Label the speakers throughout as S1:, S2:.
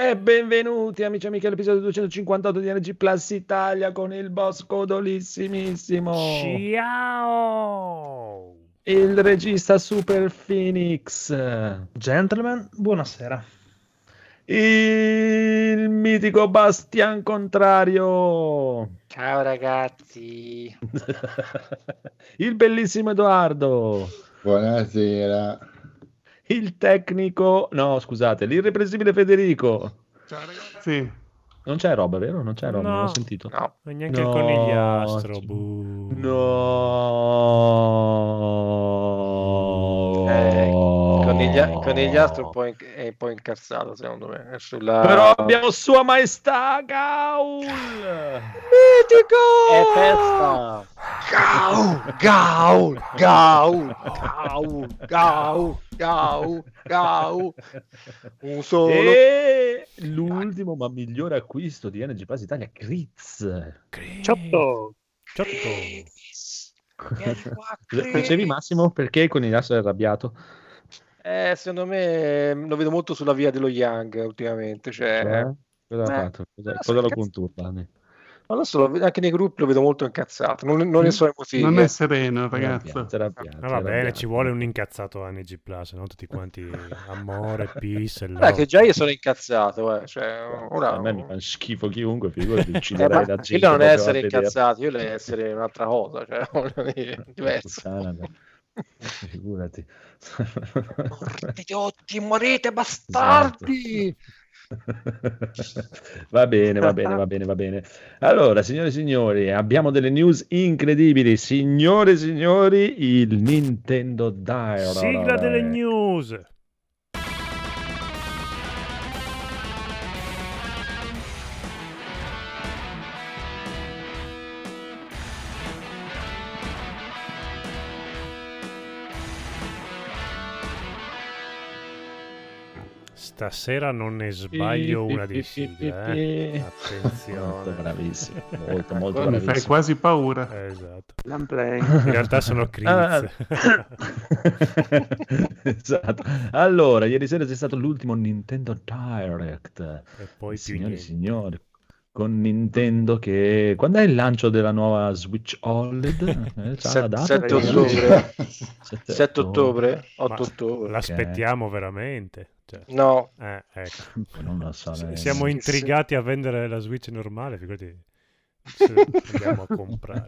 S1: E benvenuti amici e amiche all'episodio 258 di NG Plus Italia con il boss codolissimissimo,
S2: Ciao!
S1: il regista Super Phoenix,
S3: Gentlemen, buonasera.
S1: il mitico Bastian Contrario,
S4: Ciao ragazzi.
S1: il bellissimo Edoardo,
S5: Buonasera.
S1: il tecnico, no scusate, l'irreprensibile Federico.
S6: Ciao ragazzi.
S1: Non c'è roba, vero? Non c'è roba, non
S2: No.
S1: l'ho sentito.
S4: No,
S2: E neanche il
S1: No,
S2: conigliastro. Buh.
S1: No.
S4: il conigliastro è un po' incazzato secondo me. È
S1: Però abbiamo Sua Maestà Gaul.
S4: Mitico! È festa! Gaul! Un solo.
S1: E l'ultimo ma migliore acquisto di Energy Plus Italia, Grizz.
S4: Ciotto!
S1: Dicevi Massimo perché il conigliastro è arrabbiato?
S4: Secondo me lo vedo molto sulla via dello Young ultimamente.
S1: Cioè, cosa ha fatto? Cosa lo conturba?
S4: Non lo so, anche nei gruppi lo vedo molto incazzato. Non ne so i motivi.
S6: Non è sereno, ragazzo.
S2: Va bene, ci vuole un incazzato a NG Plus, no? Tutti quanti amore, peace e
S4: Guarda
S2: love.
S4: che già io sono incazzato, cioè, ora...
S1: A me mi fa schifo chiunque, figurati, ucciderei la gente.
S4: Quello non è
S1: proprio
S4: essere
S1: a vedere.
S4: incazzato, io devo essere un'altra cosa, cioè, voglio dire, diverso.
S1: Figurati.
S4: Morite tutti, morite bastardi!
S1: Va bene. Allora, signore e signori, abbiamo delle news incredibili. Signore e signori, il Nintendo Direct.
S2: Sigla delle news. Stasera non ne sbaglio una di sigla, Attenzione.
S1: Molto bravissimo, molto
S6: Mi
S1: bravissimo.
S6: fai quasi paura.
S2: Esatto.
S4: Play.
S2: In realtà sono Chris.
S1: Esatto. Allora, ieri sera c'è stato l'ultimo Nintendo Direct.
S2: E poi più
S1: Signori e
S2: niente.
S1: signori, con Nintendo che... Quando è il lancio della nuova Switch OLED? C'ha la data?
S4: 7 ottobre.
S1: 7
S4: 7 ottobre, 8
S2: Ma
S4: ottobre.
S2: L'aspettiamo veramente. Cioè,
S4: No,
S2: ecco.
S1: Non lo so.
S2: Siamo intrigati a vendere la Switch normale, figurati se andiamo a comprare.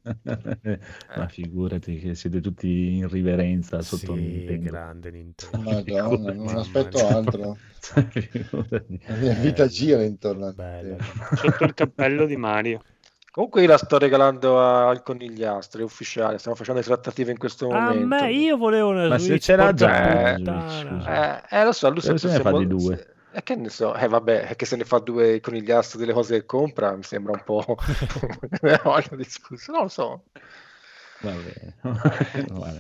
S1: Ma figurati che siete tutti in riverenza sotto
S2: Sì,
S1: Nintendo.
S2: grande Nintendo.
S5: Madonna, non
S2: Mamma
S5: aspetto
S2: mia.
S5: altro.
S1: Figurati.
S5: La mia vita gira intorno a
S2: Bello.
S5: te.
S7: Sotto il cappello di Mario.
S4: comunque io la sto regalando al conigliastro, è ufficiale, stiamo facendo le trattative in questo
S2: A
S4: momento.
S2: me, io volevo una
S1: Ma se
S2: Switch.
S1: ce l'ha
S2: porca
S1: già una
S2: puttana.
S1: Switch, scusa.
S4: Lo so, lui
S1: Dove se ne fa di due?
S4: Che ne so, vabbè, è che se ne fa due il conigliastro delle cose che compra, mi sembra un po'... Voglio discusso, non lo so.
S1: Vabbè. Guarda,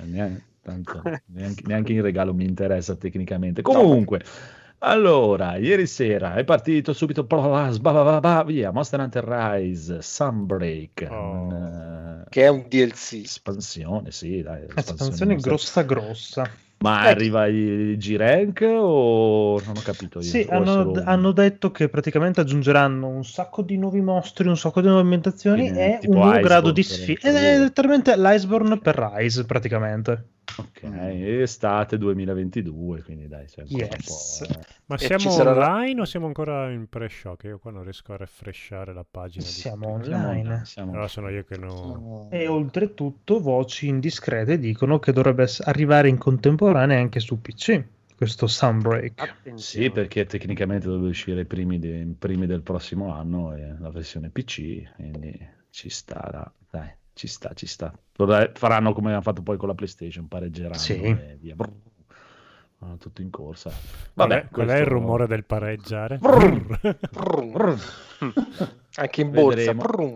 S1: neanche in regalo mi interessa tecnicamente. Comunque, allora, ieri sera è partito subito via Monster Hunter Rise Sunbreak.
S4: Che è un DLC.
S1: Espansione, sì, dai.
S3: Espansione grossa.
S1: Ma arriva il G-Rank o non ho capito io?
S3: Sì,
S1: O è solo-
S3: hanno detto che praticamente aggiungeranno un sacco di nuovi mostri, un sacco di nuove ambientazioni
S1: Quindi,
S3: e
S1: tipo
S3: un nuovo
S1: Iceborne
S3: grado di
S1: per
S3: sfida.
S1: introdurre.
S3: È letteralmente l'Iceborne per Rise, praticamente.
S1: Ok, estate 2022, quindi dai, c'è ancora
S3: Yes.
S1: un po'.
S2: Ma
S4: E
S2: siamo
S4: ci sarà la-
S2: online o siamo ancora in pre-show? Che io qua non riesco a refreshare la pagina.
S3: Siamo
S1: Siamo
S3: online.
S2: Allora sono io che non...
S3: E oltretutto voci indiscrete dicono che dovrebbe arrivare in contemporanea anche su PC, questo Sunbreak.
S1: Sì, perché tecnicamente doveva uscire primi del prossimo anno la versione PC, quindi ci sta, dai, ci sta. Faranno come hanno fatto poi con la PlayStation, pareggeranno
S3: Sì.
S1: e via. Tutto in corsa.
S2: Qual
S1: Vabbè,
S2: è il rumore del pareggiare?
S4: Anche in borsa.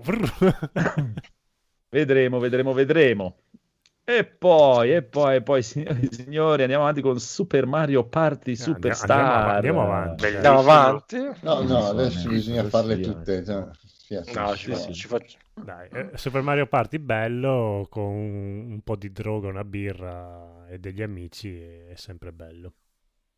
S1: Vedremo. Vedremo. E poi, signori e signori, andiamo avanti con Super Mario Party Superstar.
S2: Andiamo avanti.
S4: Andiamo avanti.
S5: No, adesso bisogna farle
S1: Sì,
S5: tutte. Cioè,
S4: No, ci faccio...
S2: Dai, Super Mario Party bello con un po' di droga, una birra e degli amici è sempre bello.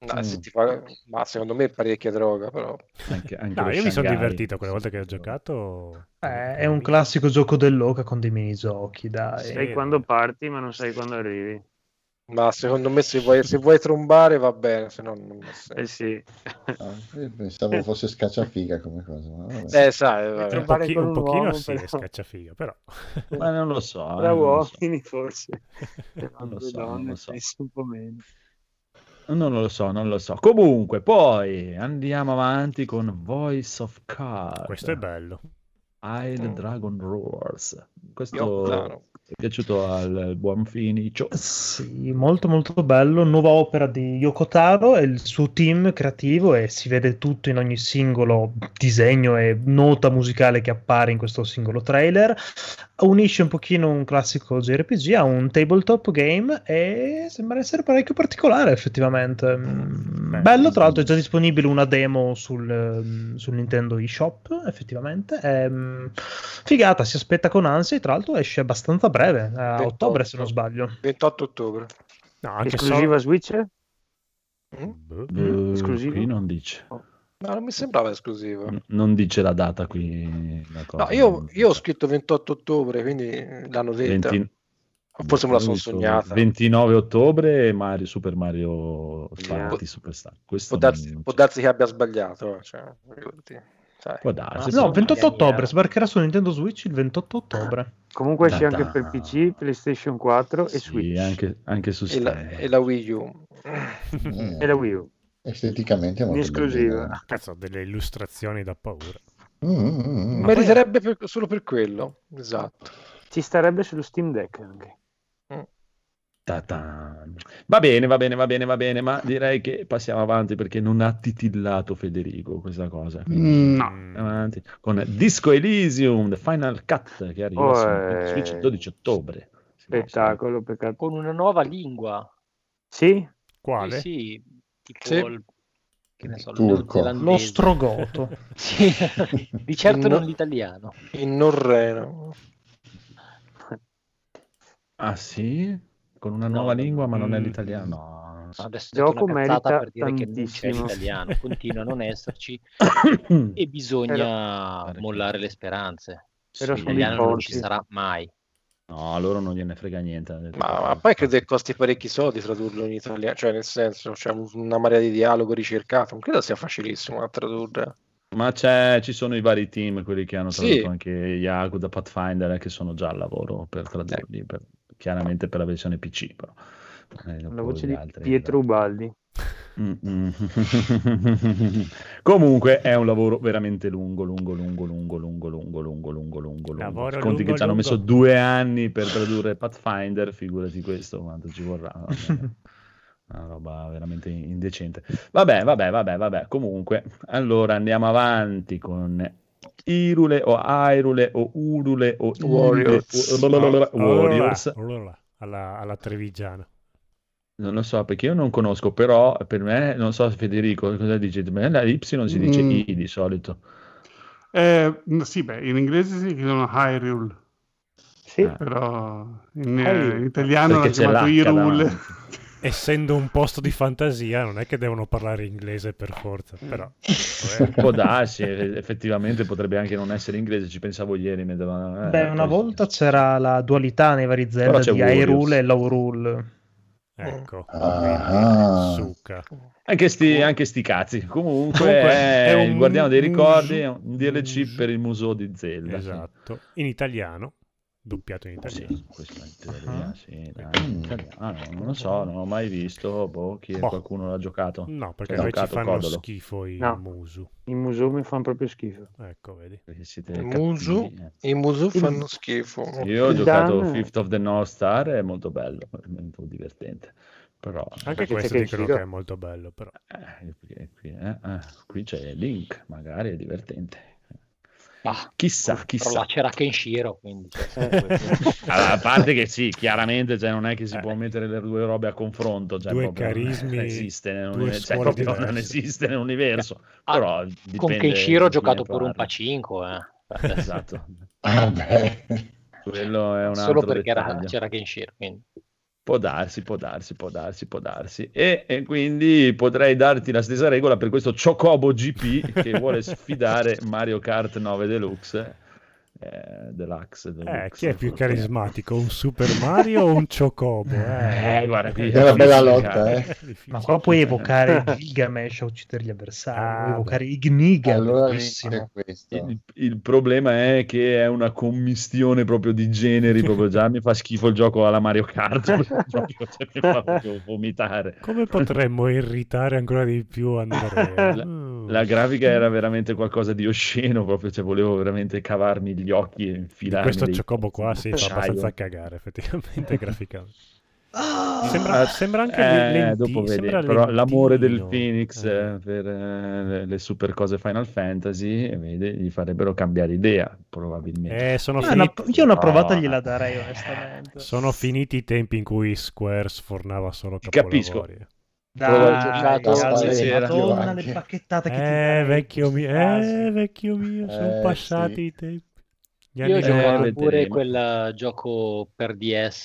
S4: No, se ti fa... Ma secondo me è parecchia droga, però.
S1: Anche
S2: No,
S1: lo
S2: io mi sono
S1: Shanghai.
S2: divertito quelle volte che ho giocato.
S3: È un classico gioco dell'oca con dei minigiochi, dai.
S2: Sì.
S7: Sai quando parti, ma non sai quando arrivi.
S4: Ma secondo me se vuoi trombare va bene, se no non ha senso.
S7: Sì.
S5: Io pensavo fosse scacciafiga come cosa. Ma vabbè.
S4: Sai, vabbè.
S2: Un,
S7: Trovare con
S2: un
S7: un
S2: pochino
S7: uomo,
S2: sì, è
S7: però.
S2: scacciafiga, però.
S1: Ma non lo so.
S7: Tra
S1: non lo so.
S7: uomini forse.
S1: Non lo
S7: Due
S1: so, non
S7: donne
S1: lo so.
S7: penso un po' meno.
S1: Non lo so. Comunque, poi andiamo avanti con Voice of Card.
S2: Questo è bello.
S1: Isle Dragon Roars. Questo
S4: Claro.
S1: è piaciuto al buon Finicio.
S3: Sì, molto molto bello, nuova opera di Yoko Taro e il suo team creativo, e si vede tutto in ogni singolo disegno e nota musicale che appare in questo singolo trailer. Unisce un pochino un classico JRPG a un tabletop game e sembra essere parecchio particolare effettivamente. Bello, tra l'altro è già disponibile una demo sul Nintendo eShop effettivamente. Figata, si aspetta con ansia e tra l'altro esce abbastanza breve, a
S4: 28.
S3: ottobre se non sbaglio.
S4: 28 ottobre.
S2: No, anche
S7: Esclusiva Switch? esclusivo?
S1: Qui non dice.
S4: No, non mi sembrava esclusivo.
S1: Non dice la data qui. La cosa.
S4: No, io ho scritto 28 ottobre, quindi l'hanno detta.
S1: 20
S4: Forse me la sono
S1: ho visto
S4: sognata.
S1: 29 ottobre Super Mario Party Superstar. Questo
S4: Può darsi che abbia sbagliato. Cioè, sai.
S1: può darsi.
S3: No,
S1: sì.
S3: 28 ottobre, sbarcherà su Nintendo Switch il 28 ottobre.
S7: Comunque esce
S1: Da-
S7: anche per PC, PlayStation 4 e
S1: Sì,
S7: Switch.
S1: anche su
S4: E
S1: Steam.
S4: la Wii U.
S7: E la Wii U.
S5: Esteticamente è
S7: In
S5: molto
S7: esclusiva.
S5: bellina.
S2: Cazzo, delle illustrazioni da paura.
S4: Meriterebbe solo per quello. Esatto.
S7: Ci starebbe sullo Steam Deck anche.
S1: Ta-tan. Va bene, ma direi che passiamo avanti perché non ha titillato Federico questa cosa. Quindi
S6: No.
S1: andiamo avanti con Disco Elysium, The Final Cut, che arriva su Nintendo Switch il 12 ottobre.
S7: Spettacolo, peccato.
S8: Con una nuova lingua.
S7: Sì?
S2: Quale?
S8: Sì, tipo
S4: Sì.
S8: che ne so, il
S5: Turco.
S8: neozelandese.
S3: Lo strogoto.
S8: Sì, di certo
S4: No.
S8: non l'italiano.
S4: In norreno.
S1: Ah sì? Con una
S8: No,
S1: nuova
S8: no,
S1: lingua, ma non è
S7: mm.
S1: l'italiano? No.
S8: Adesso
S7: Gioco
S8: ho detto una cazzata
S7: merita
S8: per dire che non c'è
S7: tantissimo.
S8: l'italiano, continua a non esserci e bisogna mollare le speranze.
S7: Però
S1: Sì.
S7: sono
S8: L'italiano non ci
S7: forti.
S8: sarà mai.
S1: No, a loro non gliene frega niente. hanno detto
S4: Ma
S1: che-
S4: poi credo che costi parecchi soldi tradurlo in italiano, cioè nel senso c'è una marea di dialogo ricercato, non credo sia facilissimo da tradurre.
S1: Ma ci sono i vari team, quelli che hanno
S4: Sì.
S1: tradotto anche Yakuza, Pathfinder, che sono già al lavoro per tradurli, chiaramente per la versione PC, però.
S7: La
S1: Poi
S7: voce
S1: gli
S7: di
S1: altri-
S7: Pietro Ubaldi.
S1: Comunque è un lavoro veramente lungo.
S2: Lavoro
S1: Conti
S2: lungo,
S1: che ci hanno
S2: lungo.
S1: messo 2 anni per tradurre Pathfinder, figurati questo quanto ci vorrà. Una roba veramente indecente. Vabbè. Comunque, allora andiamo avanti con Irule o Airule o Urule o Warriors.
S2: Alla Trevigiano.
S1: Non lo so, perché io non conosco, però per me, non so Federico, cosa dici? Per me la Y si dice I di solito.
S6: Sì, beh, in inglese si chiamano Hyrule,
S7: Sì,
S6: però in
S7: Hyrule.
S6: italiano
S1: Perché
S6: l'ha
S1: c'è
S6: chiamato
S1: l'H
S6: Hyrule.
S1: davanti.
S2: Essendo un posto di fantasia, non è che devono parlare inglese per forza, però.
S1: Può darsi, effettivamente potrebbe anche non essere inglese, ci pensavo ieri.
S3: Beh, una volta c'era la dualità nei vari
S1: Però
S3: Zelda
S1: c'è
S3: di
S1: Warriors.
S3: Hyrule e Laurul.
S2: Ecco,
S5: Ah.
S2: quindi succa.
S1: Anche sti cazzi. Comunque
S2: Comunque,
S1: è
S2: è un
S1: il Guardiano dei Ricordi,
S2: muso-
S1: è un DLC per il museo di Zelda. sì.
S2: Esatto, in italiano, doppiato in italiano.
S1: Sì, questo in teoria, sì, dai, in italiano, non lo so, non ho mai visto, qualcuno l'ha giocato.
S2: No, perché
S1: C'è
S2: a noi ci
S1: giocato
S2: fanno
S1: Codolo.
S2: schifo i
S7: No.
S2: musu.
S7: i musou mi fanno proprio schifo.
S2: Ecco, vedi.
S1: Perché siete
S4: I Musu,
S1: cattivi,
S4: i Musu fanno schifo.
S1: Io ho
S7: Il
S1: giocato
S7: Dan-
S1: Fifth of the North Star, è molto bello, è molto divertente. Però
S2: Anche
S7: Perché
S2: questo
S7: c'è
S2: dicono
S7: Kenshiro.
S2: che è molto bello, però.
S1: qui c'è Link, magari è divertente.
S8: Ah,
S1: Chissà,
S8: Però
S1: chissà.
S8: là c'era Kenshiro, quindi
S1: Allora, a parte che sì, chiaramente cioè, non è che si può mettere le due robe a confronto, cioè,
S2: Due
S1: proprio
S2: carismi,
S1: non esiste,
S2: due
S1: cioè,
S2: scuole
S1: proprio
S2: diverse.
S1: non esiste nell'universo,
S8: Ah,
S1: però
S8: con
S1: dipende
S8: Kenshiro ho
S1: di chi
S8: giocato
S1: ne
S8: pure un
S1: parla.
S8: pacinco,
S1: Esatto,
S5: Ah, beh.
S1: quello è un
S8: solo
S1: altro
S8: perché
S1: dettaglio.
S8: c'era Kenshiro, quindi.
S1: Può darsi. E quindi potrei darti la stessa regola per questo Chocobo GP che vuole sfidare Mario Kart 9 Deluxe. Deluxe.
S2: Chi è più carismatico, un Super Mario o un Chocobo?
S1: Guarda qui.
S5: È una bella lotta,
S3: Ma qua puoi evocare Gilgamesh a uccidere gli avversari, puoi evocare Igniga.
S5: Allora
S3: bellissimo.
S5: questo.
S1: Il problema è che è una commistione proprio di generi, proprio già mi fa schifo il gioco alla Mario Kart, proprio, cioè, mi fa proprio vomitare.
S2: Come potremmo irritare ancora di più Andrea?
S1: La grafica era veramente qualcosa di osceno, proprio, cioè volevo veramente cavarmi gli occhi e infilarmi.
S2: Questo
S1: dei
S2: Chocobo qua si fa
S1: acciaio.
S2: abbastanza cagare, effettivamente, graficamente. Sembra anche
S1: dopo vedi,
S2: sembra
S1: però l'amore del
S2: lentino.
S1: Phoenix per le super cose Final Fantasy, vedi, gli farebbero cambiare idea, probabilmente.
S3: Io una provata gliela darei, onestamente.
S2: Sono finiti i tempi in cui Square sfornava solo
S1: Capisco.
S2: capolavori.
S3: Dai,
S1: stasera.
S3: Madonna, le pacchettate che ti dai.
S2: Vecchio mio, sono passati i tempi.
S8: Io ho giocato
S1: vedremo.
S8: pure quel gioco per DS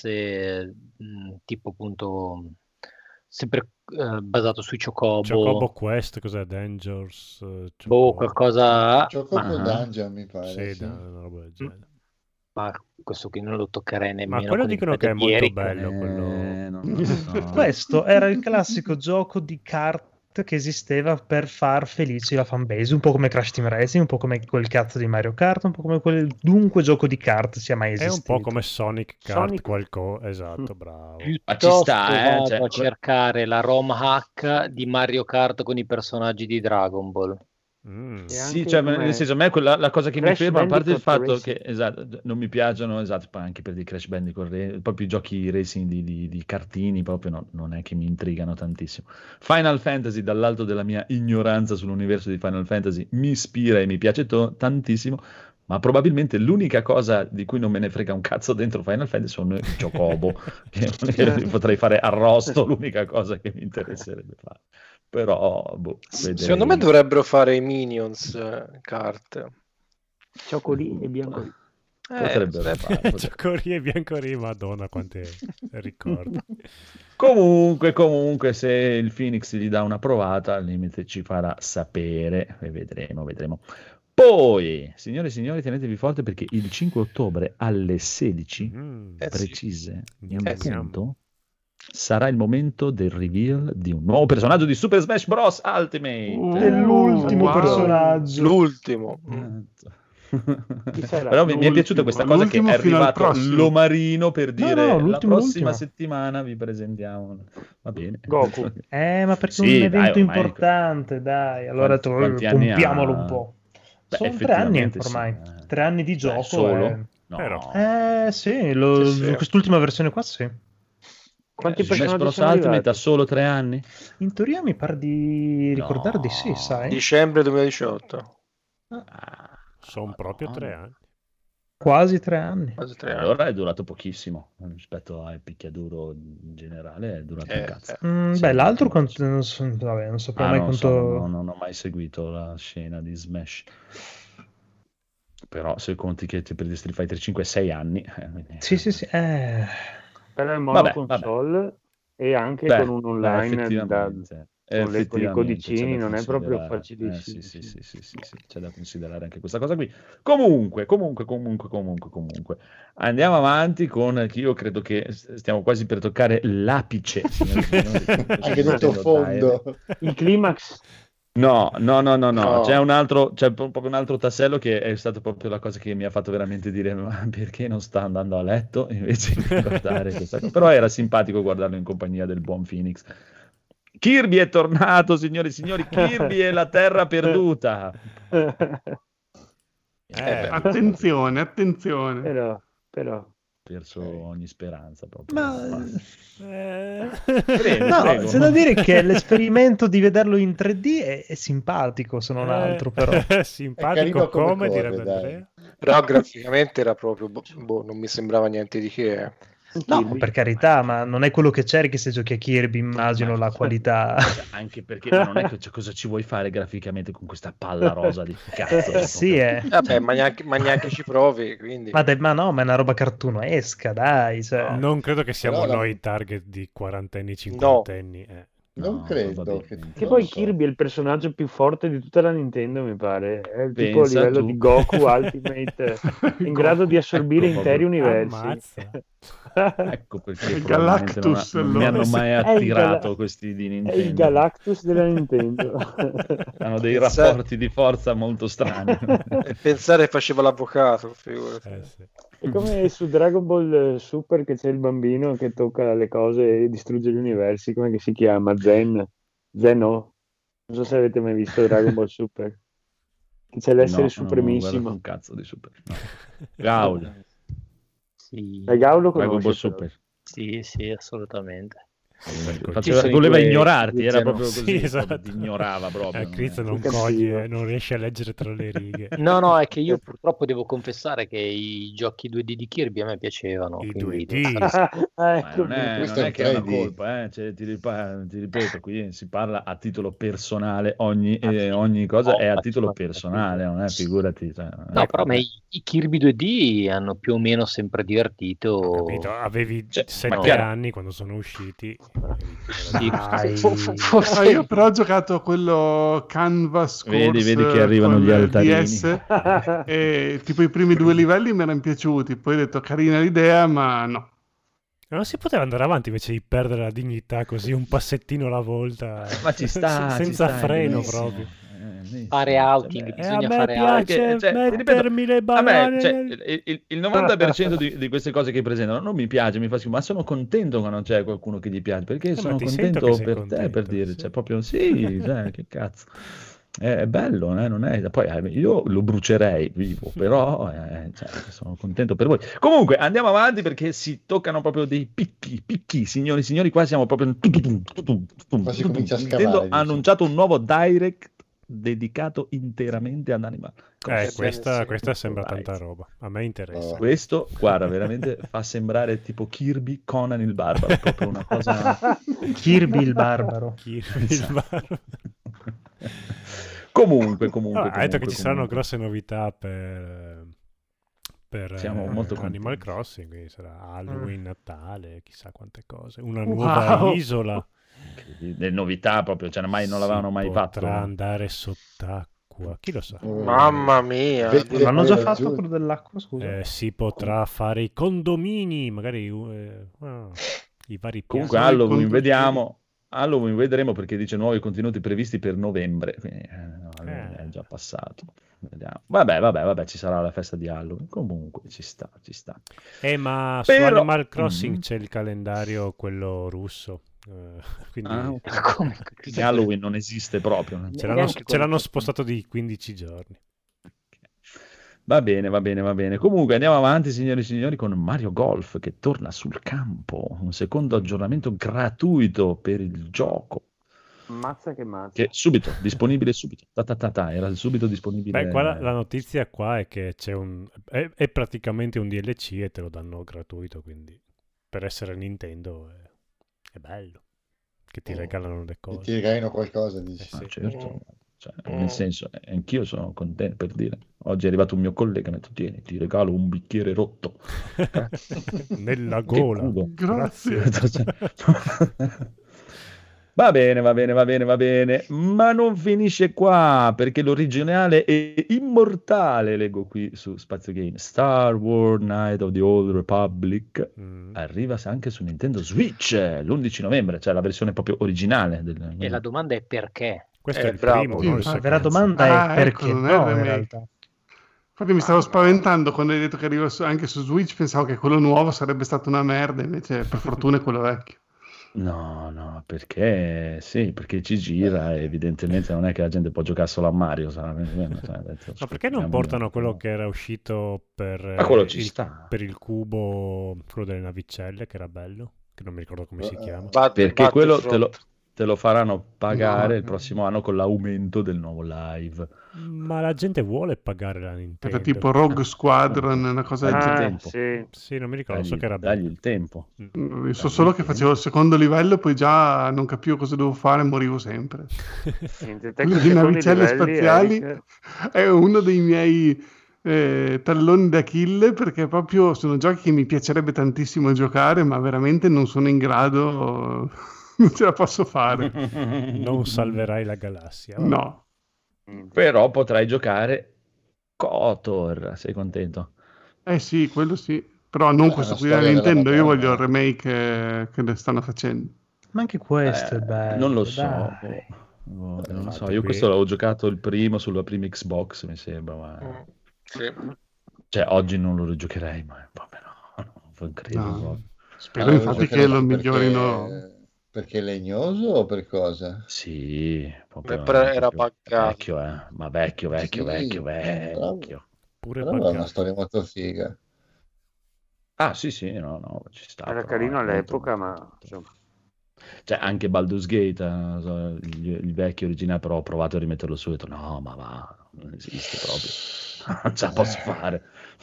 S8: tipo appunto sempre basato sui Chocobo.
S2: Chocobo Quest, cos'è? Dangers?
S8: Qualcosa.
S5: Chocobo Dungeon mi pare.
S2: Sì, una roba del genere.
S8: Ma questo qui non lo toccherei nemmeno.
S2: Ma quello
S8: con il
S2: dicono che è molto
S8: Eric.
S2: bello. Quello...
S3: Questo era il classico gioco di kart che esisteva per far felici la fanbase, un po' come Crash Team Racing, un po' come quel cazzo di Mario Kart, un po' come dunque gioco di kart sia mai esistito.
S2: È un po' come Sonic Kart qualcosa, esatto, bravo.
S8: Piuttosto vado a cercare la ROM hack di Mario Kart con i personaggi di Dragon Ball.
S1: Sì, cioè, nel senso, a me la cosa che mi ferma, a parte il fatto
S7: Racing.
S1: che non mi piacciono, anche per di Crash Bandicoot, proprio i giochi racing di cartini, proprio non è che mi intrigano tantissimo. Final Fantasy, dall'alto della mia ignoranza sull'universo di Final Fantasy, mi ispira e mi piace tantissimo, ma probabilmente l'unica cosa di cui non me ne frega un cazzo dentro Final Fantasy sono i Chocobo, che potrei fare arrosto, l'unica cosa che mi interesserebbe fare. Però
S4: secondo me dovrebbero fare i Minions kart.
S7: Cioccolini e biancolini.
S1: Potrebbero fare.
S2: Cioccolini e biancolini, madonna quante ricordi.
S1: Comunque se il Phoenix gli dà una provata, al limite ci farà sapere e vedremo. Poi, signore e signori, tenetevi forte perché il 5 ottobre alle 16 precise in punto sarà il momento del reveal di un nuovo personaggio di Super Smash Bros. Ultimate.
S3: È l'ultimo personaggio.
S4: L'ultimo.
S1: Però mi è piaciuta questa cosa che è arrivato l'omarino per dire la prossima settimana vi presentiamo. Va bene.
S7: Goku.
S3: Ma perché è un evento importante, dai. Allora pompiamolo un po'. Sono 3 anni ormai. 3 anni di gioco.
S1: Solo?
S3: No. Sì, quest'ultima versione qua sì.
S7: Quanti
S1: Smash
S7: personaggi
S1: Bros.
S7: sono
S1: Ultimate
S7: arrivati?
S1: ha solo 3 anni?
S3: In teoria mi pare di ricordare di sì, sai?
S4: Dicembre 2018.
S2: Sono proprio 3 anni.
S3: Quasi 3 anni.
S4: Quasi 3 anni.
S1: Allora è durato pochissimo rispetto al picchiaduro in generale, è durato un cazzo.
S3: L'altro non saprò mai quanto.
S1: Non ho mai seguito la scena di Smash. Però se conti che per di Street Fighter 5 6 anni.
S3: Sì.
S7: Però è mono console e anche con un online con i codicini, non è proprio facilissimo.
S1: Sì, c'è da considerare anche questa cosa qui. Comunque, andiamo avanti con chi io credo che stiamo quasi per toccare l'apice.
S5: Anche detto fondo.
S7: Il climax.
S1: No. C'è proprio un altro tassello che è stato proprio la cosa che mi ha fatto veramente dire ma perché non sta andando a letto invece di guardare questa cosa. Però era simpatico guardarlo in compagnia del buon Phoenix. Kirby è tornato, signore e signori. Kirby è la terra perduta.
S6: Attenzione.
S7: Però.
S1: Perso ogni speranza proprio.
S3: Prego. C'è da dire che l'esperimento di vederlo in 3D è simpatico, se non altro, però.
S2: Simpatico come direbbe Andrea.
S4: Però graficamente era proprio non mi sembrava niente di che.
S3: No, per carità, ma non è quello che c'è che se giochi a Kirby immagino la qualità.
S1: Anche perché non è che cosa ci vuoi fare graficamente con questa palla rosa di cazzo.
S3: Sì,
S4: Vabbè, ma neanche ci provi, quindi.
S3: Ma no, ma è una roba cartunesca, dai. Cioè.
S2: Non credo che siamo noi target di quarantenni, cinquantenni.
S5: Non credo.
S7: Che poi Kirby è il personaggio più forte di tutta la Nintendo, mi pare. È il tipo a livello di Goku Ultimate, in grado di assorbire interi universi.
S1: Ecco perché
S6: il Galactus
S1: non mi hanno mai attirato questi di Nintendo.
S7: È il Galactus della Nintendo.
S1: Hanno dei rapporti di forza molto strani.
S4: Pensare faceva l'avvocato, figurati.
S2: Sì.
S7: È come su Dragon Ball Super che c'è il bambino che tocca le cose e distrugge gli universi. Come che si chiama? Zeno? Non so se avete mai visto Dragon Ball Super. Che c'è l'essere supremissimo.
S1: Un cazzo di Super. No. Gaul.
S8: Sì.
S7: Gaul lo
S1: Dragon Ball
S7: conosce,
S1: Super.
S8: Sì, assolutamente.
S1: Voleva ignorarti, era proprio così,
S2: sì, esatto.
S1: Ti ignorava proprio.
S2: Chris non coglie, non riesce a leggere tra le righe.
S8: No, è che io purtroppo devo confessare che i giochi 2D di Kirby a me piacevano.
S2: I
S8: quindi...
S2: 2D.
S1: Non è che è una colpa, cioè, ti ripeto, qui si parla a titolo personale, ogni cosa è a titolo personale, non è, figurati. Cioè,
S8: no, però a me i Kirby 2D hanno più o meno sempre divertito.
S2: Capito? Avevi 7 anni quando sono usciti.
S6: Io però ho giocato a quello Canvas Course,
S1: vedi che arrivano gli altarini
S6: DS, e tipo i primi 2 livelli mi erano piaciuti, poi ho detto carina l'idea, ma no.
S2: Non si poteva andare avanti invece di perdere la dignità così un passettino alla volta,
S1: ma ci sta,
S2: senza freno proprio.
S8: Fare outing, bisogna fare
S2: outing. Mettermi le banane.
S1: Il 90% di queste cose che presentano non mi piace, mi fa schifo, ma sono contento quando c'è qualcuno che gli piace, perché sono contento per te, per dire, cioè proprio sì, cioè, che cazzo. È bello, non è? Poi io lo brucerei vivo, però sono contento per voi. Comunque andiamo avanti perché si toccano proprio dei picchi, signori, qua siamo proprio
S5: quasi comincia a scavare.
S1: Nintendo ha annunciato un nuovo Direct dedicato interamente ad Animal
S2: Crossing. Questa sembra tanta roba, a me interessa.
S1: Questo, guarda, veramente fa sembrare tipo Kirby Conan il Barbaro, proprio una cosa.
S3: Kirby il Barbaro.
S1: Comunque,
S2: ha detto che ci saranno grosse novità per
S1: siamo molto
S2: Animal Crossing, quindi sarà Halloween, Natale, chissà quante cose, una nuova isola.
S1: Le novità proprio, cioè non l'avevano mai fatto.
S2: Potrà andare sott'acqua, chi lo sa.
S4: Mamma mia,
S3: l'hanno già fatto quello dell'acqua, scusa.
S2: Si potrà fare i condomini, magari i vari
S1: comunque Halloween vedremo perché dice nuovi contenuti previsti per novembre, quindi è già passato. Vediamo. Vabbè, ci sarà la festa di Halloween, comunque ci sta.
S2: Ma su Animal Crossing c'è il calendario, quello russo. Quindi
S1: Halloween non esiste proprio.
S2: Ce l'hanno spostato di 15 giorni.
S1: Va bene. Comunque andiamo avanti, signori e signori, con Mario Golf che torna sul campo. Un secondo aggiornamento gratuito per il gioco.
S7: Mazza.
S1: Che subito, disponibile subito. Era subito disponibile.
S2: Beh, qua la notizia qua è che c'è è praticamente un DLC e te lo danno gratuito, quindi per essere Nintendo è bello che ti regalano le cose.
S5: Ti regalano qualcosa, dici.
S1: Certo. Cioè, nel senso, anch'io sono contento, per dire. Oggi è arrivato un mio collega e mi ha detto: tieni, ti regalo un bicchiere rotto.
S2: Nella gola.
S6: Grazie.
S1: Va bene, ma non finisce qua, perché l'originale e immortale, leggo qui su Spazio Game, Star Wars Knights of the Old Republic, arriva anche su Nintendo Switch l'11 novembre, cioè la versione proprio originale.
S8: E la domanda è perché?
S2: Questo è il primo.
S3: La vera domanda è perché no, in realtà.
S6: Infatti mi stavo spaventando quando hai detto che arriva anche su Switch, pensavo che quello nuovo sarebbe stato una merda, invece per fortuna è quello vecchio.
S1: No, perché ci gira e evidentemente non è che la gente può giocare solo a Mario.
S2: Ma perché non portano quello che era uscito per il cubo, quello delle navicelle, che era bello, che non mi ricordo come si chiama.
S1: Perché quello te te lo faranno pagare
S6: No.
S1: il prossimo anno con l'aumento del nuovo live.
S2: Ma la gente vuole pagare la
S6: Era
S2: Nintendo.
S6: tipo Rogue Squadron, una cosa del
S1: Dagli
S6: genere.
S1: tempo.
S7: Sì.
S2: Sì, non mi ricordo, so che era
S1: Dagli
S2: bello.
S1: il tempo.
S6: Io so solo che facevo il secondo livello, poi già non capivo cosa dovevo fare e morivo sempre.
S7: Niente, te
S6: Quello
S7: con
S6: di
S7: i secondi
S6: navicelle
S7: livelli,
S6: spaziali
S7: Eric,
S6: è uno dei miei talloni d'Achille, perché proprio sono giochi che mi piacerebbe tantissimo giocare, ma veramente non sono in grado, non ce la posso fare.
S2: Non salverai la galassia.
S6: No.
S1: Però potrai giocare KOTOR, sei contento?
S6: Sì, quello sì, però non
S5: È
S6: questo
S5: una
S6: qui della
S5: storia della
S6: Nintendo, io voglio il
S5: Madonna.
S6: remake che ne stanno facendo.
S3: Ma anche questo è bello.
S1: Non lo so.
S3: dai.
S1: Non lo so.
S2: Infatti,
S1: Io
S2: qui-
S1: questo l'avevo giocato il primo sulla prima Xbox, mi sembra, ma...
S4: Sì.
S1: Cioè, oggi non lo rigiocherei, ma vabbè, no, non credo
S6: No.
S1: proprio.
S6: Spero
S5: Allora,
S6: infatti che
S5: giocheresti
S6: lo migliorino.
S5: perché è legnoso o per cosa?
S1: Sì, proprio,
S4: Però era
S1: proprio
S4: buggato.
S1: vecchio, ma vecchio.
S2: Pure
S5: Però è una
S2: buggato.
S5: storia molto figa.
S1: Ah, sì, no, ci sta.
S7: era
S1: però
S7: carino
S1: è molto-
S7: all'epoca, ma insomma,
S1: Cioè, anche Baldur's Gate, non so, il vecchio originale, però ho provato a rimetterlo su e ho detto, no, ma va, non esiste proprio. Non ce la posso fare.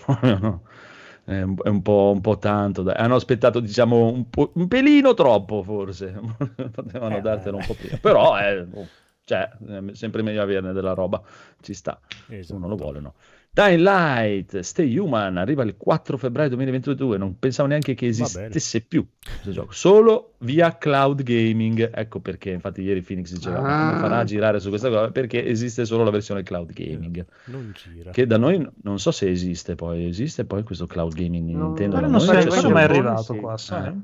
S1: È un po' tanto. Dai. Hanno aspettato, diciamo, un pelino troppo, forse. Potevano dartelo un po' prima. Però, cioè, è sempre meglio averne della roba. Ci sta.
S2: Esatto.
S1: Uno lo vuole, no? Dying Light, Stay Human, arriva il 4 febbraio 2022, non pensavo neanche che esistesse più questo gioco, solo via cloud gaming, ecco perché, infatti ieri Phoenix diceva, ma come farà a girare su questa cosa? Perché esiste solo la versione cloud gaming,
S2: Non gira.
S1: che da noi non so se esiste poi questo cloud gaming in
S7: No,
S1: Nintendo,
S3: Però
S1: da
S3: non
S1: noi
S3: so,
S1: c'è
S3: non è
S1: solo-
S3: mai
S7: Giappone,
S3: arrivato
S7: sì.
S3: qua, sai?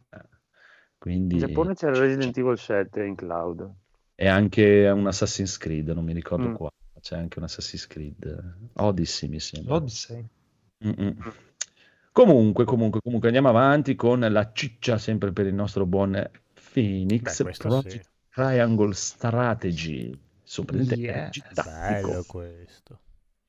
S1: Quindi
S7: in Giappone c'era Resident Evil 7 in cloud.
S1: è anche un Assassin's Creed, non mi ricordo
S7: Mm.
S1: qua, c'è anche un Assassin's Creed, Odyssey mi sembra.
S3: L'Odyssey.
S1: Mm-mm. Comunque andiamo avanti con la ciccia sempre per il nostro buon Phoenix,
S2: Beh, questo
S1: Project
S2: sì.
S1: Triangle Strategy, sorprendente
S3: Yeah,
S1: RPG
S2: È
S1: tattico.
S2: bello questo.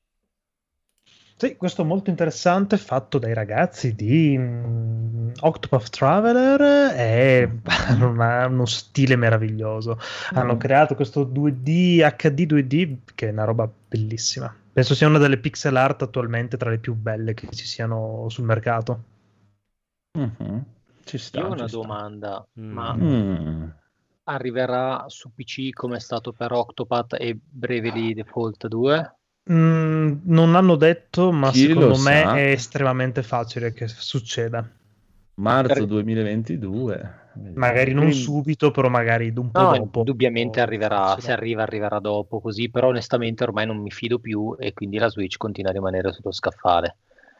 S3: Sì, questo è molto interessante, fatto dai ragazzi di Octopath Traveler e ha uno stile meraviglioso. Hanno creato questo 2D, HD 2D, che è una roba bellissima. Penso sia una delle pixel art attualmente tra le più belle che ci siano sul mercato.
S1: Mhm. Ci sta,
S8: Io ho una
S1: ci sta.
S8: domanda, ma
S1: Mm.
S8: arriverà su PC come è stato per Octopath e Bravely Default 2?
S3: Non hanno detto, ma
S1: Chi
S3: secondo
S1: lo
S3: me
S1: sa?
S3: è estremamente facile che succeda.
S1: Marzo
S8: Per-
S1: 2022. Vediamo.
S3: Magari non
S8: Quindi-
S3: subito, però magari un po'
S8: No,
S3: dopo.
S8: indubbiamente
S3: O
S8: arriverà,
S3: facile.
S8: se arriverà dopo così, però onestamente ormai non mi fido più e quindi la Switch continua a rimanere sullo scaffale.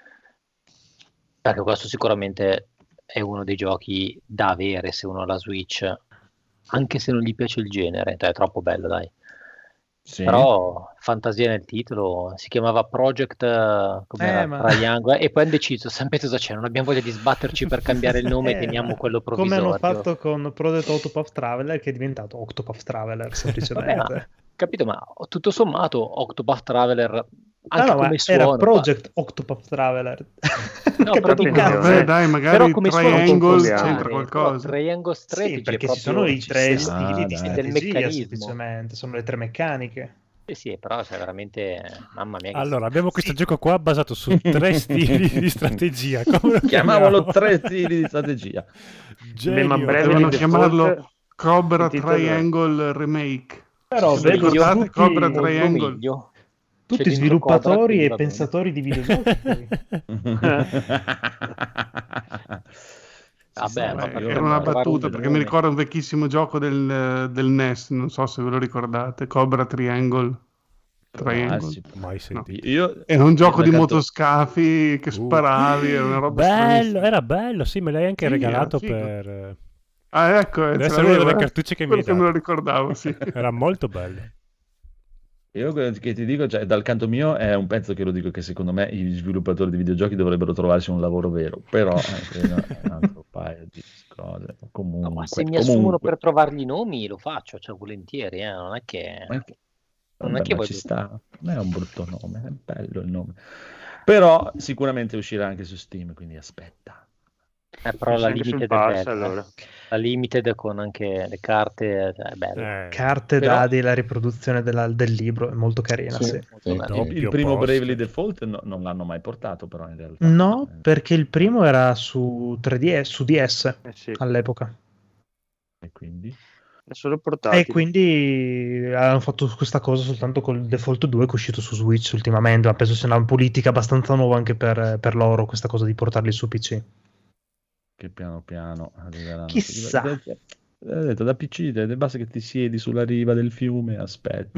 S8: Perché questo sicuramente è uno dei giochi da avere se uno ha la Switch, anche se non gli piace il genere, è troppo bello, dai.
S1: Sì.
S8: Però fantasia nel titolo, si chiamava Project com'era?
S3: ma-
S8: Triangle e poi hanno deciso, sapete cosa c'è, non abbiamo voglia di sbatterci per cambiare il nome, teniamo quello
S3: Come
S8: provvisorio.
S3: hanno fatto con Project Octopath Traveler, che è diventato Octopath Traveler
S8: Vabbè,
S3: semplicemente.
S8: ma, capito, ma tutto sommato Octopath Traveler anche
S3: No, ma
S8: come
S3: era
S8: suono
S3: Project Octopath Traveler.
S8: No, però
S3: Capito?
S8: dico,
S6: Vabbè, dai, magari
S8: però come suono
S6: Triangle
S7: confondiamo.
S6: c'entra
S8: però
S6: qualcosa.
S8: Triangle Strategy
S3: Sì, perché
S8: è
S3: ci sono i
S8: proprio-
S3: tre
S1: ci sta,
S3: stili di
S1: dai.
S8: del
S3: strategia,
S8: meccanismo.
S3: semplicemente. Sono le tre meccaniche.
S8: Sì, però c'è veramente, mamma mia, che
S2: Allora, abbiamo questo
S3: Sì.
S2: gioco qua basato su 3 stili di strategia. Come lo
S1: Chiamavolo
S2: chiamiamo?
S1: 3 stili di strategia.
S2: Genio.
S7: Ma Bravely
S6: Potevano
S7: Default,
S6: chiamarlo Cobra
S7: il titolo è-
S6: Triangle Remake.
S3: Però
S6: Se
S3: vedo
S6: ricordate,
S3: tutti,
S6: Cobra
S8: molto
S6: Triangle.
S8: meglio.
S3: tutti
S8: C'è dentro
S3: sviluppatori
S8: Cobra, quindi
S3: e
S8: va bene.
S3: pensatori di videogiochi. poi.
S8: Vabbè, ma
S6: Beh,
S8: perché
S6: era una
S8: trovare
S6: battuta
S8: un
S6: perché mi
S8: nome?
S6: ricordo un vecchissimo gioco del NES, non so se ve lo ricordate, Cobra Triangle. Triangle.
S2: Mai sentito.
S1: Io
S6: Era un gioco
S1: da
S6: di
S1: canto-
S6: motoscafi che sparavi, era una roba
S2: Bello,
S6: stranissima.
S2: era bello, sì, me l'hai anche
S6: Sì,
S2: regalato
S6: era figo.
S2: per...
S6: Ah, ecco,
S2: Deve
S6: ce
S2: essere una
S6: l'avevo,
S2: delle cartucce che mi
S6: quello
S2: hai
S6: che me lo
S2: dato.
S6: ricordavo, sì.
S2: Era molto bello.
S1: Io quello che ti dico, cioè, dal canto mio è un pezzo che lo dico che secondo me gli sviluppatori di videogiochi dovrebbero trovarsi un lavoro vero, però quello è un altro paio di cose.
S8: No,
S1: Comunque,
S8: ma se mi assumono
S1: comunque.
S8: per trovargli i nomi lo faccio, cioè volentieri, non è che...
S1: Ma che-
S8: Non è
S1: vabbè,
S8: che
S1: ma
S8: voglio-
S1: ci sta, non è un brutto nome, è bello il nome. Però sicuramente uscirà anche su Steam, quindi aspetta.
S8: Però la
S7: Anche sul
S8: limited è
S7: pass,
S8: bella.
S7: allora.
S8: La limited con anche le carte è bella.
S3: Carte,
S8: Però-
S3: dadi, la riproduzione del libro è molto carina,
S5: Sì,
S3: sì.
S5: sì.
S2: Doppio
S1: Il primo
S2: post.
S1: Bravely Default non l'hanno mai portato, però in realtà.
S3: No, perché il primo era su 3DS, su DS
S7: Sì.
S3: all'epoca.
S1: E quindi?
S7: È solo portatile.
S3: E quindi hanno fatto questa cosa soltanto col Default 2 che è uscito su Switch ultimamente, ma penso sia una politica abbastanza nuova anche per loro, questa cosa di portarli su PC.
S1: Che piano piano arriveranno.
S3: Chissà.
S1: Ho detto, da PC basta che ti siedi sulla riva del fiume, aspetti.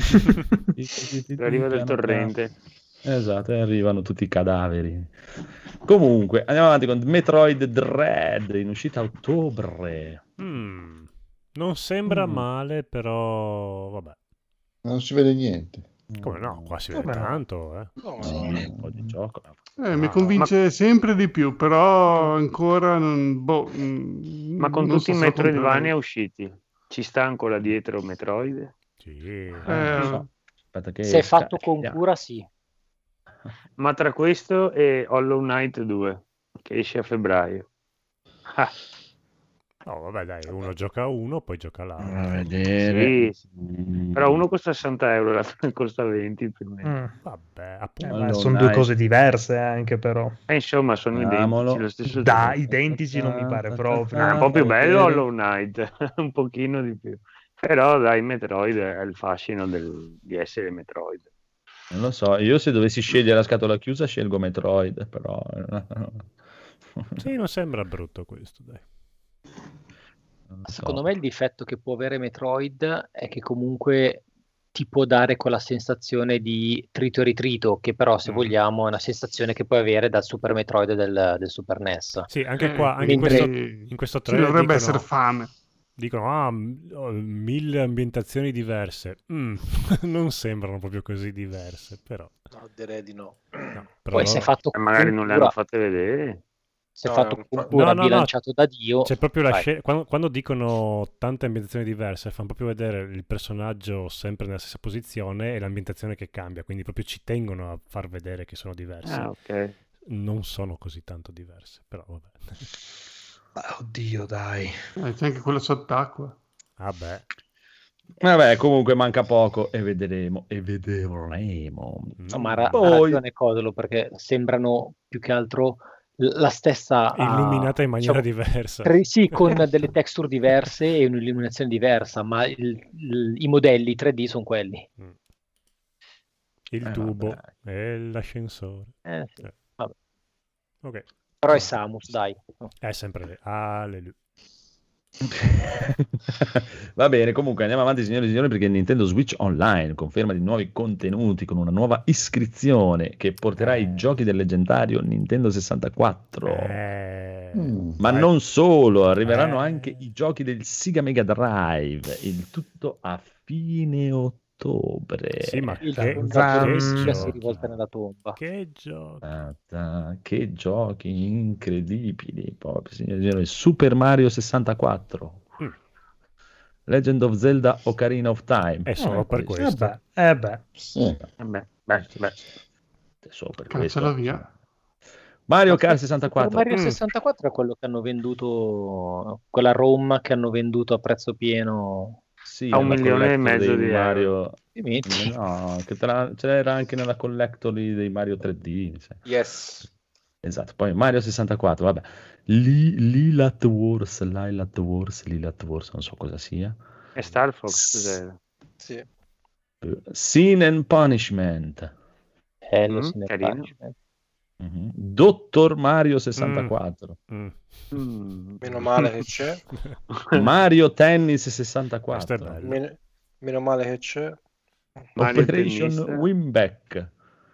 S7: La riva del
S1: piano
S7: torrente.
S1: piano. Esatto, e arrivano tutti i cadaveri. Comunque, andiamo avanti con Metroid Dread, in uscita a ottobre.
S2: Non sembra male, però vabbè.
S5: Non si vede niente.
S2: Come no? Qua si vede
S3: Come no?
S2: tanto,
S1: Sì, un po' di gioco.
S6: Mi convince sempre di più, però ancora non...
S7: Ma con
S6: non
S7: tutti i
S6: so se lo
S7: Metroidvania
S6: comprerei.
S7: usciti, ci sta ancora dietro Metroid?
S2: Sì.
S1: Non so. Aspetta che
S8: Se è
S1: esca.
S8: fatto con cura, sì.
S7: Ma tra questo e Hollow Knight 2, che esce a febbraio. Ah,
S2: No, vabbè, dai, uno gioca uno, poi gioca l'altro.
S1: A vedere.
S7: sì. Però uno costa 60 euro, l'altro ne costa 20 più o meno.
S2: Vabbè, appunto.
S1: Allora,
S3: Sono due cose diverse anche, però.
S7: Insomma, sono
S1: Vediamolo.
S7: identici, lo stesso
S3: Da
S7: gioco.
S3: identici non mi pare proprio.
S7: È un po' più bello
S1: vedere.
S7: Hollow Knight, un pochino di più. Però dai, Metroid è il fascino di essere Metroid.
S1: Non lo so, io se dovessi scegliere la scatola chiusa scelgo Metroid, però...
S2: Sì, non sembra brutto questo, dai.
S1: Non so.
S8: Secondo me il difetto che può avere Metroid è che comunque ti può dare quella sensazione di trito e ritrito, che però se vogliamo è una sensazione che puoi avere dal Super Metroid del Super NES.
S2: Sì, anche qua, anche
S7: quindi
S2: in questo
S6: Ci
S2: trailer
S6: dovrebbe
S2: dicono,
S6: essere fame.
S2: dicono 1000 ambientazioni diverse. Non sembrano proprio così diverse, però.
S4: No, direi di no.
S2: No,
S8: Poi se è fatto con
S7: Magari non le hanno
S8: cura,
S7: fatte vedere.
S8: se è
S4: No,
S8: fatto
S4: no,
S8: con
S4: no,
S8: cura,
S2: no,
S8: bilanciato da Dio,
S2: C'è proprio la
S8: vai.
S2: quando dicono tante ambientazioni diverse, fanno proprio vedere il personaggio sempre nella stessa posizione e l'ambientazione che cambia, quindi proprio ci tengono a far vedere che sono diverse.
S7: Ah, ok.
S2: Non sono così tanto diverse, però vabbè.
S3: Oddio, dai.
S6: C'è anche quello sott'acqua.
S2: Vabbè.
S1: Vabbè, comunque manca poco e vedremo.
S8: No, ma ha
S1: Poi-
S8: ragione Codolo, perché sembrano più che altro la stessa
S2: Illuminata in maniera
S8: diciamo,
S2: diversa.
S8: sì, con delle texture diverse e un'illuminazione diversa, ma i modelli 3D sono quelli.
S2: Il tubo
S1: vabbè.
S2: e l'ascensore.
S8: Sì, vabbè.
S2: Ok.
S8: Però è Samus, dai.
S2: È sempre alleluia.
S1: Va bene, comunque andiamo avanti signori e signori, perché Nintendo Switch Online conferma di nuovi contenuti con una nuova iscrizione che porterà i giochi del leggendario Nintendo 64. Ma
S2: Vai.
S1: non solo, arriveranno anche i giochi del Sega Mega Drive, il tutto a fine ottobre.
S2: Sì, ma
S8: Il
S2: che
S8: fondatore
S3: Zan-
S8: Sega si
S2: giochi.
S8: rivolta nella tomba.
S2: Che giochi.
S1: Che giochi incredibili, proprio, signori e signori. Super Mario 64. Legend of Zelda Ocarina of Time.
S2: È solo per questo.
S3: Beh.
S5: Sì.
S7: Beh.
S1: Solo per
S6: Cancella
S1: questo.
S6: via.
S1: Mario Kart 64.
S8: Super Mario 64 è quello che hanno venduto, quella ROM che hanno venduto a prezzo pieno.
S1: Sì,
S7: A 1,5
S1: nella
S7: milioni
S1: collector dei
S7: di
S1: Mario.
S8: Dimentichi.
S1: No, che c'era anche nella collector dei Mario 3D. Mi sa.
S4: Yes.
S1: Esatto, poi Mario 64, vabbè. Lilat Wars, non so cosa sia.
S7: E Star Fox cos'era?
S4: Sì.
S1: Sin and Punishment.
S8: Lo si ne
S7: carino.
S8: faccia.
S1: Dottor Mario 64.
S4: Meno male che c'è.
S1: Mario Tennis
S2: Questo è
S1: 64.
S2: bello.
S4: Meno male che c'è.
S7: Mario
S1: Operation
S7: Tennista.
S1: Winback.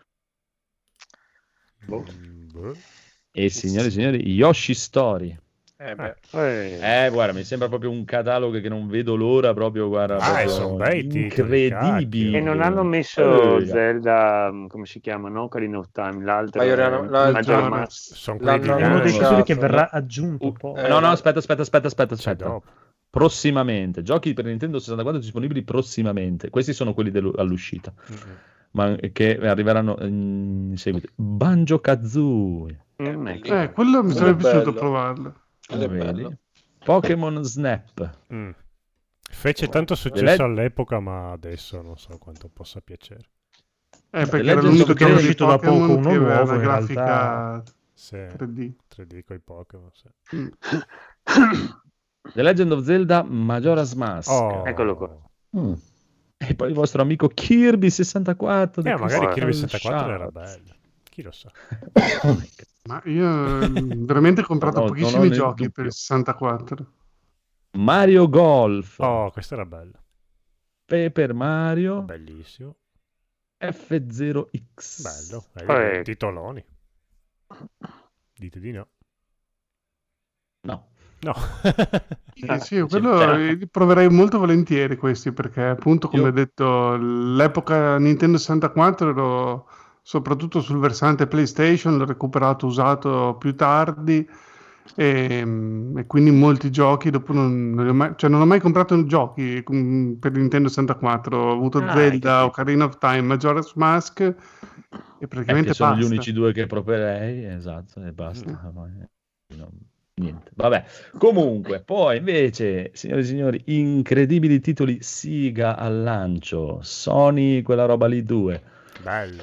S2: Boh.
S1: E signori e signori, Yoshi Story. Guarda, mi sembra proprio un catalogo che non vedo l'ora, proprio, guarda, proprio
S2: sono bei titoli,
S1: incredibili.
S7: E non hanno messo
S1: Eh.
S7: Zelda, come si chiama, no? Ocarina of Time, l'altro
S4: Majora's
S7: Mask.
S2: Sono quelli
S4: L'hanno
S3: È uno dei
S2: diversi.
S3: titoli che
S4: annunciato,
S3: verrà
S4: no?
S3: aggiunto poi.
S1: No, aspetta.
S2: Cioè, dopo.
S1: Prossimamente, giochi per Nintendo 64 disponibili prossimamente. Questi sono quelli all'uscita, ma che arriveranno in seguito. Banjo-Kazooie.
S6: Quello mi sarebbe piaciuto
S4: bello.
S6: provarlo.
S4: Quello è
S1: Lo vedi?
S4: bello.
S1: Pokémon Snap.
S2: Fece tanto successo all'epoca, ma adesso non so quanto possa piacere.
S6: Perché
S1: The
S6: era
S1: Legend
S6: l'unico
S1: of
S6: gioco
S1: Zelda
S6: di
S3: uscito da poco,
S6: Pokémon
S3: uno
S6: che aveva
S3: nuovo,
S6: una
S3: in
S6: grafica
S2: Sì,
S6: 3D.
S2: 3D con i Pokémon, sì.
S1: The Legend of Zelda Majora's Mask.
S2: Oh,
S7: Eccolo qua.
S1: E poi il vostro amico Kirby 64. The
S2: magari
S1: Crystal
S2: Kirby 64 era
S1: Shards.
S2: bello. Chi lo sa.
S6: Ma io veramente ho comprato
S1: Non ho
S6: pochissimi
S1: nel
S6: giochi
S1: dubbio.
S6: per il 64.
S1: Mario Golf.
S2: Oh, questo era bello.
S1: Paper Mario.
S2: Bellissimo.
S1: F0X.
S2: Bello. Titoloni. Dite di no.
S1: No.
S2: No.
S6: Sì, quello li proverei molto volentieri questi, perché appunto, come ho detto, l'epoca Nintendo 64 ero soprattutto sul versante PlayStation, l'ho recuperato usato più tardi e quindi molti giochi dopo non li ho mai, cioè non ho mai comprato giochi per Nintendo 64, ho avuto Zelda, Ocarina of Time, Majora's Mask e praticamente
S1: che sono gli
S6: basta.
S1: unici due che proporrei, esatto, e basta. Niente, vabbè. Comunque, poi invece, signori e signori, incredibili titoli Sega al lancio, Sony, quella roba lì 2.
S2: Bello.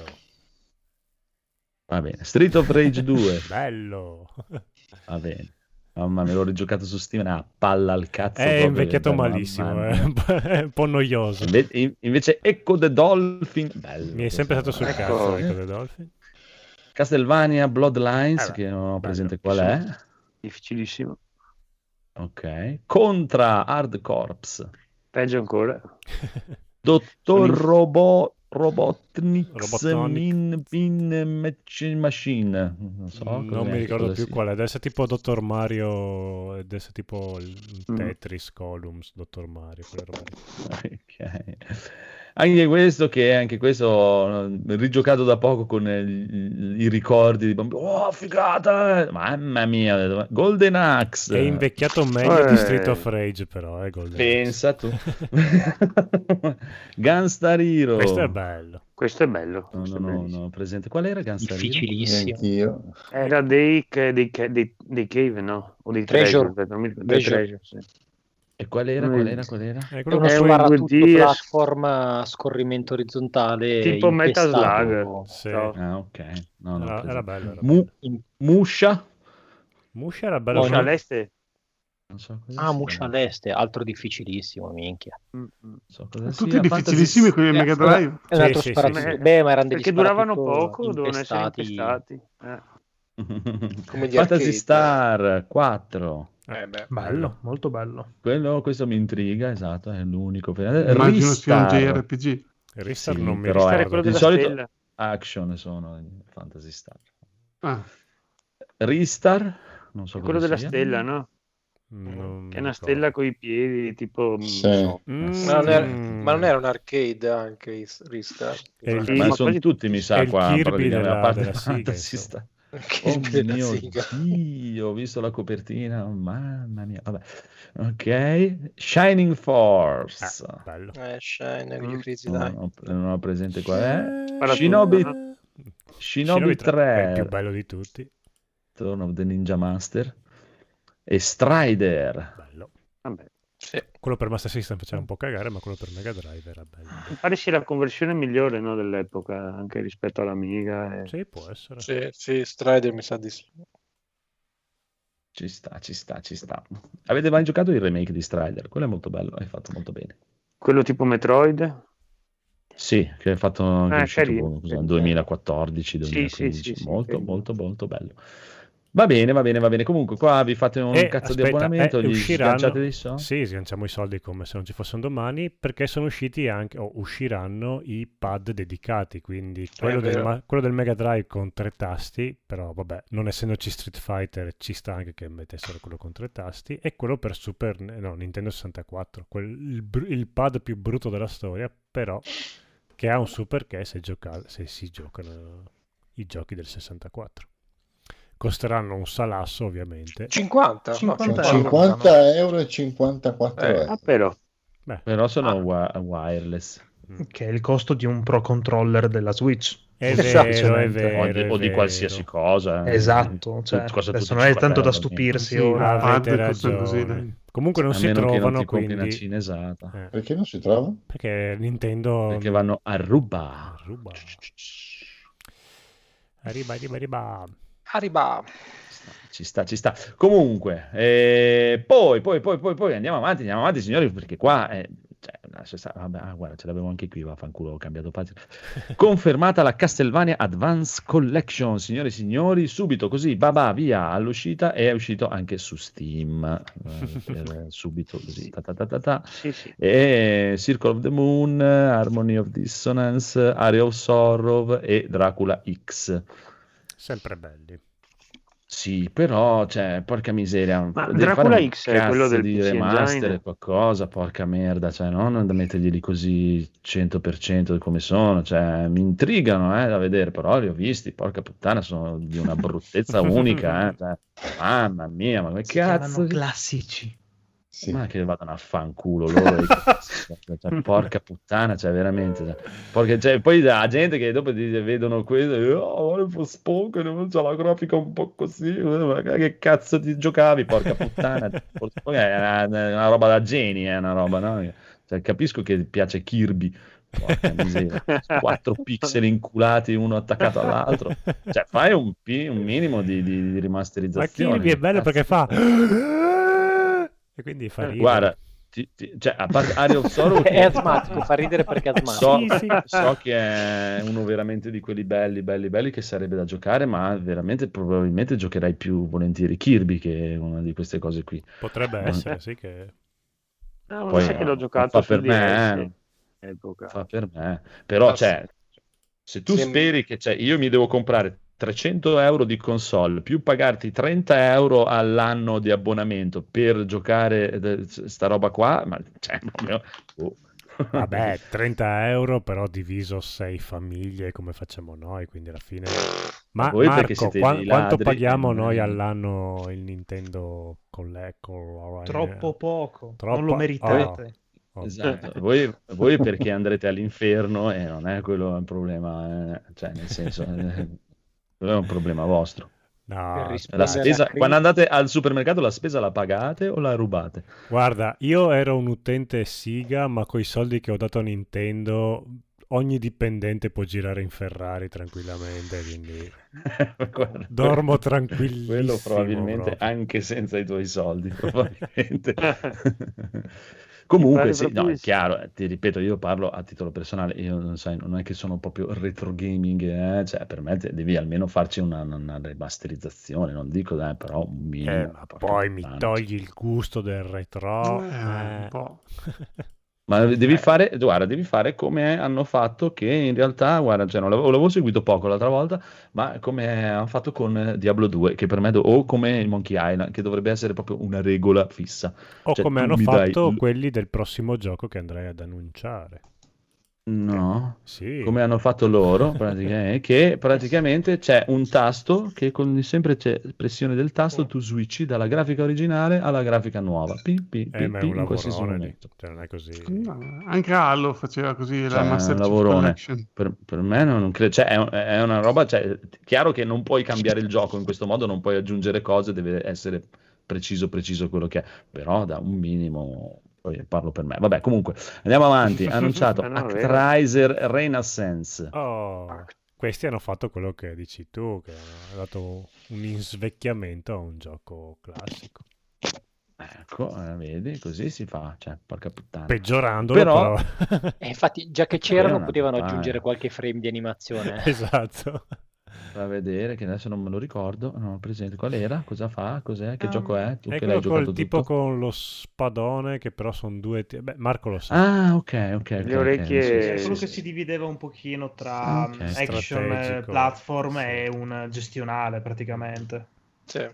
S1: Va bene. Street of Rage 2.
S2: Bello.
S1: Va bene. Mamma mia, l'ho rigiocato su Steam, una palla al cazzo.
S2: È
S1: proprio,
S2: invecchiato
S1: mamma
S2: malissimo,
S1: mia.
S2: è un po' noioso.
S1: Invece Echo the Dolphin, bello.
S2: Mi è sempre stato sul cazzo Echo the Dolphin.
S1: Castlevania Bloodlines, che non ho presente qual è.
S7: Difficilissimo.
S1: Ok. Contra Hard Corps.
S7: Peggio ancora.
S1: Dottor Robotnik Machine. Non so.
S2: Non mi ricordo più qual è. Deve essere tipo Dottor Mario, deve essere tipo il Tetris Columns, Dottor Mario, quelle robe lì.
S1: Ok. Anche questo rigiocato da poco con i ricordi di bambino. Oh, figata! Mamma mia, Golden Axe.
S2: È invecchiato meglio di Street of Rage, però, Golden
S1: Pensa
S2: Axe.
S1: tu. Gunstar Hero.
S2: Questo è bello.
S7: Questo è bello.
S1: No, presente. Qual era Gunstar Hero?
S8: Difficilissimo.
S7: Era dei cave, no? O dei
S8: Treasure.
S7: Non mi ricordo. Treasure, sì.
S1: E qual era?
S8: È uno sparatutto platform a scorrimento orizzontale
S7: tipo Metal
S8: impestato.
S7: Slug.
S2: Sì.
S1: Ah, ok. No,
S2: era bello.
S1: Musha.
S2: Musha era bello.
S7: Musha all'este.
S1: Non so
S8: Musha all'este, altro difficilissimo, minchia.
S1: So cosa
S6: tutti difficilissimi quelli del Mega Drive.
S8: È un altro sparatutto. Beh, ma erano degli
S7: perché duravano poco, dovevano essere impestati.
S1: Come Fantasy Star 4.
S3: Bello, molto bello.
S1: Questo mi intriga, esatto, è l'unico.
S6: Immagino sia un JRPG.
S2: Ristar non mi
S1: però
S2: ricordo.
S1: di solito action sono in Fantasy Star. Ristar, non so
S7: quello della
S1: sia.
S7: stella, no? Che è una stella con i piedi, tipo.
S4: Ma non era un arcade anche Ristar?
S1: Ma sono tutti, mi sa, qua.
S2: Kirby della
S1: Fantasy Star. Oh mio Dio, ho visto la copertina, mamma mia, vabbè. Ok, Shining Force.
S2: Bello.
S4: Shining,
S1: non ho presente qual è. Shinobi 3
S2: è il più bello di tutti.
S1: Turn of the Ninja Master e Strider.
S2: Bello.
S7: Vabbè.
S4: Sì.
S2: Quello per Master System faceva un po' cagare, ma quello per Mega Drive era bello.
S7: Mi pare sia la conversione migliore, no, dell'epoca, anche rispetto all'Amiga.
S2: Sì, può essere.
S4: Sì, Strider mi sa di sì.
S1: Ci sta. Avete mai giocato il remake di Strider? Quello è molto bello, hai fatto molto bene.
S7: Quello tipo Metroid?
S1: Sì, che è fatto anche
S7: carino,
S1: 2014, 2015.
S7: Sì,
S1: molto bello. Va bene. Comunque, qua vi fate un cazzo di abbonamento, gli sganciate dei soldi.
S2: Sì, sganciamo i soldi come se non ci fossero domani, perché sono usciti anche, o usciranno i pad dedicati. Quindi quello del Mega Drive con 3 tasti, però vabbè, non essendoci Street Fighter, ci sta anche che mettessero quello con 3 tasti, e quello per Nintendo 64, il pad più brutto della storia, però che ha un super che se si giocano i giochi del 64. Costeranno un salasso, ovviamente.
S5: 50 euro e 54 euro.
S7: Però
S1: Però sono wireless.
S3: Che è il costo di un Pro Controller della Switch.
S2: È vero,
S1: o di qualsiasi cosa.
S3: Esatto, cioè, adesso non è tanto da stupirsi ora.
S2: Avete ragione. Comunque non si trovano, quindi
S1: una cinesata.
S5: Perché non si trova?
S2: Perché Nintendo...
S1: Perché vanno a ruba.
S4: Arriba.
S1: Ci sta. Comunque, poi andiamo avanti, signori, perché qua guarda, ce l'avevo anche qui, vaffanculo, ho cambiato pagina. Confermata la Castlevania Advance Collection, signori e signori, subito così, via, all'uscita, e è uscito anche su Steam, subito così,
S7: Sì.
S1: E Circle of the Moon, Harmony of Dissonance, Area of Sorrow e Dracula X.
S2: Sempre belli.
S1: Sì, però, cioè, porca miseria,
S7: Ma
S1: devi
S7: Dracula
S1: fare un
S7: X è quello del
S1: di
S7: PC
S1: remaster
S7: Engine?
S1: e qualcosa, porca merda, cioè, non da metterglieli così 100% come sono, cioè, mi intrigano, da vedere, però li ho visti, porca puttana, sono di una bruttezza unica, cioè, mamma mia, ma che cazzo,
S3: classici.
S5: Sì.
S1: ma che vadano a fanculo loro, cioè, porca puttana, cioè veramente, cioè, poi la gente che dopo vedono questo, Forspoken, non c'ha la grafica un po' così, ma che cazzo ti giocavi, porca puttana, Forspoken è una roba da geni, è una roba, no? Cioè, capisco che piace Kirby, porca miseria, 4 pixel inculati uno attaccato all'altro, cioè fai un minimo di rimasterizzazione.
S2: Ma Kirby è bello perché fa... E quindi fa ridere.
S1: Guarda, cioè, a parte Area of Sorrow
S8: è asmatico, fa ridere perché è asmatico.
S1: So che è uno veramente di quelli belli che sarebbe da giocare, ma veramente probabilmente giocherai più volentieri Kirby che una di queste cose qui.
S2: Potrebbe essere, sì che...
S7: No,
S1: Poi,
S7: sai che l'ho giocato
S1: fa per
S7: su
S1: me,
S7: DS,
S1: fa per me. Però, cioè, se tu speri che io mi devo comprare 300 euro di console più pagarti 30 euro all'anno di abbonamento per giocare sta roba qua, ma cioè,
S2: vabbè, 30 euro però diviso 6 famiglie come facciamo noi, quindi alla fine... Ma
S1: voi
S2: Marco, quanto paghiamo noi all'anno il Nintendo Collector?
S3: Troppo poco, non lo meritate.
S1: Esatto, voi perché andrete all'inferno e non è quello il problema, cioè nel senso... quello è un problema vostro.
S2: No,
S1: la spesa, quando andate al supermercato la spesa la pagate o la rubate?
S2: Guarda, io ero un utente Siga, ma coi soldi che ho dato a Nintendo ogni dipendente può girare in Ferrari tranquillamente, quindi
S1: guarda,
S2: dormo tranquillissimo.
S1: Quello probabilmente
S2: proprio.
S1: Anche senza i tuoi soldi, probabilmente. Comunque sì, no, è chiaro, ti ripeto, io parlo a titolo personale, io non è che sono proprio retro gaming, cioè per me devi almeno farci una remasterizzazione, non dico però un minimo.
S2: Ma poi mi togli il gusto del retro.
S6: Un po'.
S1: Ma devi fare come hanno fatto, che in realtà, guarda, cioè, l'avevo seguito poco l'altra volta, ma come hanno fatto con Diablo 2, che per me, o come il Monkey Island, che dovrebbe essere proprio una regola fissa.
S2: O
S1: cioè,
S2: come hanno fatto quelli del prossimo gioco che andrei ad annunciare.
S1: No,
S2: sì.
S1: Come hanno fatto loro, che praticamente c'è un tasto che con sempre c'è pressione del tasto tu switchi dalla grafica originale alla grafica nuova.
S2: Ma è un
S1: in qualsiasi momento.
S2: Cioè, non è così.
S6: No, anche Halo faceva così, la Master Chief Collection.
S1: Per me non credo, cioè è una roba, cioè, chiaro che non puoi cambiare il gioco in questo modo, non puoi aggiungere cose, deve essere preciso quello che è, però da un minimo... Poi parlo per me. Vabbè, comunque, andiamo avanti. Annunciato Actraiser Renaissance.
S2: Questi hanno fatto quello che dici tu, che hanno dato un invecchiamento a un gioco classico.
S1: Ecco, vedi, così si fa, cioè, porca puttana.
S2: Peggiorandolo, però.
S8: Infatti, già che c'erano, potevano aggiungere qualche frame di animazione.
S2: Esatto.
S1: A vedere, che adesso non me lo ricordo, non ho presente qual era, cosa fa, cos'è, che gioco è? Tu
S2: è
S1: che l'hai giocato
S2: tipo
S1: tutto?
S2: con lo spadone, che però sono due... Beh, Marco lo sa.
S1: Ah, ok.
S7: Le orecchie...
S3: È quello che si divideva un pochino tra action, platform e un gestionale, praticamente.
S4: Sì.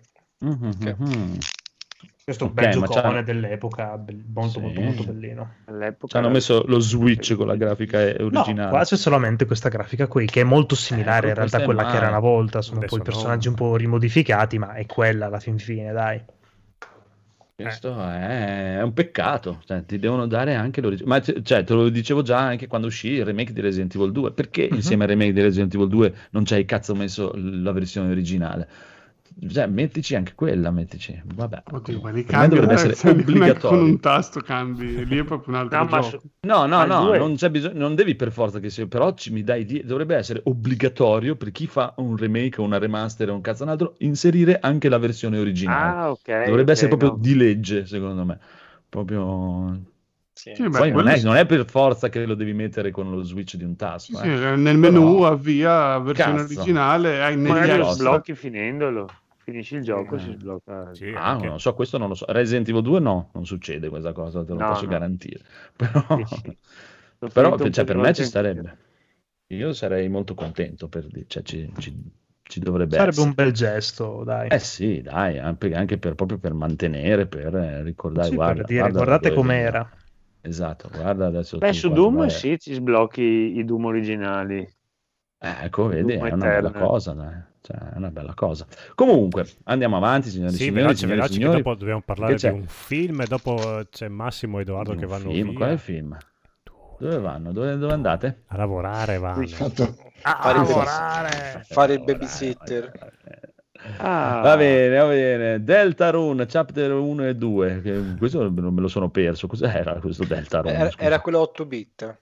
S3: Questo bel giocone dell'epoca, molto bellino.
S1: Ci hanno messo lo Switch con la grafica originale.
S3: No, qua c'è solamente questa grafica qui, che è molto similare in realtà a quella che era una volta. Sono poi personaggi un po' rimodificati, ma è quella alla fin fine, dai.
S1: Questo è un peccato, cioè, ti devono dare anche l'originale. Ma cioè, te lo dicevo già anche quando uscì il remake di Resident Evil 2. Perché insieme al remake di Resident Evil 2 non c'hai cazzo messo la versione originale? Cioè, mettici anche quella, mettici. Vabbè.
S6: Oddio, ma li
S1: Per me
S6: cambi
S1: dovrebbe essere obbligatorio.
S6: con un tasto cambi, lì è proprio un altro gioco.
S1: No,
S7: due...
S1: non c'è bisogno, non devi per forza che sia, però mi dai dovrebbe essere obbligatorio per chi fa un remake o una remaster o un cazzo un altro, inserire anche la versione originale.
S7: ok.
S1: Dovrebbe essere proprio di legge, secondo me. Proprio...
S4: Sì.
S6: Sì,
S1: Poi
S6: beh,
S1: non è per forza che lo devi mettere con lo switch di un tasto.
S6: sì, nel menu
S1: Però-
S6: avvia versione
S1: Cazzo.
S6: originale, hai negli
S7: Magari lo
S1: Costa.
S7: sblocchi finendolo. Finisci il gioco, si sblocca.
S2: Sì,
S1: Ah,
S2: anche-
S1: non so, questo non lo so. Resident Evil 2 no, non succede questa cosa, te lo
S7: No,
S1: posso
S7: no.
S1: garantire. Però,
S7: Sì. L'ho
S1: però
S7: finito un
S1: cioè,
S7: po'
S1: per
S7: di
S1: me
S7: volte
S1: ci starebbe. Io sarei molto contento cioè, ci dovrebbe
S3: Sarebbe
S1: essere.
S3: un bel gesto, dai.
S1: Eh sì, dai, anche proprio per mantenere, per ricordare,
S3: Sì,
S1: guarda,
S3: per dire,
S1: guarda
S3: guardate
S1: dove
S3: com'era.
S1: veniva. Esatto, guarda adesso
S7: Beh,
S1: tu
S7: su
S1: quando
S7: Doom
S1: vai-
S7: sì, ci sblocchi i Doom originali.
S1: Ecco, vedi,
S7: Doom
S1: è una bella
S7: Eternal.
S1: cosa, dai. Cioè, è una bella cosa. Comunque, andiamo avanti, signori e
S2: Sì,
S1: signori,
S2: veloce,
S1: signori e
S2: veloce, che
S1: signori.
S2: dopo dobbiamo parlare
S1: Che
S2: di
S1: c'è?
S2: un film e dopo c'è Massimo e Edoardo che
S1: Un
S2: vanno
S1: film,
S2: via.
S1: qual è il film? Dove vanno? Dove andate?
S2: A lavorare vanno.
S5: Fatto-
S4: Fare il
S2: lavorare!
S4: fare il babysitter.
S1: Va bene. Deltarune, chapter 1 e 2. Questo non me lo sono perso. Cos'era questo Deltarune? Scusa.
S4: Era quello 8 bit.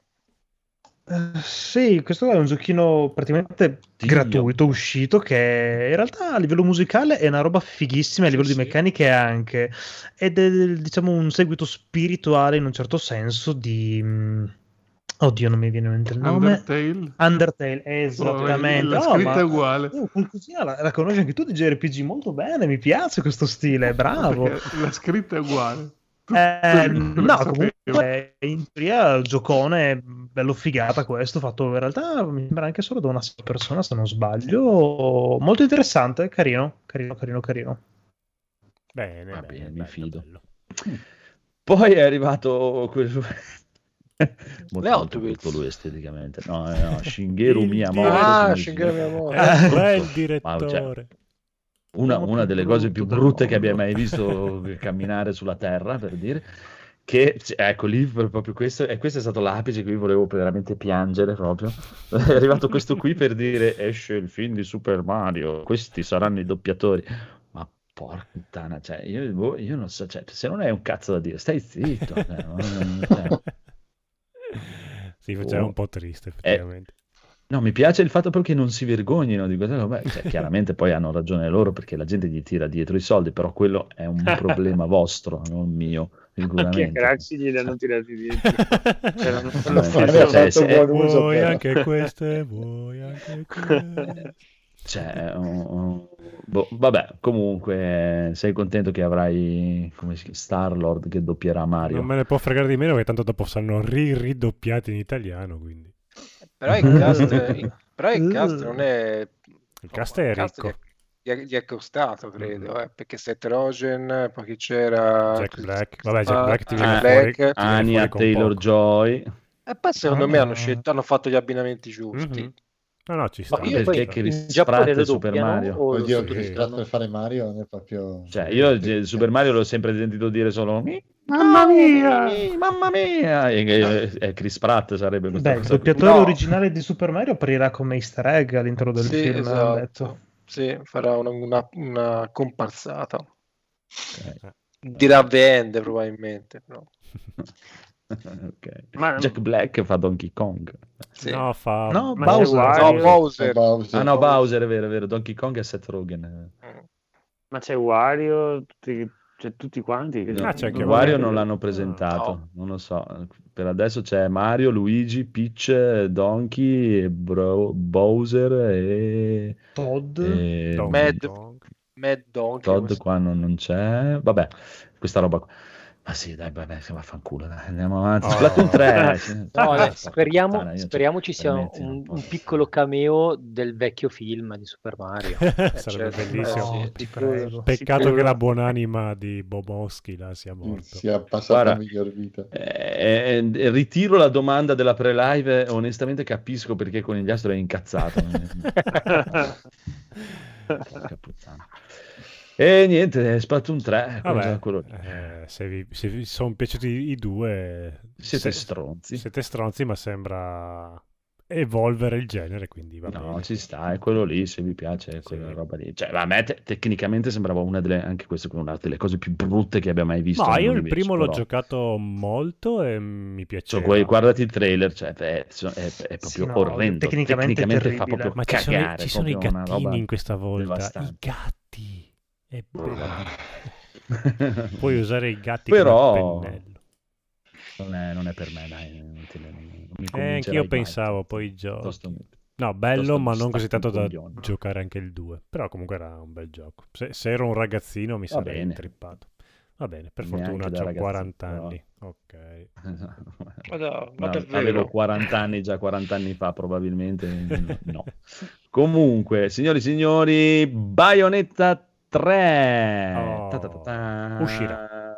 S3: Sì, questo è un giochino praticamente
S1: Dio.
S3: gratuito, uscito, che in realtà a livello musicale è una roba fighissima, a livello di
S4: sì.
S3: meccaniche anche, ed è diciamo un seguito spirituale in un certo senso di... Oddio, non mi viene in mente il nome. Undertale, esattamente.
S6: La scritta è uguale.
S3: Qualcosina la conosci anche tu di JRPG molto bene, mi piace questo stile, bravo.
S6: Perché la scritta è uguale.
S3: No, comunque in teoria il giocone bello figata questo, fatto in realtà mi sembra anche solo da una sola persona se non sbaglio, molto interessante, carino.
S2: Bene,
S1: Va
S2: bene,
S1: bene, mi
S2: bello,
S1: fido.
S2: bello.
S1: Poi è arrivato quello...
S4: Le
S1: molto
S4: Hot Wheels.
S1: brutto lui esteticamente. No, Shigeru
S2: Il
S1: Miyamoto.
S4: Ah,
S1: si
S4: Shigeru
S1: dice.
S4: Miyamoto.
S2: Bel
S1: Cioè,
S2: direttore.
S1: una delle cose più
S3: del
S1: brutte che
S3: mondo.
S1: abbia mai visto camminare sulla terra, per dire che ecco lì proprio questo è stato l'apice che io volevo veramente piangere proprio. È arrivato questo qui per dire esce il film di Super Mario, questi saranno i doppiatori. Ma porca puttana, cioè io non so, cioè, se non hai un cazzo da dire stai zitto, cioè.
S2: Sì, faceva un po' triste,
S1: Eh,
S2: effettivamente.
S1: No, mi piace il fatto perché non si vergognino di questa roba. Cioè, chiaramente poi hanno ragione loro perché la gente gli tira dietro i soldi, però quello è un problema vostro, non mio,
S7: Anche a
S1: sicuramente.
S7: Craxi glieli hanno tirati dietro.
S1: Cioè, se-
S5: buon uso,
S2: Vuoi
S5: però.
S2: anche queste, vuoi anche queste.
S1: cioè, vabbè, comunque sei contento che avrai come Star-Lord che doppierà Mario.
S2: Non me ne può fregare di meno, che tanto dopo saranno ridoppiati in italiano, quindi.
S4: Però il cast non è...
S2: Il cast è ricco.
S4: Gli è costato, credo, perché Seth Rogen, poi chi c'era...
S2: Jack Black. Vabbè, Jack Black ti viene
S4: Jack
S2: fuori.
S4: Black.
S2: ti viene
S1: Ania
S2: fuori con
S1: Taylor-Joy.
S4: E poi secondo me hanno fatto gli abbinamenti
S2: poco.
S4: giusti.
S2: Mhm. No, ci sta.
S8: Ma io
S1: perché
S8: poi
S1: Chris
S8: in Giappone
S1: Pratt
S8: lo
S1: e Super
S8: doppiano
S1: Mario.
S8: o lo
S5: Oddio,
S8: sottotitolano?
S5: per fare Mario non è proprio...
S1: Cioè, io Super Mario l'ho sempre sentito dire solo
S6: Mamma mia!
S1: mamma mia! E Chris Pratt sarebbe questa
S3: Beh, il
S1: cosa.
S3: doppiatore
S4: No.
S3: originale di Super Mario apparirà come easter egg all'interno del
S4: Sì,
S3: film,
S4: esatto.
S3: hanno detto.
S4: Sì, farà una comparsata.
S1: Ok.
S4: Dirà The End probabilmente. No.
S1: Ok.
S7: Ma-
S1: Jack Black fa Donkey Kong.
S4: Sì.
S2: No, fa...
S3: No,
S7: Ma
S3: Bowser.
S7: c'è Wario,
S4: No, Bowser.
S1: Ah no, Bowser, è vero. Donkey Kong è Seth Rogen.
S7: ma c'è Wario, tutti quanti. Che
S2: Ah, c'è anche
S1: Wario
S2: Wario.
S1: non l'hanno presentato,
S4: No.
S1: non lo so. Per adesso c'è Mario, Luigi, Peach, Donkey, Bowser e...
S3: Todd.
S1: e-
S4: Mad Donkey.
S1: Todd qua non c'è. Vabbè, questa roba qua. Ma sì, dai, vabbè, si vaffanculo, dai, andiamo avanti.
S2: Oh.
S1: Splatoon 3.
S8: No,
S1: Porca
S8: speriamo,
S1: puttana, io
S8: speriamo ci sia
S1: veramente non
S8: un
S1: posso.
S8: piccolo cameo del vecchio film di Super Mario.
S2: Sarebbe
S4: certo.
S2: bellissimo.
S3: No,
S4: sì,
S3: ti prego.
S2: Peccato
S7: Sicuro.
S2: che la buonanima di Bobowski là sia morto.
S5: sia passata
S1: Guarda,
S5: a miglior vita.
S1: Ritiro la domanda della pre-live, onestamente capisco perché Conigliastro è incazzato. Porca puttana. E niente, Splatoon 3,
S2: Vabbè,
S1: quello lì.
S2: se vi sono piaciuti i due,
S1: Siete stronzi.
S2: Siete stronzi, ma sembra evolvere il genere, quindi va
S1: No,
S2: bene.
S1: ci sta, è quello lì, se vi piace quella roba lì. Cioè, a me tecnicamente sembrava anche questa una delle cose più brutte che abbia mai visto.
S2: No, io il
S1: nell'universo,
S2: primo l'ho
S1: però.
S2: giocato molto e mi piaceva.
S1: Guardati il trailer, cioè, è proprio
S3: Sì, no,
S1: orrendo.
S3: tecnicamente
S1: Tecnicamente fa
S3: terribile.
S1: proprio
S2: Ma
S1: cagare.
S2: ci sono i
S1: proprio una roba
S2: gattini in questa volta.
S1: devastante.
S2: I gatti. È bello. Puoi usare i gatti
S1: Però
S2: come pennello.
S1: non è per me, dai. Non mi
S2: Anch'io
S1: convincerai
S2: pensavo
S1: mai,
S2: poi i giochi.
S1: piuttosto-
S2: No, bello,
S1: piuttosto
S2: ma non così
S1: stacco
S2: tanto
S1: un
S2: da
S1: coglione.
S2: giocare anche il 2. Però comunque era un bel gioco. Se ero un ragazzino mi
S1: Va
S2: sarei
S1: bene.
S2: intrippato. Va bene, per
S1: Neanche
S2: fortuna
S1: da
S2: ho
S1: ragazzino,
S2: 40
S1: però.
S2: anni. Ok.
S4: Ma
S1: No,
S4: davvero?
S1: avevo 40 anni già 40 anni fa, probabilmente no. Comunque, signori e signori, Bayonetta 3
S2: Oh, uscirà.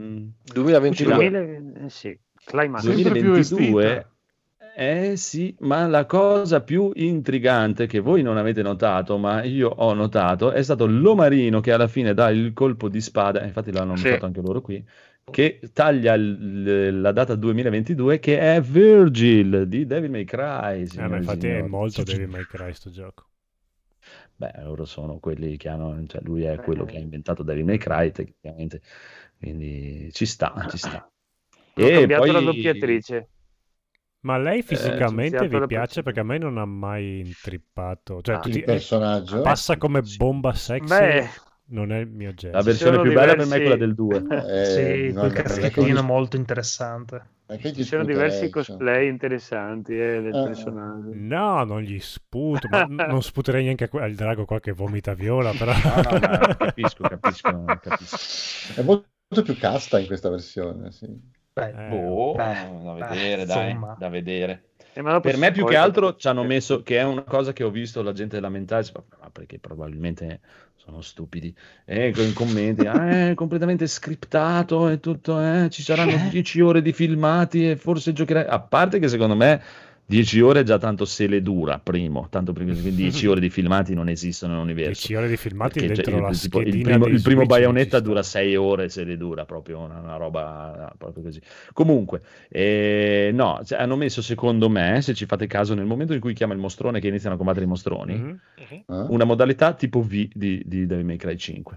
S4: 2022.
S7: Sì, Climax.
S6: Sempre più
S1: 2022. Sì, ma la cosa più intrigante che voi non avete notato, ma io ho notato, è stato l'omarino che alla fine dà il colpo di spada, infatti l'hanno
S4: Sì.
S1: notato anche loro qui, che taglia la data 2022, che è Virgil di Devil May Cry,
S2: Ma
S1: signori e
S2: infatti è
S1: signori.
S2: molto Devil May Cry sto gioco.
S1: Beh, loro sono quelli che hanno, cioè lui è quello che ha inventato Devil May Cry, tecnicamente, quindi ci sta.
S7: Hanno cambiato la doppiatrice.
S2: Ma lei fisicamente
S7: iniziato
S2: vi
S7: la
S2: piace?
S7: partita.
S2: Perché a me non ha mai intrippato. Cioè,
S5: Il personaggio
S2: passa come bomba sexy,
S7: Beh,
S2: non è il mio genere.
S1: La versione
S7: sono
S1: più bella per me è
S7: diversi-
S1: quella del 2.
S3: Sì,
S5: no,
S3: quel
S5: no,
S3: caschetino molto interessante.
S7: Ci sono diversi
S5: cosplay.
S7: cosplay interessanti del personaggio.
S2: No, non gli sputo, ma non sputerei neanche al drago qua che vomita viola, però...
S1: No, ma capisco.
S5: È molto più casta in questa versione, sì.
S1: Da vedere, dai,
S3: insomma.
S1: da vedere.
S7: Ma dopo
S1: Per me più
S7: poi-
S1: che altro ci hanno messo, che è una cosa che ho visto la gente lamentarsi, ma perché probabilmente sono stupidi, con i commenti, è completamente scriptato e tutto, ci saranno 10 ore di filmati e forse giocherai, a parte che secondo me 10 ore è già tanto se le dura, primo, tanto perché 10 ore di filmati non esistono nell'universo.
S2: 10 ore di filmati
S1: Perché
S2: dentro la
S1: il
S2: schedina
S1: primo
S2: di Switch
S1: Bayonetta
S2: non ci
S1: dura 6 ore se le dura, proprio una roba proprio così. Comunque, no, cioè, hanno messo secondo me, se ci fate caso, nel momento in cui chiama il mostrone che iniziano a combattere i mostroni,
S2: Mhm.
S1: una modalità tipo V di Devil May Cry 5.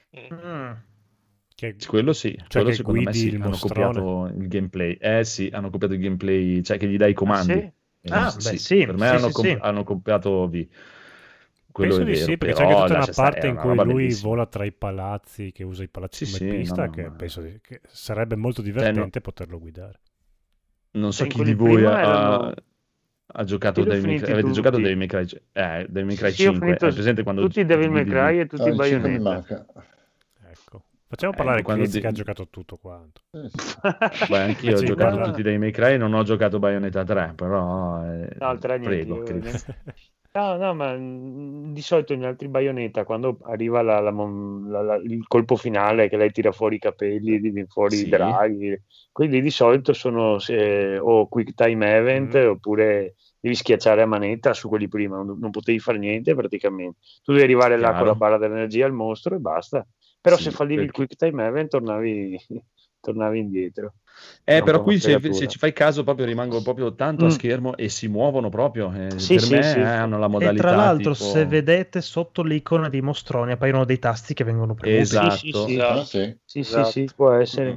S1: Quello sì,
S2: Cioè
S1: quello
S2: che
S1: secondo me
S2: guidi
S1: sì,
S2: il
S1: hanno
S2: mostrone.
S1: copiato il gameplay. Sì, hanno copiato il gameplay, cioè che gli dai i comandi.
S7: sì?
S3: Sì,
S1: Per me hanno copiato V. Quello
S2: Penso
S1: è
S2: di
S1: vero,
S2: sì, perché c'è
S1: però
S2: anche tutta una
S1: lascia stare,
S2: parte
S1: è
S2: in
S1: una
S2: cui
S1: roba
S2: lui
S1: bellissima.
S2: vola tra i palazzi, che usa i palazzi
S1: Sì,
S2: come
S1: sì,
S2: pista,
S1: no,
S2: che
S1: ma-
S2: penso che sarebbe molto divertente poterlo guidare.
S1: Non so
S7: In
S1: chi di
S7: quelli
S1: voi
S7: prima erano-
S1: ha giocato
S7: Io li ho
S1: Devil May Cry.
S7: finiti
S1: Avete giocato
S7: tutti.
S1: Devil May Cry, Devil May Cry
S7: Sì, ho
S1: 5?
S7: finito
S1: Hai presente quando
S7: tutti i Devil May
S1: guidi
S7: Cry e tutti i
S5: il 5 mi
S7: Bayonetta.
S5: manca.
S2: Ecco. Facciamo parlare
S1: quando
S2: Chris che ha giocato tutto quanto.
S5: Sì.
S1: Beh, anch'io ho
S2: Invece
S1: giocato
S2: parla-
S1: tutti dei May Cry e non ho giocato Bayonetta 3, però
S7: No, il 3 neanche
S1: prego,
S7: io,
S1: Chris.
S7: No, ma di solito in altri Bayonetta, quando arriva il colpo finale, che lei tira fuori i capelli, viene fuori
S1: Sì.
S7: i draghi, quelli di solito sono o quick time event oppure devi schiacciare a manetta su quelli prima, non potevi fare niente praticamente. Tu devi arrivare là con
S1: Chiaro.
S7: la barra dell'energia al mostro e basta. Però
S1: Sì,
S7: se fallivi il
S1: perché-
S7: quick time event tornavi indietro.
S1: Però
S7: un po'
S1: qui
S7: una
S1: se
S7: fregatura.
S1: ci fai caso proprio rimango proprio tanto a schermo e si muovono proprio.
S7: Sì,
S1: Per
S7: sì,
S1: me
S7: sì.
S1: hanno la
S3: E
S1: modalità
S3: tra l'altro,
S1: tipo...
S3: se vedete sotto l'icona dei mostroni appaiono dei tasti che vengono premuti.
S1: Esatto.
S7: Sì.
S5: Ah, sì.
S7: Sì,
S4: Esatto.
S7: sì, può essere.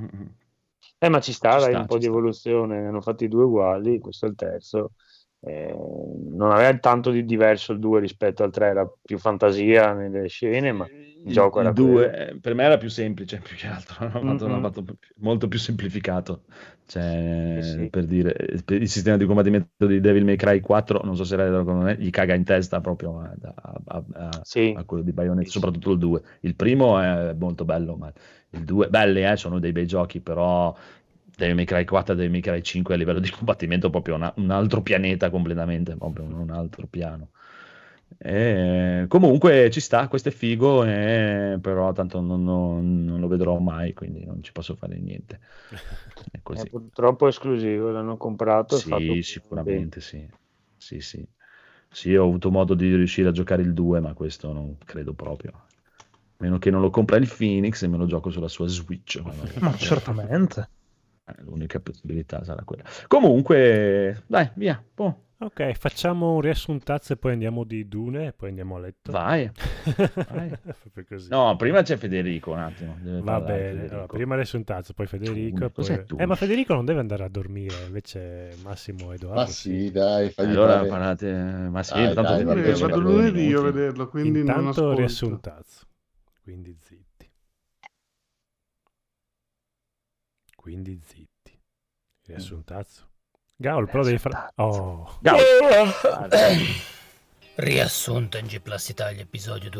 S7: Ma ci sta,
S1: Ci
S7: dai,
S1: sta,
S7: un po'
S1: ci
S7: di
S1: sta.
S7: evoluzione. Ne hanno fatti due uguali, questo è il terzo. Non aveva tanto di diverso il 2 rispetto al 3, era più fantasia nelle scene, ma il gioco era
S1: Il 2 per me era più semplice, più che altro. L'hanno fatto molto più semplificato. Cioè,
S7: Sì.
S1: per dire, il sistema di combattimento di Devil May Cry 4, non so se l'hai con me, gli caga in testa proprio
S7: Sì.
S1: a quello di Bayonetta, soprattutto il 2. Il primo è molto bello, ma il 2, belli, sono dei bei giochi, però Devil May Cry 4 e Devil May Cry 5 a livello di combattimento proprio un altro pianeta completamente, proprio un altro piano. Comunque ci sta, questo è figo, però tanto non lo vedrò mai, quindi non ci posso fare niente. È così.
S7: Purtroppo è esclusivo, l'hanno comprato. e fatto
S1: Sì, sicuramente sì. Sì, ho avuto modo di riuscire a giocare il 2, ma questo non credo proprio. A meno che non lo compra il Phoenix e me lo gioco sulla sua Switch.
S3: Ma certamente.
S1: L'unica possibilità sarà quella. Comunque, dai, via. Boh.
S2: Ok, facciamo un riassuntazzo e poi andiamo di Dune e poi andiamo a letto.
S1: Vai.
S2: Proprio così.
S1: No, prima c'è Federico, un attimo.
S2: Va bene, allora, prima il riassuntazzo, poi Federico. E
S1: Cos'è
S2: poi... ma Federico non deve andare a dormire, invece Massimo e Edoardo.
S5: Ma sì, dai, fagli
S1: allora
S5: fare...
S1: parlate... Ma sì,
S5: Dai,
S1: tanto
S5: dai, va bene,
S6: vado lunedì io a vederlo, quindi non
S2: Intanto
S6: ascolto.
S2: riassuntazzo, quindi zitti. Riassuntazzo. Gaul, però devi fare... Oh.
S9: Riassunto in G Plus Italia, episodio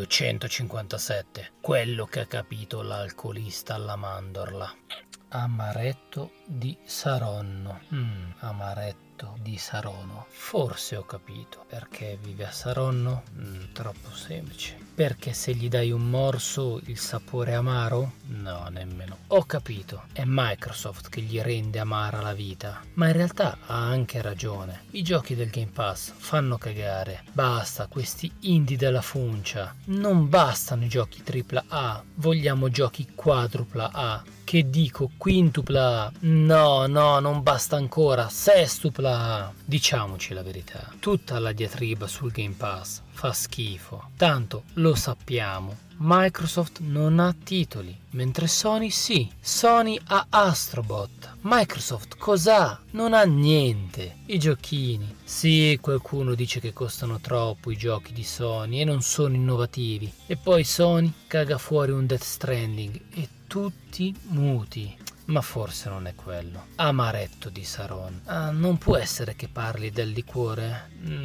S9: 257. Quello che ha capito l'alcolista alla mandorla. Amaretto di Saronno. Amaretto di Saronno. Forse ho capito perché vive a Saronno. Troppo semplice. Perché se gli dai un morso il sapore è amaro? No, nemmeno. Ho capito. È Microsoft che gli rende amara la vita. Ma in realtà ha anche ragione. I giochi del Game Pass fanno cagare. Basta questi indie della funcia. Non bastano i giochi AAA. Vogliamo giochi quadrupla A. Che dico quintupla A? No, non basta ancora, sestupla A. Diciamoci la verità, tutta la diatriba sul Game Pass fa schifo. Tanto lo sappiamo, Microsoft non ha titoli, mentre Sony sì. Sony ha Astrobot. Microsoft cos'ha? Non ha niente. I giochini. Sì, qualcuno dice che costano troppo i giochi di Sony e non sono innovativi. E poi Sony caga fuori un Death Stranding e tutti muti. Ma forse non è quello. Amaretto di Saron. Non può essere che parli del liquore?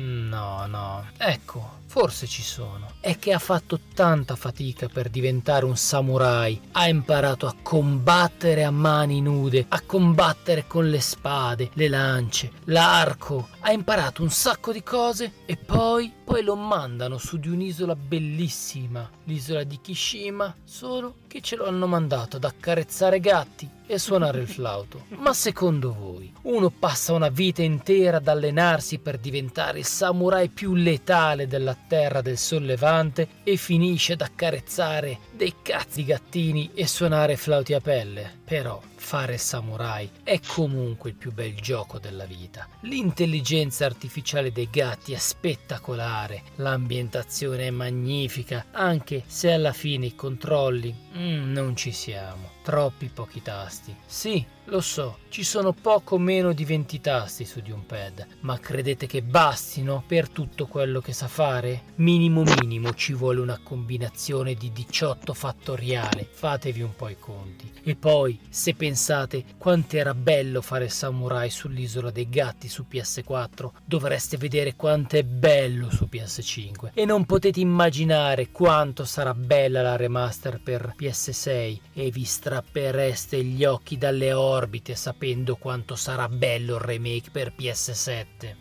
S9: No. Ecco, forse ci sono. È che ha fatto tanta fatica per diventare un samurai. Ha imparato a combattere a mani nude, a combattere con le spade, le lance, l'arco. Ha imparato un sacco di cose e poi lo mandano su di un'isola bellissima, l'isola di Kishima, solo che ce lo hanno mandato ad accarezzare gatti e suonare il flauto. Ma secondo voi, uno passa una vita intera ad allenarsi per diventare il samurai più letale della terra del sollevante e finisce ad accarezzare dei cazzi di gattini e suonare flauti a pelle? Però fare samurai è comunque il più bel gioco della vita. L'intelligenza artificiale dei gatti è spettacolare, l'ambientazione è magnifica, anche se alla fine i controlli non ci siamo. Troppi pochi tasti. Sì, lo so, ci sono poco meno di 20 tasti su di un pad, ma credete che bastino per tutto quello che sa fare? Minimo ci vuole una combinazione di 18 fattoriale, fatevi un po' i conti. E poi, se pensate quanto era bello fare samurai sull'isola dei gatti su PS4, dovreste vedere quanto è bello su PS5. E non potete immaginare quanto sarà bella la remaster per PS6 e vi strappereste gli occhi dalle orbite sapendo quanto sarà bello il remake per PS7.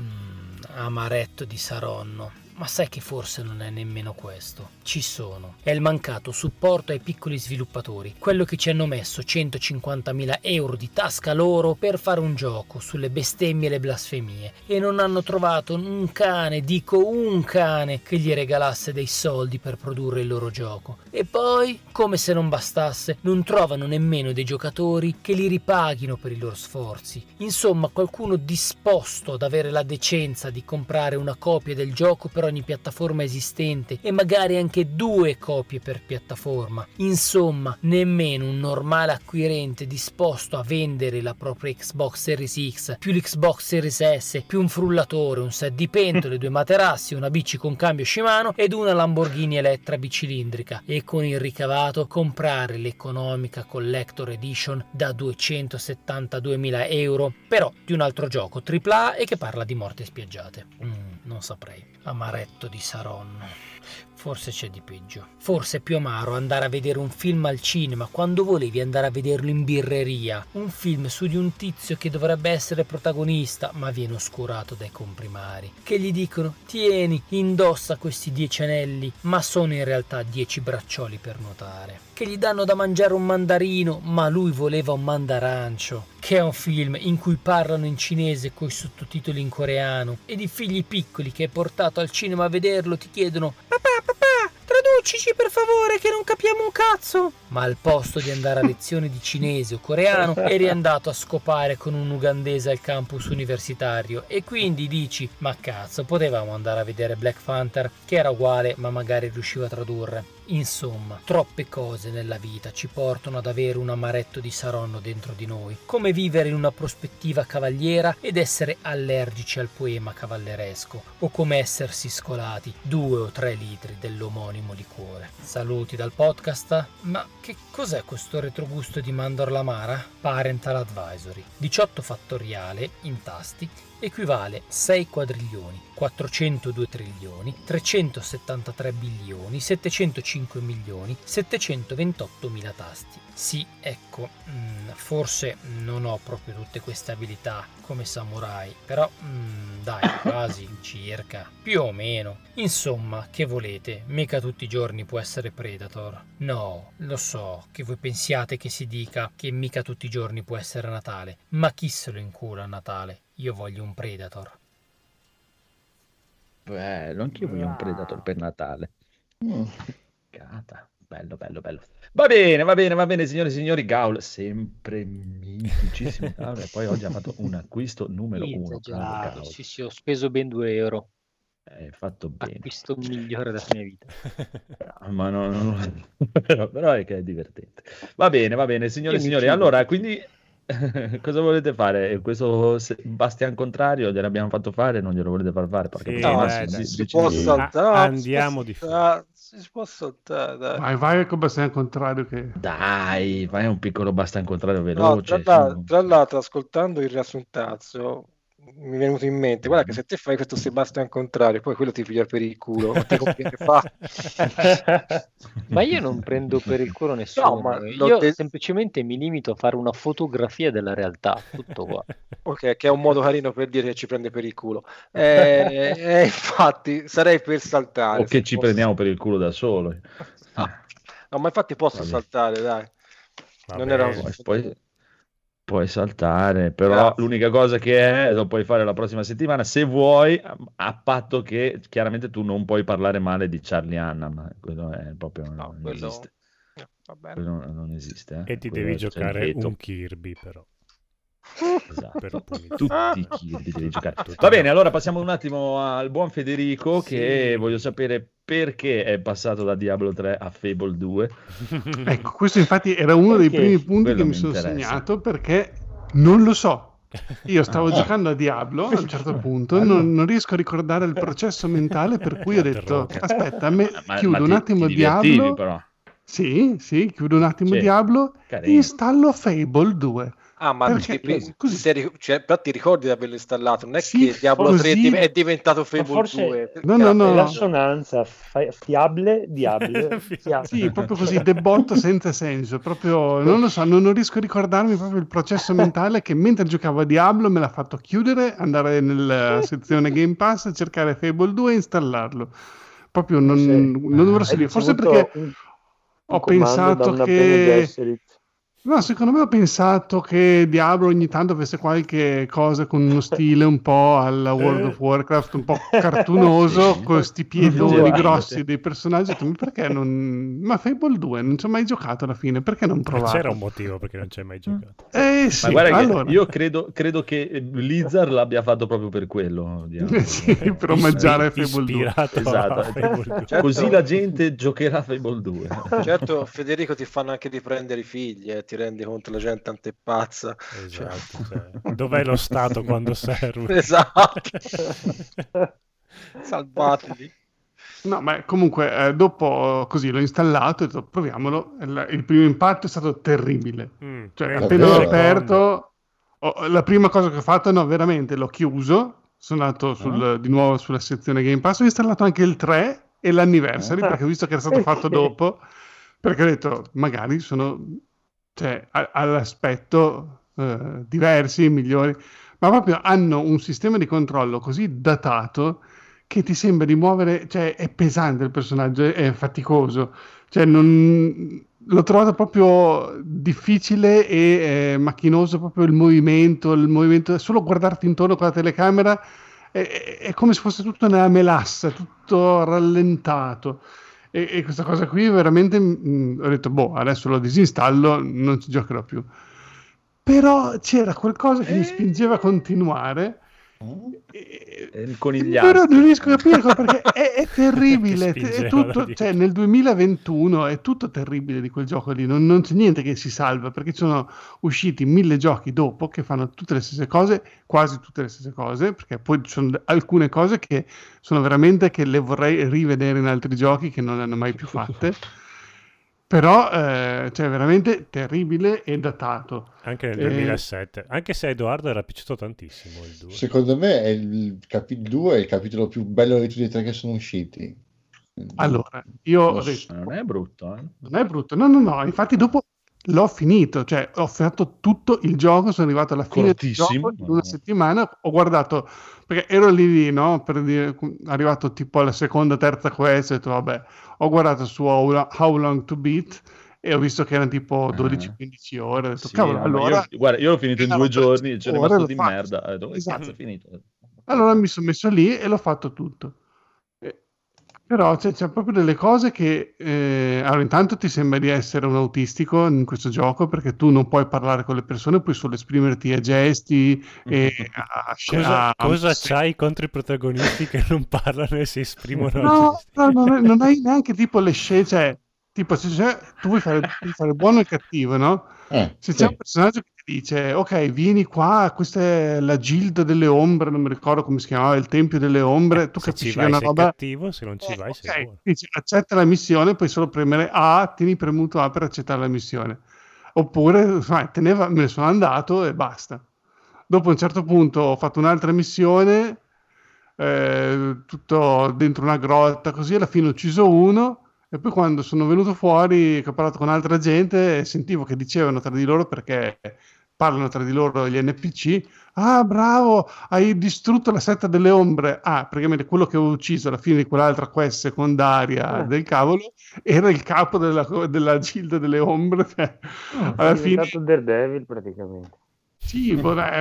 S9: Amaretto di Saronno. Ma sai che forse non è nemmeno questo? Ci sono. È il mancato supporto ai piccoli sviluppatori, quello che ci hanno messo 150.000 euro di tasca loro per fare un gioco sulle bestemmie e le blasfemie e non hanno trovato un cane, dico un cane, che gli regalasse dei soldi per produrre il loro gioco. E poi, come se non bastasse, non trovano nemmeno dei giocatori che li ripaghino per i loro sforzi. Insomma, qualcuno disposto ad avere la decenza di comprare una copia del gioco per ogni piattaforma esistente e magari anche 2 copie per piattaforma. Insomma, nemmeno un normale acquirente disposto a vendere la propria Xbox Series X più l'Xbox Series S più un frullatore, un set di pentole, 2 materassi, una bici con cambio Shimano ed una Lamborghini Elettra bicilindrica e con il ricavato comprare l'economica Collector Edition da 272.000 euro, però di un altro gioco AAA e che parla di morti spiaggiate. Non saprei. Amaretto di Saronno. forse c'è di peggio. Forse è più amaro andare a vedere un film al cinema quando volevi andare a vederlo in birreria. Un film su di un tizio che dovrebbe essere protagonista, ma viene oscurato dai comprimari, che gli dicono: tieni, indossa questi 10 anelli, ma sono in realtà 10 braccioli per nuotare. Che gli danno da mangiare un mandarino, ma lui voleva un mandarancio. Che è un film in cui parlano in cinese coi sottotitoli in coreano, e di figli piccoli che hai portato al cinema a vederlo ti chiedono: papà, traducici per favore che non capiamo un cazzo. Ma al posto di andare a lezioni di cinese o coreano eri andato a scopare con un ugandese al campus universitario, e quindi dici: ma cazzo, potevamo andare a vedere Black Panther, che era uguale ma magari riusciva a tradurre. Insomma, troppe cose nella vita ci portano ad avere un amaretto di Saronno dentro di noi, come vivere in una prospettiva cavaliera ed essere allergici al poema cavalleresco, o come essersi scolati 2 o 3 litri dell'omonimo liquore. Saluti dal podcast. Ma che cos'è questo retrogusto di mandorla amara? Parental Advisory. 18 fattoriale in tasti equivale 6 quadrilioni, 402 trilioni, 373 bilioni, 705 milioni, 728 mila tasti. Sì, ecco, forse non ho proprio tutte queste abilità come samurai, però dai, quasi, circa, più o meno. Insomma, che volete, mica tutti i giorni può essere Predator. No, lo so che voi pensiate che si dica che mica tutti i giorni può essere Natale, ma chi se lo incula a Natale? Io voglio un Predator.
S1: Bello, anch'io voglio un Predator per Natale. Cata. Bello. Va bene, signore e signori. Gaul, sempre miticissimo. E poi oggi ha fatto un acquisto numero 1.
S8: Sì, ho speso ben 2 euro.
S1: Hai fatto bene.
S8: Acquisto migliore della mia vita.
S1: Ma però è che è divertente. Va bene, signore e signori. Allora, quindi cosa volete fare? Questo Bastian contrario gliel'abbiamo fatto fare, non glielo volete far fare? Perché
S4: Si può saltare.
S2: Andiamo di
S4: si può saltare, dai.
S6: Vai con Bastian contrario che...
S1: Dai, fai un piccolo Bastian contrario veloce.
S4: No, tra l'altro, ascoltando il riassuntazzo mi è venuto in mente, guarda che se te fai questo Sebastian contrario, poi quello ti piglia per il culo, non ti conviene fa.
S8: Ma io non prendo per il culo nessuno, io semplicemente mi limito a fare una fotografia della realtà, tutto qua.
S4: Ok, che è un modo carino per dire che ci prende per il culo. Infatti sarei per saltare.
S1: O che ci prendiamo per il culo da solo.
S4: No, ma infatti posso saltare, dai. Non era
S1: Puoi saltare, però l'unica cosa che lo puoi fare la prossima settimana, se vuoi, a patto che chiaramente tu non puoi parlare male di Charlie Hunnam, quello è proprio non esiste.
S4: No, va bene.
S1: Quello non esiste.
S2: E ti devi giocare un Kirby, però.
S1: Esatto. Tutti i Kirby devi giocare. Va bene, allora passiamo un attimo al buon Federico, che voglio sapere perché è passato da Diablo 3 a Fable 2.
S6: Ecco, questo infatti era uno dei primi punti che mi sono segnato, perché non lo so. Io stavo giocando a Diablo a un certo punto, non riesco a ricordare il processo mentale, per cui ho detto aspetta, chiudo un attimo Diablo.
S1: Però.
S6: Sì, chiudo un attimo Diablo e installo Fable 2.
S4: Ah, ma però ti ricordi di averlo installato? Non è che Diablo 3 è diventato Fable 2.
S7: No. L'assonanza Diable.
S6: Sì, proprio così, debotto senza senso. Proprio, non lo so, non riesco a ricordarmi proprio il processo mentale che mentre giocavo a Diablo me l'ha fatto chiudere, andare nella sezione Game Pass, cercare Fable 2 e installarlo. Proprio non dovrò seguire. Forse perché ho pensato che... No, secondo me ho pensato che Diablo ogni tanto avesse qualche cosa con uno stile un po' alla World of Warcraft, un po' cartunoso, con questi piedoni grossi dei personaggi. Perché non... Ma Fable 2 non ci ho mai giocato alla fine, perché non provare?
S2: C'era un motivo perché non ci hai mai giocato.
S1: Sì, ma guarda, allora... io credo che Blizzard l'abbia fatto proprio per quello.
S6: Sì, per omaggiare Fable 2.
S1: Esatto.
S4: Certo.
S1: Così la gente giocherà Fable 2.
S4: Certo, Federico, ti fanno anche riprendere i figli, ti rendi conto, la gente tante è pazza.
S2: Esatto, dov'è lo Stato quando serve?
S4: Esatto. Salvateli.
S6: No, ma comunque dopo così l'ho installato e ho detto proviamolo. Il primo impatto è stato terribile. Cioè, appena l'ho aperto, la prima cosa che ho fatto, veramente l'ho chiuso. Sono andato di nuovo sulla sezione Game Pass. Ho installato anche il 3 e l'anniversary, perché ho visto che era stato fatto dopo, perché ho detto magari sono all'aspetto diversi, migliori, ma proprio hanno un sistema di controllo così datato che ti sembra di muovere, cioè è pesante il personaggio, è faticoso, cioè l'ho trovato proprio difficile e macchinoso proprio il movimento, solo guardarti intorno con la telecamera è come se fosse tutto nella melassa, tutto rallentato. E questa cosa qui veramente ho detto, boh, adesso lo disinstallo, non ci giocherò più. Però c'era qualcosa che mi spingeva a continuare.
S1: Il conigliato.
S6: Però non riesco a capire perché è terribile. È tutto, cioè, nel 2021 è tutto terribile di quel gioco lì. Non c'è niente che si salva perché sono usciti 1000 giochi dopo che fanno tutte le stesse cose, quasi tutte le stesse cose. Perché poi ci sono alcune cose che sono veramente che le vorrei rivedere in altri giochi che non le hanno mai più fatte. Però cioè veramente terribile e datato.
S2: Anche nel 2007, anche se a Edoardo era piaciuto tantissimo il 2.
S5: Secondo me è il 2 è il capitolo più bello di tutti e tre che sono usciti.
S6: Allora, io ho detto,
S1: non è brutto,
S6: non è brutto, no, infatti dopo l'ho finito, cioè ho fatto tutto il gioco, sono arrivato alla fine del gioco in una settimana, ho guardato, perché ero lì, no, per dire, arrivato tipo alla seconda, terza quest, ho detto vabbè, ho guardato su How Long to Beat e ho visto che erano tipo 12-15 ore, ho detto cavolo, allora...
S1: Guarda, io l'ho finito in 2 giorni, c'è rimasto di merda, dove cazzo è finito?
S6: Allora mi sono messo lì e l'ho fatto tutto. Però c'è proprio delle cose che allora intanto ti sembra di essere un autistico in questo gioco perché tu non puoi parlare con le persone, puoi solo esprimerti a gesti e
S2: cosa c'hai contro i protagonisti che non parlano e si esprimono
S6: a gesti? No, non hai neanche tipo le scelte, cioè tipo se tu vuoi fare il buono e il cattivo, no? Se c'è un personaggio che ti dice ok, vieni qua, questa è la Gilda delle Ombre, non mi ricordo come si chiamava, il Tempio delle Ombre, tu capisci che è una roba
S2: cattivo, se non ci vai sei buono.
S6: Dici, accetta la missione, puoi solo premere A, tieni premuto A per accettare la missione, oppure me ne sono andato e basta. Dopo un certo punto ho fatto un'altra missione, tutto dentro una grotta così, alla fine ho ucciso uno. E poi quando sono venuto fuori, che ho parlato con altra gente, sentivo che dicevano tra di loro, perché parlano tra di loro gli NPC, ah bravo, hai distrutto la setta delle ombre. Ah, praticamente quello che ho ucciso alla fine di quell'altra quest secondaria del cavolo era il capo della Gilda delle Ombre. Alla fine
S7: è stato Daredevil praticamente.
S6: Sì,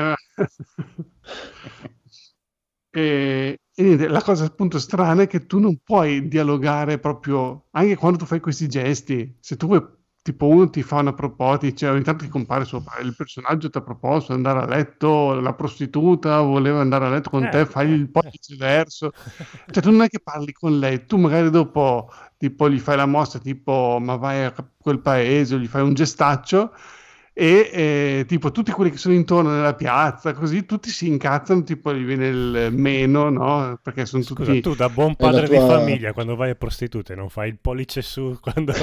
S6: E niente, la cosa appunto strana è che tu non puoi dialogare proprio, anche quando tu fai questi gesti, se tu vuoi, tipo uno ti fa una proposta, cioè ogni tanto ti compare sopra, il personaggio ti ha proposto di andare a letto, la prostituta voleva andare a letto con te, fai il pollice verso, cioè tu non è che parli con lei, tu magari dopo tipo gli fai la mossa tipo ma vai a quel paese, o gli fai un gestaccio e tipo tutti quelli che sono intorno nella piazza così tutti si incazzano, tipo gli viene il meno, no? Perché sono tutti...
S2: tu da buon padre di famiglia quando vai a prostitute non fai il pollice su quando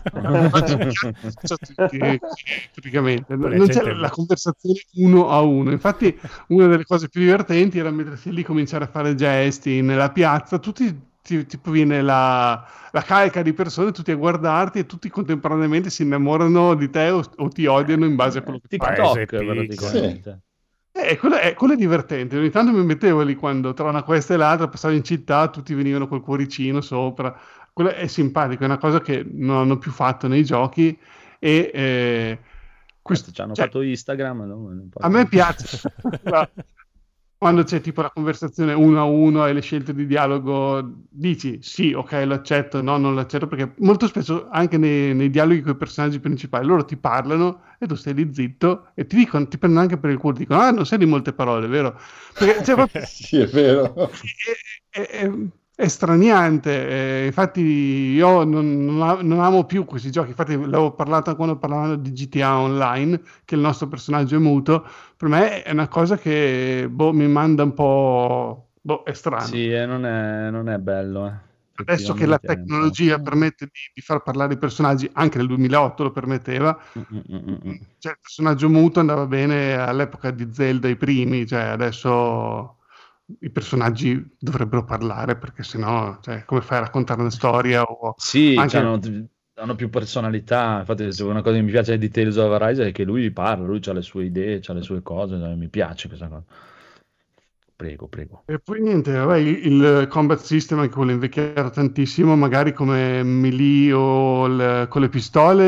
S6: praticamente non c'è la conversazione uno a uno. Infatti una delle cose più divertenti era mettersi lì, cominciare a fare gesti nella piazza, tutti tipo viene la calca di persone tutti a guardarti e tutti contemporaneamente si innamorano di te o ti odiano in base a quello che fai.
S1: TikTok praticamente.
S6: Quello è divertente. Ogni tanto mi mettevo lì quando tra una questa e l'altra passavo in città, tutti venivano col cuoricino sopra. Quello è simpatico, è una cosa che non hanno più fatto nei giochi e
S1: questo ci hanno fatto Instagram, no?
S6: A me piace quando c'è tipo la conversazione uno a uno e le scelte di dialogo, dici sì, ok, lo accetto, no, non lo accetto, perché molto spesso anche nei dialoghi con i personaggi principali loro ti parlano e tu stai lì zitto e ti prendono anche per il culo, ti dicono non sei di molte parole, vero? Perché, cioè,
S5: sì, è vero.
S6: È straniante, infatti io non amo più questi giochi, infatti l'avevo parlato quando parlavamo di GTA Online, che il nostro personaggio è muto, per me è una cosa che mi manda un po', è strano.
S1: Sì, non è bello.
S6: Adesso che la tecnologia permette di far parlare i personaggi, anche nel 2008 lo permetteva, cioè il personaggio muto andava bene all'epoca di Zelda i primi, cioè adesso... i personaggi dovrebbero parlare, perché sennò, cioè, come fai a raccontare una storia? O
S1: Sì,
S6: anche...
S1: hanno più personalità. Infatti, una cosa che mi piace di Tales of Arise è che lui parla, lui ha le sue idee, ha le sue cose, mi piace questa cosa. Prego.
S6: E poi niente, vabbè, il combat system, anche quello invecchiato tantissimo, magari come melee o con le pistole,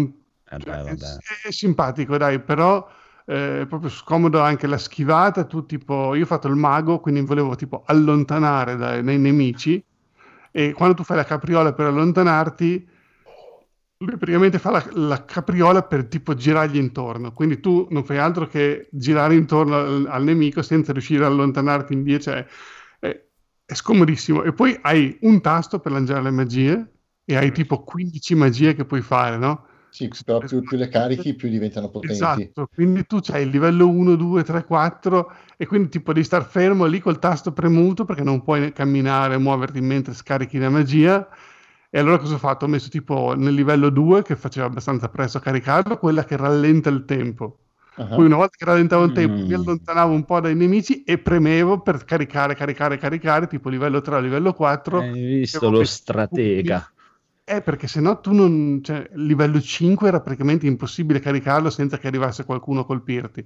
S6: è simpatico, dai, però è proprio scomodo anche la schivata. Tu tipo, io ho fatto il mago, quindi volevo tipo allontanare dai nemici, e quando tu fai la capriola per allontanarti, lui praticamente fa la capriola per tipo girargli intorno, quindi tu non fai altro che girare intorno al nemico senza riuscire a allontanarti indietro, cioè è scomodissimo. E poi hai un tasto per lanciare le magie e hai tipo 15 magie che puoi fare, no?
S5: Sì, però più le carichi, più diventano potenti.
S6: Esatto, quindi tu c'hai il livello 1, 2, 3, 4 e quindi tipo devi star fermo lì col tasto premuto perché non puoi camminare, muoverti mentre scarichi la magia. E allora cosa ho fatto? Ho messo tipo nel livello 2, che faceva abbastanza presto a caricarlo, quella che rallenta il tempo. Poi una volta che rallentavo il tempo mi allontanavo un po' dai nemici e premevo per caricare, tipo livello 3 o livello 4.
S1: Hai visto lo stratega?
S6: Perché sennò tu non... Cioè, livello 5 era praticamente impossibile caricarlo senza che arrivasse qualcuno a colpirti.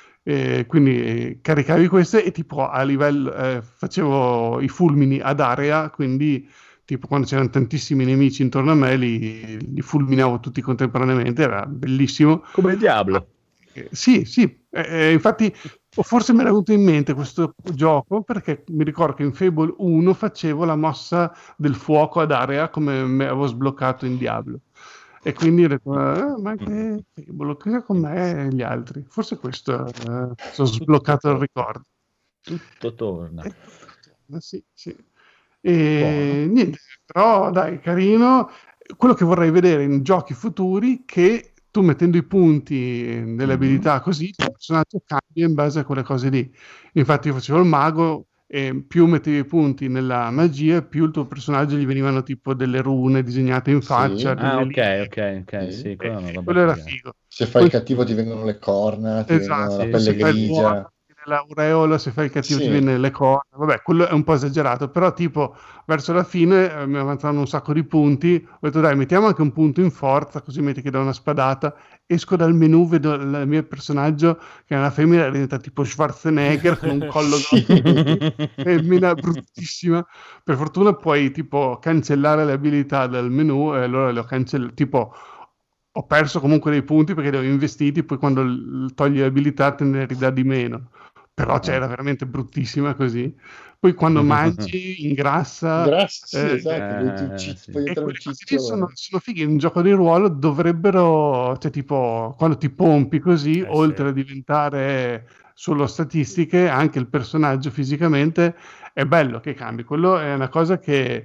S6: Quindi caricavi queste e tipo a livello... facevo i fulmini ad area, quindi... Tipo quando c'erano tantissimi nemici intorno a me, li fulminavo tutti contemporaneamente, era bellissimo.
S1: Come il Diablo.
S6: Sì, infatti forse mi era venuto in mente questo gioco perché mi ricordo che in Fable 1 facevo la mossa del fuoco ad area come avevo sbloccato in Diablo. E quindi ho detto, ma che Fable, che con me e gli altri? Forse questo, sono sbloccato il ricordo.
S1: Tutto torna.
S6: Sì. E niente, però dai, carino. Quello che vorrei vedere in giochi futuri, che tu mettendo i punti delle abilità così il personaggio cambia in base a quelle cose lì. Infatti io facevo il mago e più mettevi i punti nella magia, più il tuo personaggio gli venivano tipo delle rune disegnate in faccia.
S1: Ok, sì,
S6: quello era figo.
S5: Se fai il cattivo ti vengono le corna, ti vengono la pelle grigia.
S6: L'aureola, se fai il cattivo ti viene le corna. Vabbè, quello è un po' esagerato, però tipo verso la fine mi avanzavano un sacco di punti. Ho detto dai, mettiamo anche un punto in forza, così metti che do una spadata, esco dal menu, vedo il mio personaggio che è una femmina, diventa tipo Schwarzenegger con un collo femmina bruttissima. Per fortuna puoi tipo cancellare le abilità dal menu e allora le ho cancellate, tipo ho perso comunque dei punti perché li ho investiti, poi quando togli le abilità te ne ridà di meno. Però era veramente bruttissima così. Poi quando mangi ingrassa.
S5: Sì, esatto.
S6: E quelle cose lì sono fighe. In un gioco di ruolo dovrebbero, cioè tipo, quando ti pompi così, oltre a diventare solo statistiche, anche il personaggio fisicamente è bello che cambi. Quello è una cosa che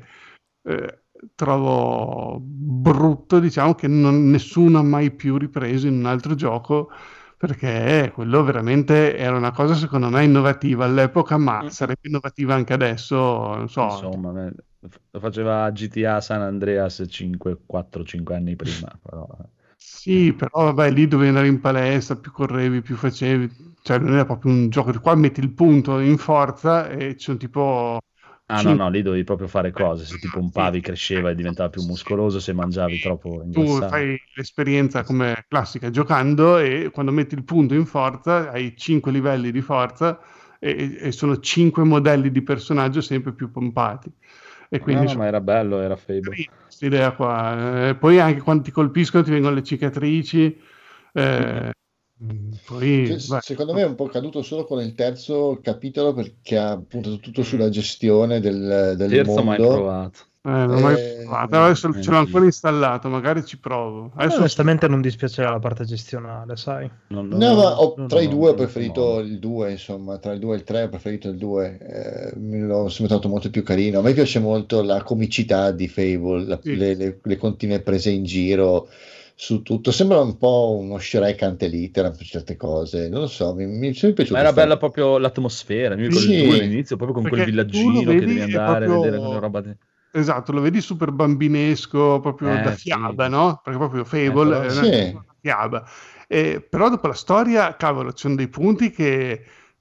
S6: trovo brutto, diciamo, che nessuno ha mai più ripreso in un altro gioco, perché quello veramente era una cosa secondo me innovativa all'epoca, ma sarebbe innovativa anche adesso, non so.
S1: Insomma, lo faceva GTA San Andreas 4-5 anni prima. Però.
S6: Sì, però vabbè, lì dovevi andare in palestra, più correvi, più facevi, cioè non era proprio un gioco, qua metti il punto in forza e ci sono tipo...
S1: no, lì dovevi proprio fare cose, se ti pompavi cresceva e diventava più muscoloso, se mangiavi troppo ingrassavi.
S6: Tu fai l'esperienza come classica giocando e quando metti il punto in forza hai 5 livelli di forza e sono 5 modelli di personaggio sempre più pompati. E quindi
S1: ma era bello, era Fable.
S6: Questa idea qua. Poi anche quando ti colpiscono ti vengono le cicatrici. Poi,
S5: secondo me è un po' caduto solo con il terzo capitolo perché ha puntato tutto sulla gestione del
S1: terzo
S5: mondo.
S1: mai provato.
S6: Non ho mai provato. Adesso ce l'ho ancora installato, magari ci provo. Adesso
S3: onestamente non dispiaceva la parte gestionale, sai?
S5: Tra i due ho preferito il 2, insomma, tra il 2 e il 3 ho preferito il 2. L'ho trovato molto più carino. A me piace molto la comicità di Fable, le continue prese in giro su tutto. Sembra un po' uno Shrek ante litteram per certe cose, non lo so, mi è piaciuto.
S1: Ma era bella proprio l'atmosfera, mi ricordo il 2 all'inizio, proprio con quel villaggino che devi andare a vedere quelle roba.
S6: Esatto, lo vedi super bambinesco, proprio da fiaba, no? Perché proprio Fable è una fiaba. Però dopo la storia, cavolo, ci sono dei punti che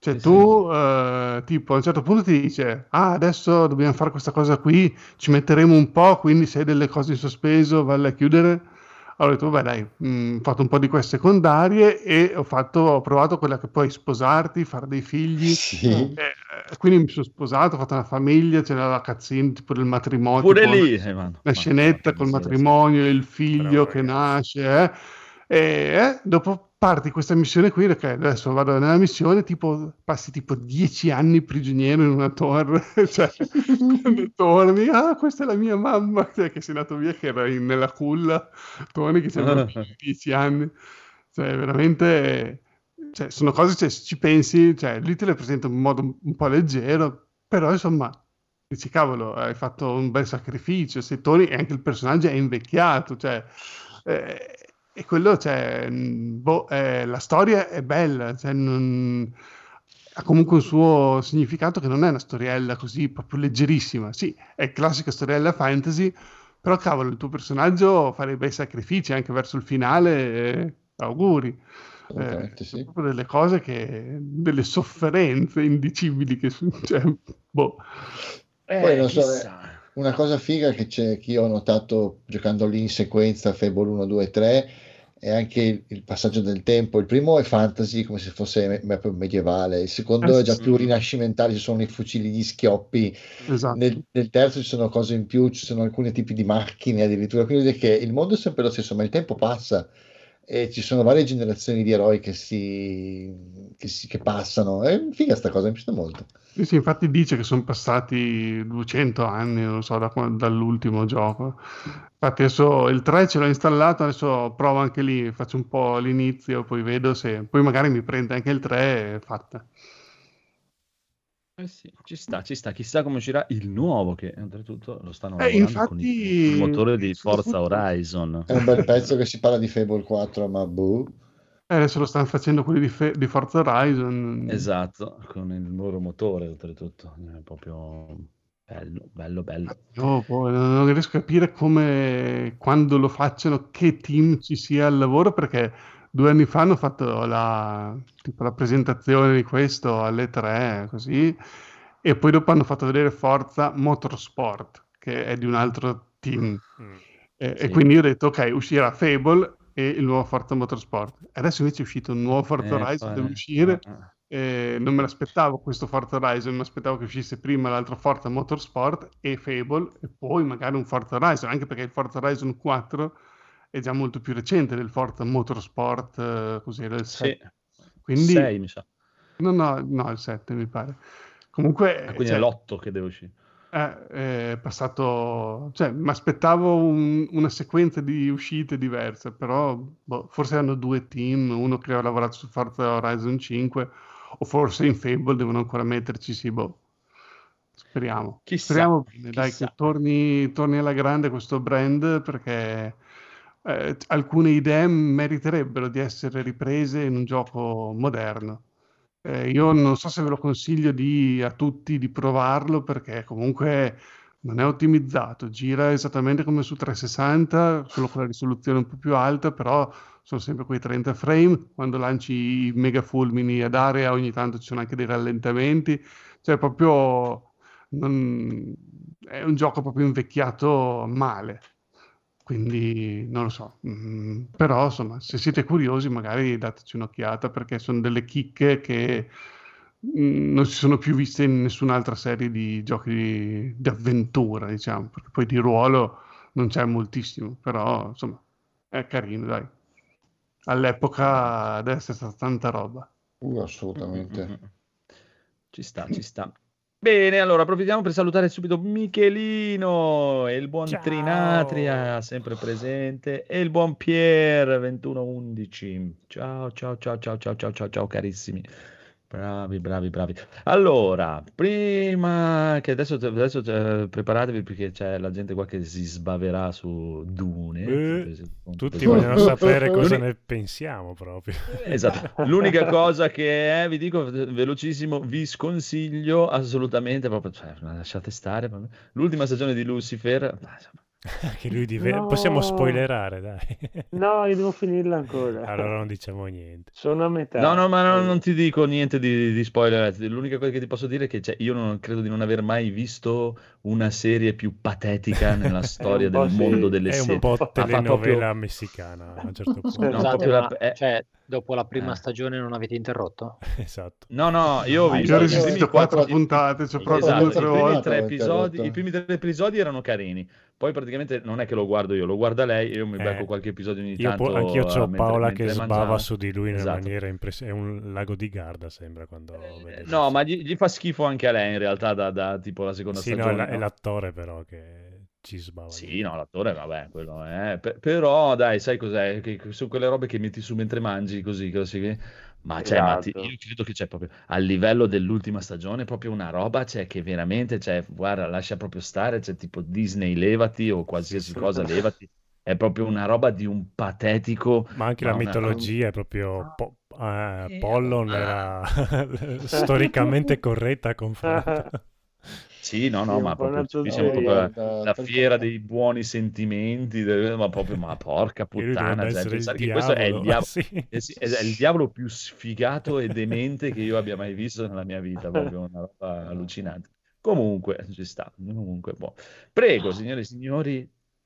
S6: Cioè tu, tipo, a un certo punto ti dice, adesso dobbiamo fare questa cosa qui, ci metteremo un po', quindi se hai delle cose in sospeso, valle a chiudere. Allora ho detto, vabbè dai, ho fatto un po' di queste secondarie e ho provato quella che puoi sposarti, fare dei figli.
S5: Sì.
S6: Quindi mi sono sposato, ho fatto una famiglia, c'era la cutscene tipo del matrimonio.
S1: Pure
S6: tipo
S1: lì,
S6: una scenetta col matrimonio, il figlio che nasce, e dopo parti questa missione qui, ok, adesso vado nella missione, tipo passi tipo 10 anni prigioniero in una torre, cioè quando torni, questa è la mia mamma, cioè, che sei nato via, che era nella culla, torni che c'erano 10 anni, cioè veramente, cioè, sono cose, cioè, se ci pensi, cioè, lì te le presento in modo un po' leggero, però insomma, dici cavolo, hai fatto un bel sacrificio, se torni e anche il personaggio è invecchiato, cioè... e quello, cioè, la storia è bella, cioè, ha comunque un suo significato che non è una storiella così proprio leggerissima. Sì, è classica storiella fantasy, però cavolo, il tuo personaggio fa dei bei sacrifici anche verso il finale, auguri.
S5: Sì.
S6: Proprio delle cose delle sofferenze indicibili che cioè, boh.
S5: Poi non so, una cosa figa che io ho notato giocando lì in sequenza Fable 1, 2 e 3 è anche il passaggio del tempo. Il primo è fantasy come se fosse medievale, il secondo è già più rinascimentale, ci sono i fucili, gli schioppi.
S6: Esatto.
S5: Nel terzo ci sono cose in più, ci sono alcuni tipi di macchine addirittura, quindi che il mondo è sempre lo stesso ma il tempo passa e ci sono varie generazioni di eroi che passano. È figa sta cosa, mi piace molto.
S6: Sì, infatti dice che sono passati 200 anni, non so, dall'ultimo gioco. Infatti adesso il 3 ce l'ho installato, adesso provo anche lì, faccio un po' l'inizio, poi vedo se... Poi magari mi prende anche il 3 e fatta.
S1: Sì, ci sta, chissà come uscirà il nuovo, che oltretutto lo stanno lavorando
S6: infatti,
S1: con il motore di Forza Horizon.
S5: È un bel pezzo che si parla di Fable 4, ma boh.
S6: Adesso lo stanno facendo quelli di Forza Horizon.
S1: Esatto, con il loro motore oltretutto, è proprio bello.
S6: Poi non riesco a capire come, quando lo facciano, che team ci sia al lavoro, perché 2 anni fa hanno fatto la presentazione di questo alle 3, così, e poi dopo hanno fatto vedere Forza Motorsport, che è di un altro team. E quindi io ho detto, ok, uscirà Fable e il nuovo Forza Motorsport. Adesso invece è uscito un nuovo Forza Horizon, deve uscire. Non me l'aspettavo questo Forza Horizon, mi aspettavo che uscisse prima l'altro Forza Motorsport e Fable e poi magari un Forza Horizon, anche perché il Forza Horizon 4 è già molto più recente del Forza Motorsport, così era il 7.
S1: Sì.
S6: Quindi
S1: 6 mi sa.
S6: No, il 7 mi pare. Comunque
S1: quindi è l'8 che deve uscire.
S6: È passato, cioè mi aspettavo una sequenza di uscite diverse, però forse hanno 2 team, uno che ha lavorato su Forza Horizon 5 o forse in Fable devono ancora metterci, speriamo. Speriamo bene, dai, che torni alla grande questo brand, perché alcune idee meriterebbero di essere riprese in un gioco moderno. Io non so se ve lo consiglio a tutti di provarlo, perché comunque non è ottimizzato, gira esattamente come su 360, solo con la risoluzione un po' più alta, però sono sempre quei 30 frame, quando lanci i mega fulmini ad area ogni tanto ci sono anche dei rallentamenti, cioè proprio è un gioco proprio invecchiato male. Quindi non lo so, però insomma, se siete curiosi magari dateci un'occhiata, perché sono delle chicche che non si sono più viste in nessun'altra serie di giochi di avventura, diciamo, perché poi di ruolo non c'è moltissimo, però insomma è carino, dai. All'epoca deve essere stata tanta roba.
S5: Assolutamente.
S1: Ci sta. Bene, allora approfittiamo per salutare subito Michelino e il buon Trinatria, sempre presente, e il buon Pier 2111. Ciao carissimi. Bravi. Allora, prima che adesso preparatevi, perché c'è la gente qua che si sbaverà su Dune.
S2: Tutti vogliono sapere cosa ne pensiamo proprio.
S1: Esatto. L'unica cosa che vi dico velocissimo, vi sconsiglio assolutamente, proprio, lasciate stare. L'ultima stagione di Lucifer,
S2: Che lui
S7: No.
S2: Possiamo spoilerare, dai.
S7: No, io devo finirla ancora.
S2: Allora non diciamo niente.
S7: Sono a metà.
S1: No, ma non ti dico niente di spoiler. L'unica cosa che ti posso dire è che io non credo di non aver mai visto una serie più patetica nella storia
S7: un po'
S1: del mondo
S7: sì.
S1: delle
S2: È un
S1: serie.
S2: po'
S1: Ma fa
S2: telenovela
S1: proprio...
S2: messicana a un certo punto.
S1: No,
S8: Scusate,
S1: proprio
S8: ma cioè, dopo la prima stagione non avete interrotto?
S2: Esatto.
S1: No, io ho
S5: Ah,
S1: visto
S6: Io ho
S5: io-
S1: i primi
S6: resistito 4
S1: quattro...
S6: puntate, c'ho proprio
S1: Esatto,
S6: 2 o 3
S1: i primi
S6: volte.
S1: tre episodi,
S5: interrotto.
S1: i primi 3 episodi erano carini. Poi praticamente non è che lo guardo io, lo guarda lei, io mi becco qualche episodio ogni tanto.
S2: Anch'io c'ho Paola
S1: mentre
S2: che sbava
S1: mangiamo.
S2: su di lui in una
S1: Esatto.
S2: maniera impressionante. È un lago di Garda, sembra, quando vede
S1: No,
S2: lui.
S1: ma gli fa schifo anche a lei in realtà da tipo la seconda
S2: Sì, no,
S1: stagione.
S2: è l'attore però che ci sbava.
S1: Sì, no, l'attore, vabbè, quello è. Però, dai, sai cos'è? Che sono quelle robe che metti su mentre mangi, così. Ma
S7: Esatto.
S1: io credo che c'è proprio a livello dell'ultima stagione proprio una roba, che veramente, guarda, lascia proprio stare, c'è tipo Disney levati o qualsiasi cosa levati. È proprio una roba di un patetico.
S2: Ma anche la mitologia è proprio Pollon era storicamente corretta a confronto.
S1: Sì, no,
S7: Sì,
S1: ma
S7: un po'
S1: proprio
S7: una
S1: siamo
S7: tonteria.
S1: proprio la fiera dei buoni sentimenti, ma porca
S2: E lui
S1: puttana,
S2: dovrebbe essere il
S1: pensare che questo è il
S2: diavolo.
S1: diavolo,
S2: Sì,
S1: è il diavolo più sfigato e demente che io abbia mai visto nella mia vita, proprio una roba allucinante. Comunque, ci sta, comunque, boh. Prego, signore e signori,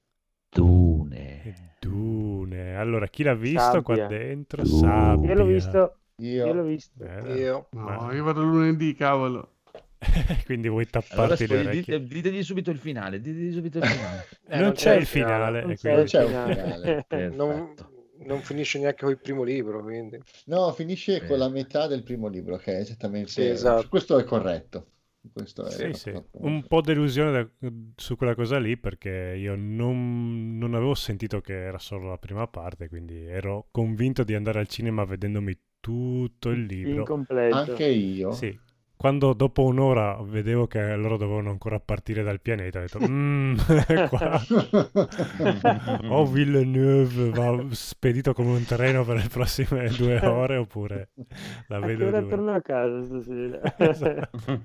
S2: Dune. Allora, chi l'ha visto qua
S7: Sabbia.
S2: dentro?
S1: Dune.
S2: Sabbia.
S7: Io l'ho visto.
S5: Io
S7: Io l'ho visto.
S4: Io.
S6: No, io vado lunedì, cavolo.
S2: Quindi vuoi
S1: Allora,
S2: tapparti le orecchie?
S1: ditegli subito il finale, ditegli subito il finale.
S2: Non c'è il finale.
S7: Non
S2: e
S7: c'è
S2: quindi-
S7: il
S5: c'è un
S7: finale.
S5: finale.
S4: Non, non finisce neanche col primo libro, quindi.
S5: No, finisce con la metà del primo libro, che è esattamente...
S4: Sì, esatto.
S5: Questo è corretto. Questo è
S2: Sì, sì.
S5: fatto-
S2: Un po' delusione su quella cosa lì, perché io non avevo sentito che era solo la prima parte, quindi ero convinto di andare al cinema vedendomi tutto il libro.
S7: Incompleto.
S5: Anche io.
S2: Sì. Quando dopo un'ora vedevo che loro dovevano ancora partire dal pianeta, ho detto, qua. O Villeneuve va spedito come un treno per le prossime 2 ore, oppure la
S7: A che
S2: vedo
S7: ora
S2: dura.
S7: torno a casa stasera?
S2: Esatto.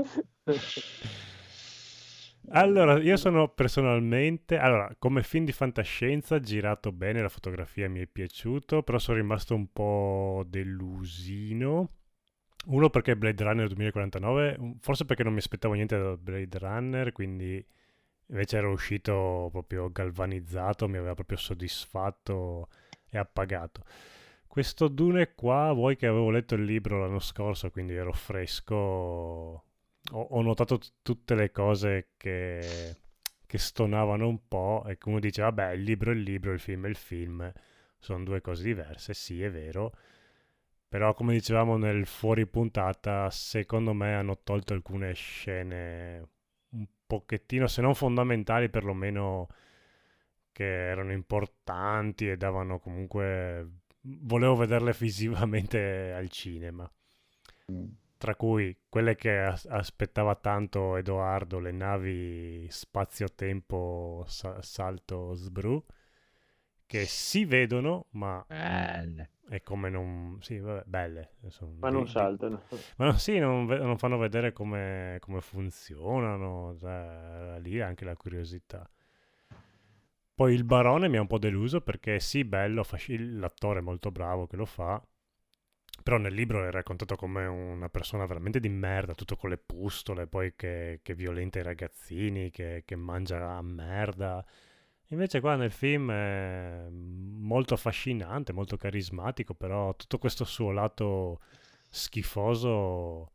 S2: Allora, io sono personalmente... Allora, come film di fantascienza, girato bene, la fotografia mi è piaciuto, però sono rimasto un po' delusino. Uno perché Blade Runner 2049, forse perché non mi aspettavo niente da Blade Runner, quindi invece ero uscito proprio galvanizzato, mi aveva proprio soddisfatto e appagato. Questo Dune qua, voi che avevo letto il libro l'anno scorso, quindi ero fresco, ho notato tutte le cose che stonavano un po', e come dice, vabbè, il libro è il libro, il film è il film, sono 2 cose diverse, sì, è vero. Però, come dicevamo nel fuori puntata, secondo me hanno tolto alcune scene un pochettino, se non fondamentali, perlomeno che erano importanti e davano comunque... Volevo vederle visivamente al cinema. Tra cui quelle che aspettava tanto Edoardo, le navi spazio-tempo salto sbru, che si vedono, ma...
S1: Belle.
S2: è come non... Sì, vabbè, belle.
S7: Ma non saltano.
S2: Ma sì, non fanno vedere come funzionano, cioè, lì anche la curiosità. Poi il barone mi ha un po' deluso perché sì, bello, l'attore è molto bravo che lo fa, però nel libro è raccontato come una persona veramente di merda, tutto con le pustole, poi che violenta i ragazzini, che mangia a merda. Invece qua nel film è molto affascinante, molto carismatico, però tutto questo suo lato schifoso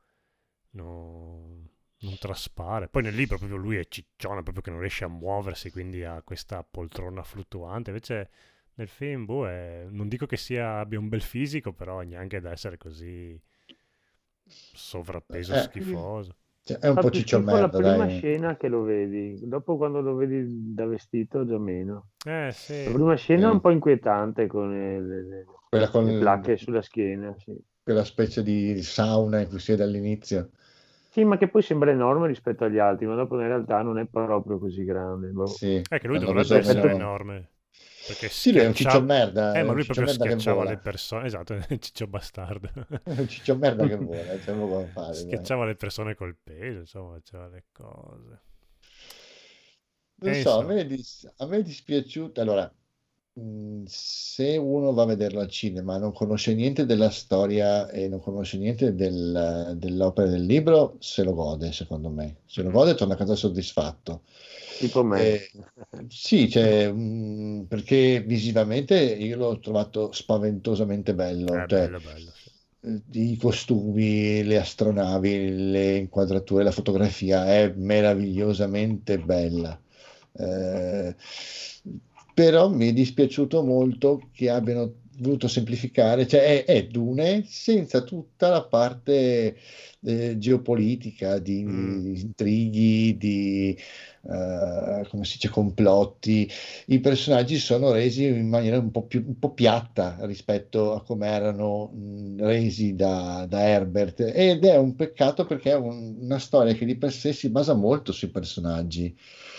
S2: non traspare. Poi nel libro proprio lui è ciccione, proprio che non riesce a muoversi, quindi ha questa poltrona fluttuante. Invece nel film, non dico che abbia un bel fisico, però neanche da essere così sovrappeso, schifoso.
S5: È un
S7: Fa
S5: po'
S7: più
S5: ciccio
S7: schifo la
S5: merda,
S7: prima
S5: dai.
S7: scena che lo vedi, dopo quando lo vedi da vestito già meno.
S2: Sì.
S7: La prima scena è un po' inquietante con
S5: Quella con
S7: le placche sulla schiena, sì.
S5: quella specie di sauna in cui si è dall'inizio.
S7: Sì, ma che poi sembra enorme rispetto agli altri, ma dopo in realtà non è proprio così grande. Boh.
S5: Sì,
S2: È che lui
S5: hanno
S2: dovrebbe
S5: reso
S2: essere
S5: meno-
S2: enorme. Perché
S5: Sì, lui è un ciccio merda.
S2: ma
S5: è un
S2: lui
S5: ciccio
S2: proprio
S5: merda che
S2: schiacciava
S5: vola.
S2: le persone. Esatto, è un ciccio bastardo.
S5: È un ciccio merda che vola, c'è poco da fare. dai.
S2: Schiacciava le persone col peso, insomma, faceva le cose.
S5: Non so,
S2: insomma,
S5: a me è dispiaciuto. Allora, se uno va a vederlo al cinema, non conosce niente della storia e non conosce niente dell'opera del libro, se lo gode, secondo me. Se lo gode, torna a casa soddisfatto.
S7: Tipo me.
S5: Sì, cioè, perché visivamente io l'ho trovato spaventosamente bello. Cioè,
S2: bello, sì.
S5: I costumi, le astronavi, le inquadrature, la fotografia è meravigliosamente bella. Eh, Però mi è dispiaciuto molto che abbiano voluto semplificare, cioè è Dune senza tutta la parte geopolitica, di intrighi, di come si dice, complotti. I personaggi sono resi in maniera un po' piatta rispetto a come erano resi da Herbert, ed è un peccato perché è una storia che di per sé si basa molto sui personaggi.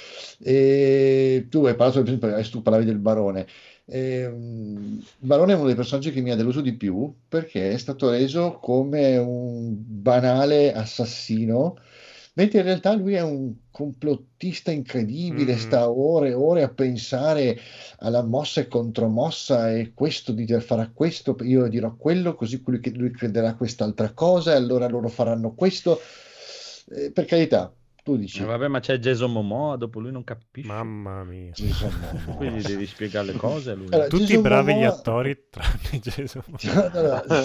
S5: E tu hai parlato, per esempio, adesso tu parlavi del Barone. Il Barone è uno dei personaggi che mi ha deluso di più perché è stato reso come un banale assassino, mentre in realtà lui è un complottista incredibile, sta ore e ore a pensare alla mossa e contromossa, e questo farà questo, io dirò quello, così lui crederà quest'altra cosa, e allora loro faranno questo. Per carità, tu dici.
S1: Vabbè, ma c'è Jason Momoa, dopo lui non capisce.
S2: Mamma mia.
S5: Jason Momoa.
S1: Quindi devi spiegare le cose a lui.
S5: Allora,
S2: Tutti
S5: Jason
S2: bravi gli
S5: Momoa-
S2: attori tranne Jason Momoa.
S5: Allora,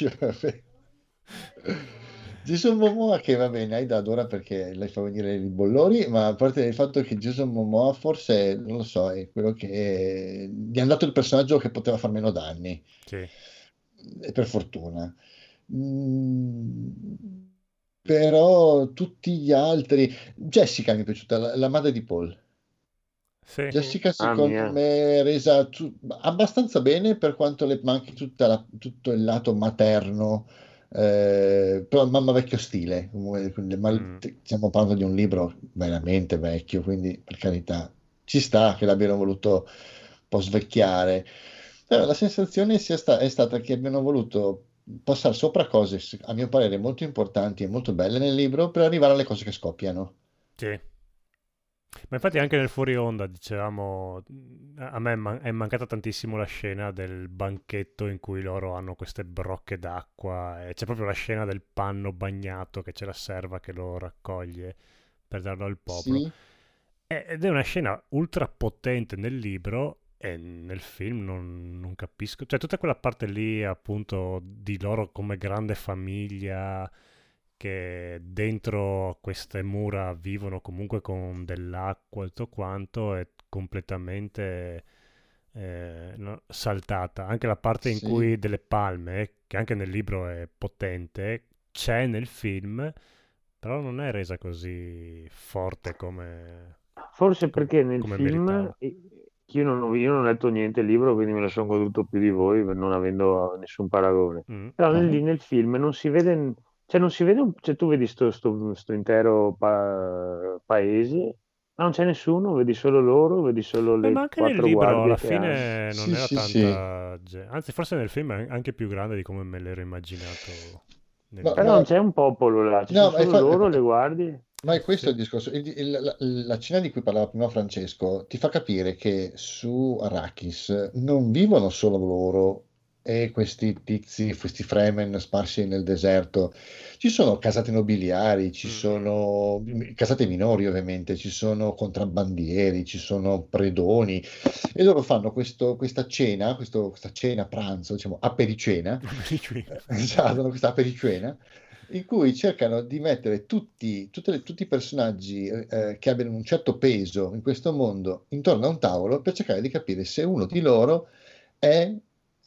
S5: Jason Momoa, che va bene, hai da adora perché lei fa venire i bollori, ma a parte il fatto che Jason Momoa forse, non lo so, è quello che gli hanno dato il personaggio che poteva far meno danni,
S2: Sì.
S5: e per fortuna. Mm, Però tutti gli altri, Jessica mi è piaciuta, la madre di Paul.
S2: Sì.
S5: Jessica
S7: Ah,
S5: secondo
S7: mia.
S5: me è resa abbastanza bene, per quanto le manchi tutto il lato materno, però mamma vecchio stile, stiamo parlando di un libro veramente vecchio, quindi per carità ci sta che l'abbiano voluto un po' svecchiare, però la sensazione è stata che abbiano voluto passare sopra cose, a mio parere, molto importanti e molto belle nel libro per arrivare alle cose che scoppiano.
S2: Sì. Ma infatti anche nel fuori onda, dicevamo, a me è mancata tantissimo la scena del banchetto in cui loro hanno queste brocche d'acqua e c'è proprio la scena del panno bagnato che c'è la serva che lo raccoglie per darlo al popolo.
S5: Sì.
S2: Ed è una scena ultra potente nel libro e nel film non capisco. Cioè tutta quella parte lì appunto di loro come grande famiglia che dentro queste mura vivono comunque con dell'acqua e tutto quanto è completamente saltata. Anche la parte in
S5: Sì.
S2: cui delle palme, che anche nel libro è potente, c'è nel film, però non è resa così forte come...
S7: Forse perché nel
S2: come
S7: film
S2: meritava.
S7: io non ho letto niente il libro, quindi me lo sono goduto più di voi, non avendo nessun paragone. Però nel film non si vede, cioè non si vede, cioè tu vedi sto intero paese, ma non c'è nessuno, vedi solo loro, vedi solo
S2: Ma
S7: le
S2: anche nel
S7: 4
S2: libro
S7: guardie
S2: alla
S7: che hanno.
S2: fine non
S5: Sì,
S2: era
S5: sì, sì.
S2: tanta anzi forse nel film è anche più grande di come me l'ero immaginato nel libro.
S7: Però non c'è un popolo là, ci
S5: No,
S7: sono solo loro, le guardie.
S5: ma è questo il discorso. La cena di cui parlava prima Francesco ti fa capire che su Arrakis non vivono solo loro e questi tizi, questi Fremen sparsi nel deserto. Ci sono casate nobiliari, ci sono casate minori ovviamente, ci sono contrabbandieri, ci sono predoni, e loro fanno questa cena, questa cena pranzo, diciamo apericena, esatto, questa apericena in cui cercano di mettere tutti i personaggi che abbiano un certo peso in questo mondo intorno a un tavolo per cercare di capire se uno di loro è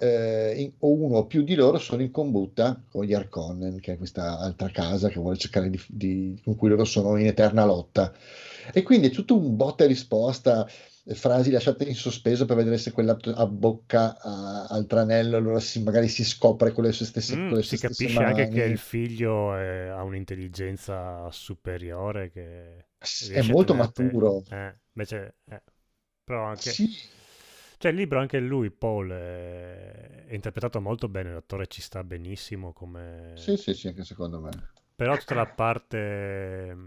S5: o uno o più di loro sono in combutta con gli Harkonnen, che è questa altra casa che vuole cercare con cui loro sono in eterna lotta. E quindi è tutto un botta e risposta, frasi lasciate in sospeso per vedere se quella abbocca al tranello, allora magari si scopre con le sue stesse,
S2: Si capisce anche che il figlio ha un'intelligenza superiore che
S5: è
S2: riesce
S5: molto
S2: a tenere
S5: maturo.
S2: invece però anche
S5: Sì.
S2: cioè il libro anche lui Paul è interpretato molto bene, l'attore ci sta benissimo come
S5: Sì, anche secondo me.
S2: però tutta la parte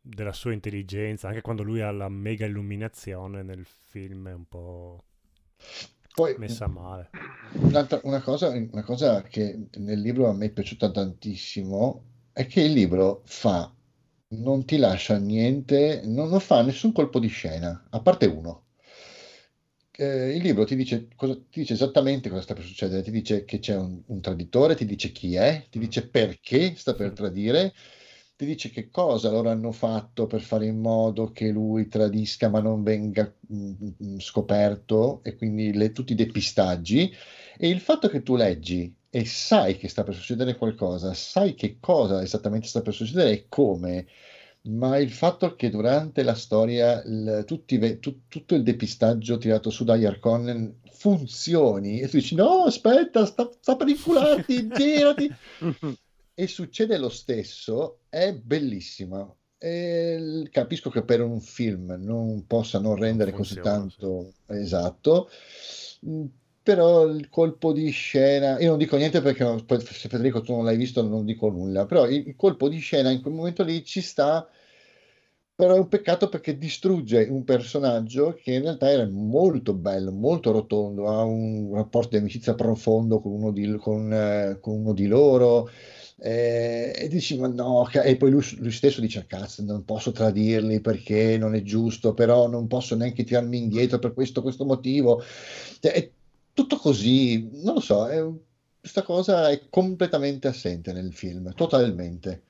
S2: della sua intelligenza, anche quando lui ha la mega illuminazione nel film è un po'
S5: Poi
S2: messa male.
S5: una cosa che nel libro a me è piaciuta tantissimo è che il libro non ti lascia niente, non fa nessun colpo di scena, a parte uno. Il libro ti dice, ti dice esattamente cosa sta per succedere, ti dice che c'è un traditore, ti dice chi è, ti dice perché sta per tradire, ti dice che cosa loro hanno fatto per fare in modo che lui tradisca ma non venga scoperto, e quindi tutti i depistaggi. E il fatto che tu leggi e sai che sta per succedere qualcosa, sai che cosa esattamente sta per succedere e come, ma il fatto che durante la storia tutto il depistaggio tirato su da Harkonnen funzioni e tu dici no, aspetta, sta per incularti, girati, e succede lo stesso, è bellissimo. E capisco che per un film non possa non rendere così tanto esatto, però il colpo di scena, io non dico niente perché poi, se Federico tu non l'hai visto non dico nulla, però il colpo di scena in quel momento lì ci sta, però è un peccato perché distrugge un personaggio che in realtà era molto bello, molto rotondo, ha un rapporto di amicizia profondo con uno di loro, e dici ma no, e poi lui stesso dice cazzo, non posso tradirli perché non è giusto, però non posso neanche tirarmi indietro per questo motivo. È tutto così, non lo so, questa cosa è completamente assente nel film, totalmente.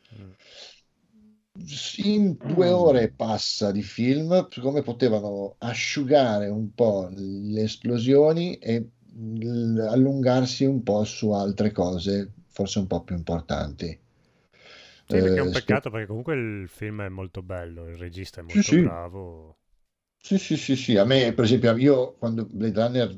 S5: In 2 ore passa di film, come potevano asciugare un po' le esplosioni e allungarsi un po' su altre cose, forse un po' più importanti.
S2: Sì, perché è un peccato, perché comunque il film è molto bello, il regista è molto bravo.
S5: Sì, a me per esempio, io quando Blade Runner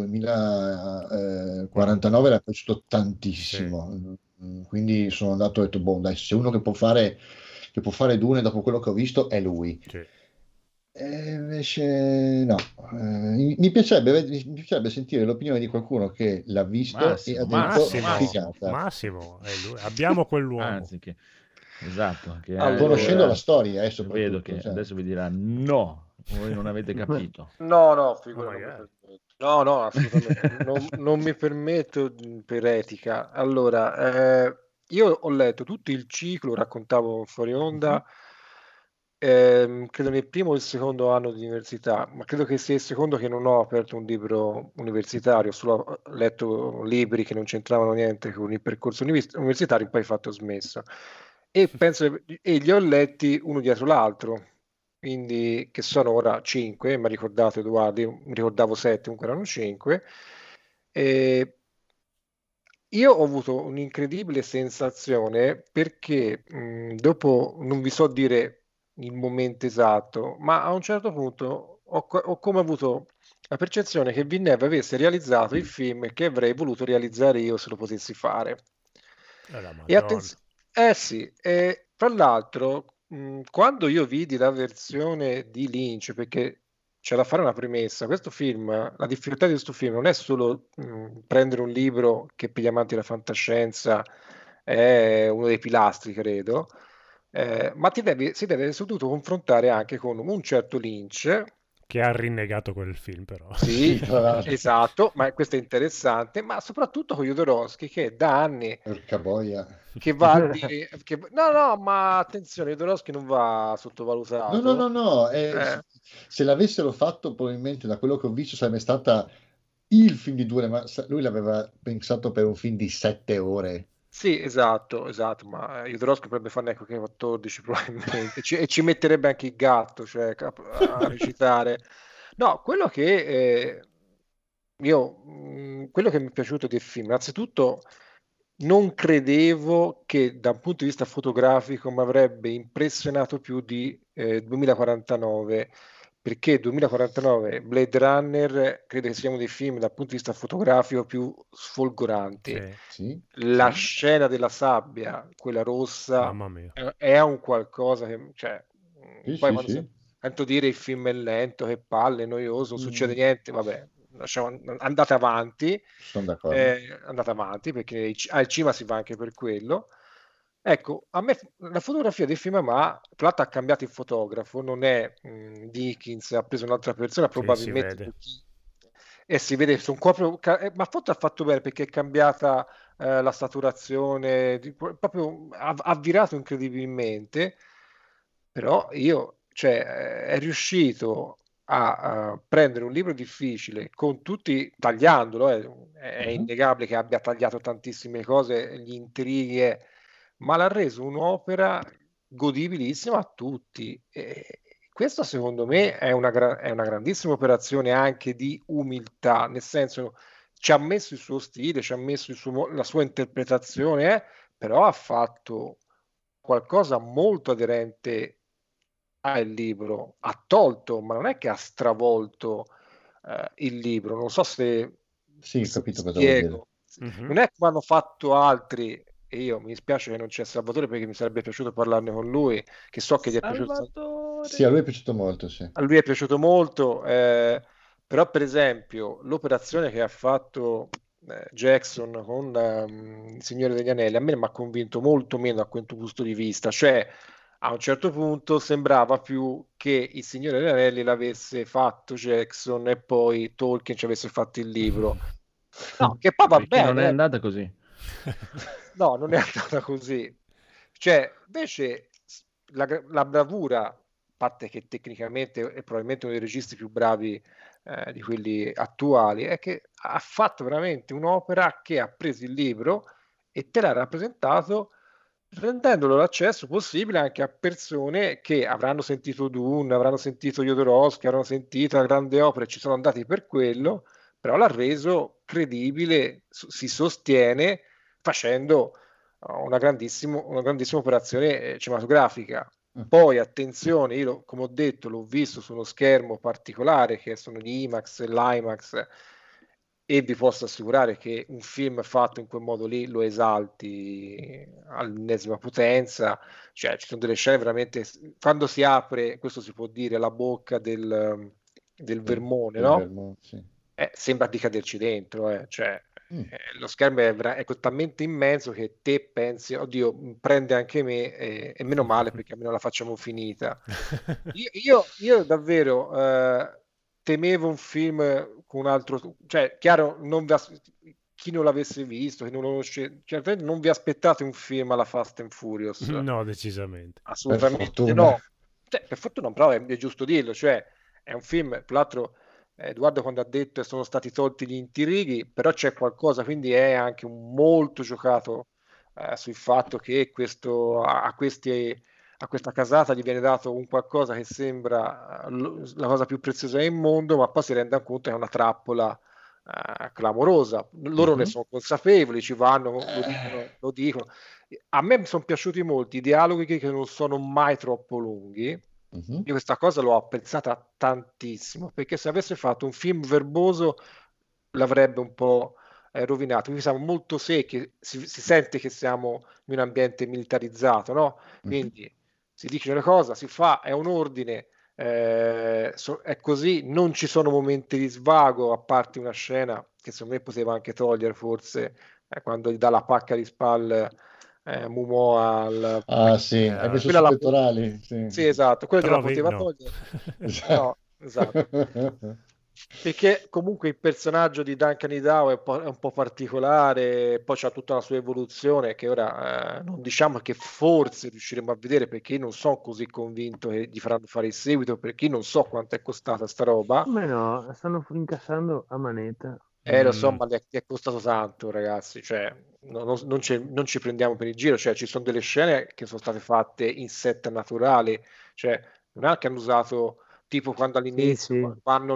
S5: 2049 era piaciuto tantissimo, quindi sono andato e ho detto, boh, dai, se uno che può fare Dune dopo quello che ho visto è lui. E invece no, mi piacerebbe sentire l'opinione di qualcuno che l'ha visto e ha detto figata.
S2: Massimo, è lui. Abbiamo quell'uomo.
S1: Anzi, esatto, che
S5: conoscendo la storia,
S1: vedo che adesso vi dirà no, voi non avete capito.
S4: No, figurati. No, assolutamente. non mi permetto per etica. Allora, io ho letto tutto il ciclo, raccontavo fuori onda, credo nel primo o il secondo anno di università, ma credo che sia il secondo che non ho aperto un libro universitario, solo ho letto libri che non c'entravano niente con il percorso universitario, poi ho smesso. E li ho letti uno dietro l'altro, quindi che sono ora 5, mi ha ricordato Edoardo, io mi ricordavo 7, comunque erano 5. Io ho avuto un'incredibile sensazione perché dopo, non vi so dire il momento esatto, ma a un certo punto ho come avuto la percezione che Villeneuve avesse realizzato il film che avrei voluto realizzare io se lo potessi fare. E attenzione, sì, tra l'altro, quando io vidi la versione di Lynch, perché c'è da fare una premessa, questo film, la difficoltà di questo film non è solo prendere un libro che per gli amanti della fantascienza è uno dei pilastri, credo, ma si deve soprattutto confrontare anche con un certo Lynch,
S2: che ha rinnegato quel film, però.
S4: Sì, esatto, ma questo è interessante, ma soprattutto con Jodorowsky che da anni che va a dire no, ma attenzione, Jodorowsky non va sottovalutato.
S5: No, se l'avessero fatto probabilmente, da quello che ho visto, sarebbe stata il film di Dune, ma lui l'aveva pensato per un film di 7 ore.
S4: Sì, esatto, ma Jodorowsky potrebbe farne anche 14 probabilmente, e ci metterebbe anche il gatto, cioè, a recitare. No, quello che quello che mi è piaciuto del film, innanzitutto non credevo che da un punto di vista fotografico mi avrebbe impressionato più di 2049, perché 2049 Blade Runner credo che sia uno dei film dal punto di vista fotografico più sfolgoranti. La scena della sabbia, quella rossa,
S2: mamma mia,
S4: è un qualcosa che, cioè, poi quando sento dire il film è lento, che palle, noioso, non succede niente, vabbè, andate avanti.
S5: Sono d'accordo.
S4: Andate avanti perché al cinema si va anche per quello. Ecco, a me la fotografia del film, ma tra l'altro ha cambiato il fotografo, non è Dickens, ha preso un'altra persona,
S2: Sì, si
S4: probabilmente
S2: vede.
S4: e si vede, sono proprio, ma ha fatto bene perché è cambiata la saturazione, proprio ha virato incredibilmente, però cioè, è riuscito a prendere un libro difficile con tutti, tagliandolo, è innegabile che abbia tagliato tantissime cose, gli intrighi, ma l'ha reso un'opera godibilissima a tutti. E questa secondo me è è una grandissima operazione anche di umiltà, nel senso ci ha messo il suo stile, ci ha messo la sua interpretazione, però ha fatto qualcosa molto aderente al libro, ha tolto, ma non è che ha stravolto il libro, non so se,
S5: Sì, ho
S4: se mi
S5: capito cosa vuol dire.
S4: spiego. Non è come hanno fatto altri, e io mi dispiace che non c'è Salvatore perché mi sarebbe piaciuto parlarne con lui, che so che gli è piaciuto.
S8: Salvatore.
S5: Sì, a lui è piaciuto molto, sì.
S4: A lui è piaciuto molto, però per esempio l'operazione che ha fatto Jackson con Il Signore degli Anelli a me mi ha convinto molto meno da questo punto di vista, cioè a un certo punto sembrava più che Il Signore degli Anelli l'avesse fatto Jackson e poi Tolkien ci avesse fatto il libro. No, che poi va
S1: Perché non è
S4: bene.
S1: andata così.
S4: No, non è andata così. Cioè, invece la bravura, a parte che tecnicamente è probabilmente uno dei registi più bravi di quelli attuali, è che ha fatto veramente un'opera che ha preso il libro e te l'ha rappresentato rendendolo l'accesso possibile anche a persone che avranno sentito Dune, avranno sentito Jodorowsky, avranno sentito la grande opera e ci sono andati per quello, però l'ha reso credibile, si sostiene facendo una grandissima operazione cinematografica. Poi attenzione, come ho detto, l'ho visto su uno schermo particolare che sono gli IMAX e l'IMAX e vi posso assicurare che un film fatto in quel modo lì lo esalti all'ennesima potenza, cioè ci sono delle scene veramente, quando si apre, questo si può dire, la bocca del vermone,
S5: Del
S4: no?
S5: Vermont, sì.
S4: Sembra di caderci dentro, cioè lo schermo è talmente immenso che te pensi, oddio, prende anche me e meno male perché almeno la facciamo finita. Io davvero temevo un film con un altro, cioè chiaro, chi non l'avesse visto, chi non lo conosce, cioè, non vi aspettate un film alla Fast and Furious,
S2: No, decisamente.
S4: assolutamente no. Cioè, per fortuna, però è giusto dirlo, cioè è un film, tra l'altro Edoardo quando ha detto che sono stati tolti gli intrighi, però c'è qualcosa, quindi è anche molto giocato sul fatto che a questa casata gli viene dato un qualcosa che sembra la cosa più preziosa del mondo, ma poi si rende conto che è una trappola clamorosa. Loro ne sono consapevoli, ci vanno, lo dicono. A me sono piaciuti molto i dialoghi che non sono mai troppo lunghi. Io questa cosa l'ho apprezzata tantissimo perché se avesse fatto un film verboso l'avrebbe un po' rovinato. Quindi siamo molto secchi, si sente che siamo in un ambiente militarizzato, no? Quindi si dice una cosa, si fa, è un ordine, è così, non ci sono momenti di svago, a parte una scena che secondo me poteva anche togliere forse quando gli dà la pacca di spalle Mumo
S5: sì, hai messo
S4: quella
S5: sui
S4: la
S5: pettorali.
S4: sì, esatto, quella gliela
S2: Trovi?
S4: poteva
S2: No.
S4: togliere. No, esatto. Perché comunque il personaggio di Duncan Idaho è un po' particolare, poi c'ha tutta la sua evoluzione che ora non diciamo che forse riusciremo a vedere perché io non sono così convinto che gli faranno fare il seguito perché io non so quanto è costata sta roba.
S7: Come no? Stanno incassando a manetta.
S4: Lo so, ma gli è costato tanto, ragazzi. Cioè, non ci prendiamo per il giro. Cioè, ci sono delle scene che sono state fatte in set naturali. Cioè, non è che hanno usato tipo quando all'inizio
S7: sì.
S4: vanno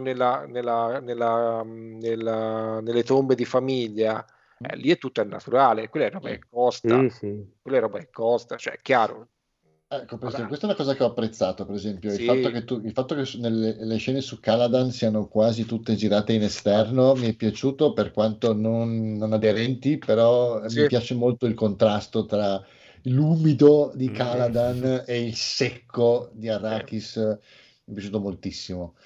S4: nelle tombe di famiglia. Lì è tutto naturale. Quella è roba che costa. Quella è roba che costa. Cioè, è chiaro.
S5: Ecco, per esempio, questa è una cosa che ho apprezzato, per esempio,
S4: Sì.
S5: il fatto che le scene su Caladan siano quasi tutte girate in esterno mi è piaciuto per quanto non aderenti, però mi piace molto il contrasto tra l'umido di Caladan e il secco di Arrakis, mi è piaciuto moltissimo.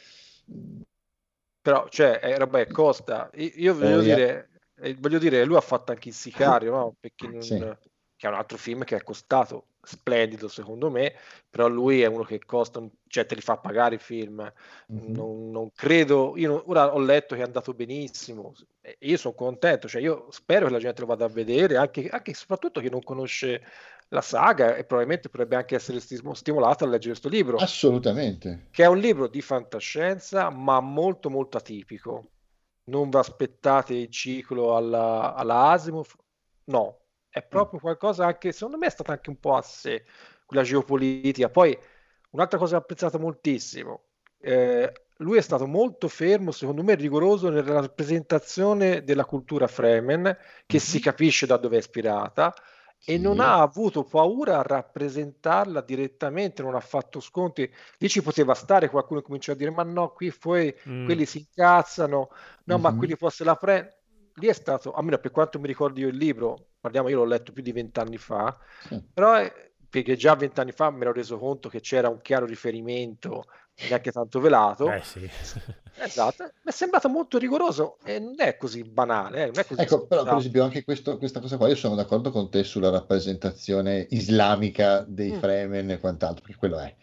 S4: Però, cioè, roba che costa. Io voglio dire, lui ha fatto anche il sicario, no? Per chi non...
S5: Sì.
S4: che è un altro film che è costato splendido secondo me, però lui è uno che costa, cioè te li fa pagare i film. Non credo, ora ho letto che è andato benissimo e io sono contento, cioè io spero che la gente lo vada a vedere, anche soprattutto chi non conosce la saga, e probabilmente potrebbe anche essere stimolato a leggere questo libro.
S5: Assolutamente.
S4: Che è un libro di fantascienza, ma molto molto atipico. Non vi aspettate il ciclo alla Asimov, no, è proprio qualcosa anche, secondo me è stata anche un po' a sé, quella geopolitica. Poi un'altra cosa che ho apprezzato moltissimo, lui è stato molto fermo, secondo me rigoroso nella rappresentazione della cultura Fremen, che si capisce da dove è ispirata, e non ha avuto paura a rappresentarla direttamente, non ha fatto sconti. Lì ci poteva stare qualcuno che comincia a dire ma no, qui poi quelli si incazzano, no, ma quelli poi se la prendono. Lì è stato, almeno per quanto mi ricordo io il libro, parliamo, io l'ho letto più di 20 anni fa, però perché già 20 anni fa mi ero reso conto che c'era un chiaro riferimento, neanche tanto velato.
S2: Sì.
S4: Esatto, mi è sembrato molto rigoroso e non è così banale. Non è così
S5: ecco, però per esempio anche questa cosa qua, io sono d'accordo con te sulla rappresentazione islamica dei Fremen e quant'altro, perché quello è.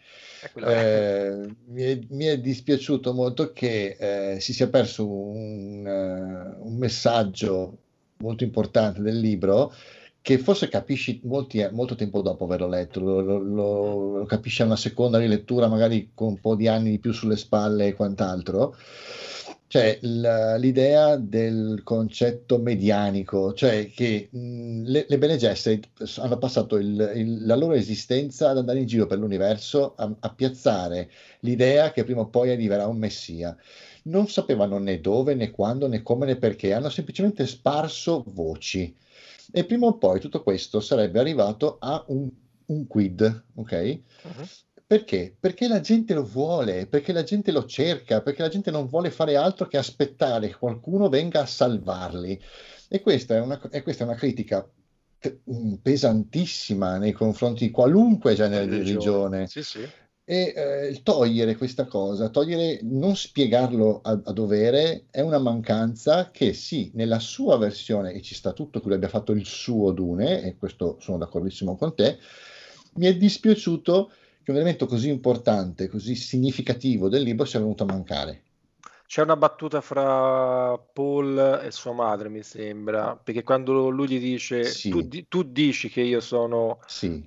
S5: Mi è dispiaciuto molto che si sia perso un messaggio molto importante del libro, che forse capisci molto tempo dopo averlo letto, lo capisci a una seconda rilettura, magari con un po' di anni di più sulle spalle e quant'altro. Cioè l'idea del concetto medianico, cioè che le Bene Gesserit hanno passato la loro esistenza ad andare in giro per l'universo a piazzare l'idea che prima o poi arriverà un messia. Non sapevano né dove, né quando, né come, né perché, hanno semplicemente sparso voci. E prima o poi tutto questo sarebbe arrivato a un quid, ok? Perché? Perché la gente lo vuole, perché la gente lo cerca, perché la gente non vuole fare altro che aspettare che qualcuno venga a salvarli. E questa è una critica pesantissima nei confronti di qualunque genere di religione.
S4: Sì, sì.
S5: E togliere questa cosa, non spiegarlo a dovere, è una mancanza che sì, nella sua versione, e ci sta tutto, che lui abbia fatto il suo Dune, e questo sono d'accordissimo con te, mi è dispiaciuto che un elemento così importante, così significativo del libro sia venuto a mancare.
S4: C'è una battuta fra Paul e sua madre, mi sembra, perché quando lui gli dice tu dici che io sono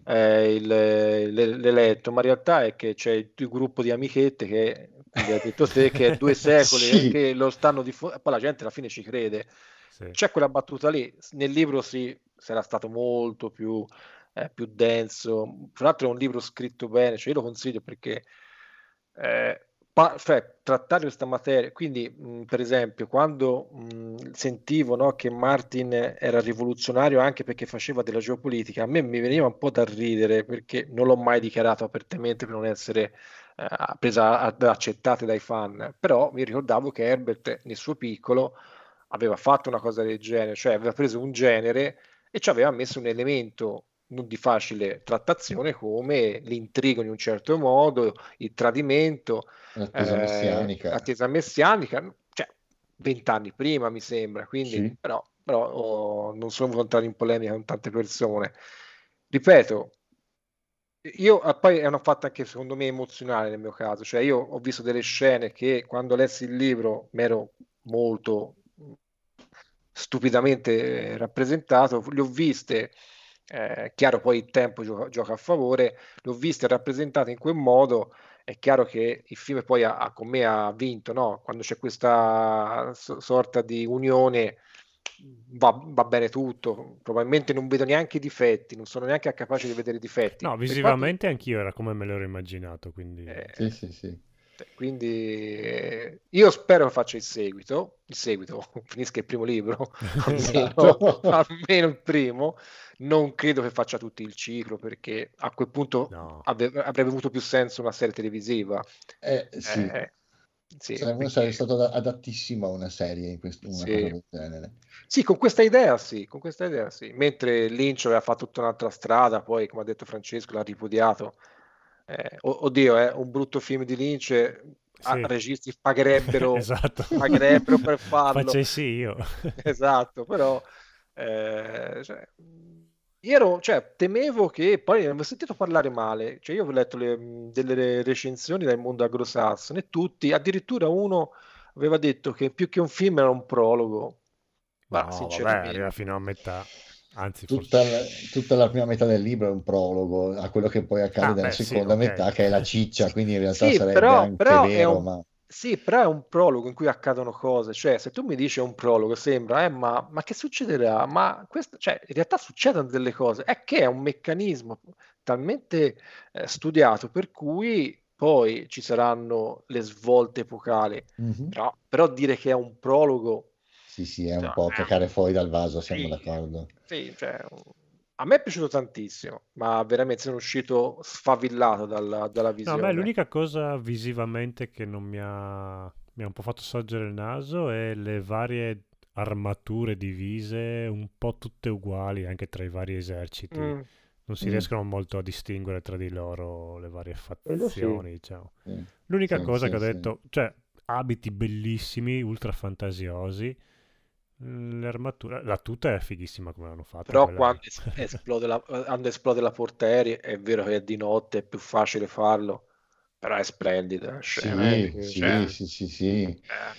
S4: l'eletto, ma in realtà è che c'è il gruppo di amichette che gli ha detto te che è 2 secoli che lo stanno diffondendo, poi la gente alla fine ci crede. C'è quella battuta lì, nel libro sarà stato molto più denso. Tra l'altro è un libro scritto bene, cioè io lo consiglio perché trattare questa materia, quindi per esempio quando sentivo, no, che Martin era rivoluzionario anche perché faceva della geopolitica, a me mi veniva un po' da ridere, perché non l'ho mai dichiarato apertamente per non essere accettate dai fan, però mi ricordavo che Herbert nel suo piccolo aveva fatto una cosa del genere, cioè aveva preso un genere e ci aveva messo un elemento non di facile trattazione come l'intrigo in un certo modo, il tradimento, l'attesa messianica, cioè 20 anni prima mi sembra, quindi però non sono voluto entrare in polemica con tante persone. Ripeto, poi è una fatta anche secondo me emozionale nel mio caso, cioè io ho visto delle scene che quando lessi il libro mi ero molto stupidamente rappresentato, le ho viste. Chiaro, poi il tempo gioca a favore, le ho viste rappresentate in quel modo, è chiaro che il film poi con me ha vinto, no? Quando c'è questa sorta di unione va bene tutto, probabilmente non vedo neanche i difetti, non sono neanche capace di vedere i difetti.
S2: No, visivamente anch'io era come me l'ero immaginato, quindi...
S5: Sì.
S4: Quindi io spero che faccia il seguito finisca il primo libro, almeno il primo. Non credo che faccia tutto il ciclo, perché a quel punto avrebbe avuto più senso una serie televisiva.
S5: Sarebbe stato adattissimo a una serie cosa del genere.
S4: Sì, con questa idea sì. Mentre Lynch aveva fatto tutta un'altra strada, poi come ha detto Francesco l'ha ripudiato. Oddio, un brutto film di Lynch, registi pagherebbero per farlo.
S2: Facessi io.
S4: Esatto, però Cioè, temevo che poi avevo sentito parlare male, cioè io ho letto delle recensioni dal mondo anglosassone e tutti, addirittura uno aveva detto che più che un film era un prologo, ma
S2: No, vabbè, arriva
S4: sinceramente
S2: fino a metà. Anzi,
S5: Tutta,
S2: forse...
S5: tutta la prima metà del libro è un prologo a quello che poi accade
S2: Ah,
S5: nella
S2: beh, sì,
S5: seconda
S2: ok.
S5: metà, che è la ciccia, quindi in realtà
S4: sì,
S5: sarebbe anche
S4: però è
S5: vero,
S4: un,
S5: ma
S4: sì, però è un prologo in cui accadono cose, cioè se tu mi dici è un prologo sembra, ma che succederà? Ma questo, cioè, in realtà succedono delle cose, è che è un meccanismo talmente studiato per cui poi ci saranno le svolte epocali,
S5: Mhm.
S4: però dire che è un prologo,
S5: sì, è un
S4: cioè,
S5: po' cacare fuori dal vaso, siamo
S4: sì,
S5: d'accordo.
S4: sì, cioè, a me è piaciuto tantissimo, ma veramente sono uscito sfavillato dalla
S2: No, a me
S4: visione.
S2: l'unica cosa visivamente che non mi ha un po' fatto sorgere il naso è le varie armature divise, un po' tutte uguali anche tra i vari eserciti.
S4: Mm.
S2: Non si
S5: Mm.
S2: riescono molto a distinguere tra di loro le varie
S7: Quello sì.
S2: fazioni, diciamo.
S5: Sì,
S2: L'unica
S5: sì,
S2: cosa che ho
S5: sì.
S2: detto, cioè, abiti bellissimi, ultra fantasiosi, le armature, la tuta è fighissima come l'hanno fatta,
S4: Però
S2: quella...
S4: quando quando esplode la portaerei, è vero che è di notte, è più facile farlo, però è splendida la scena.
S5: Sì,
S7: Sì.
S4: Cioè,
S5: sì,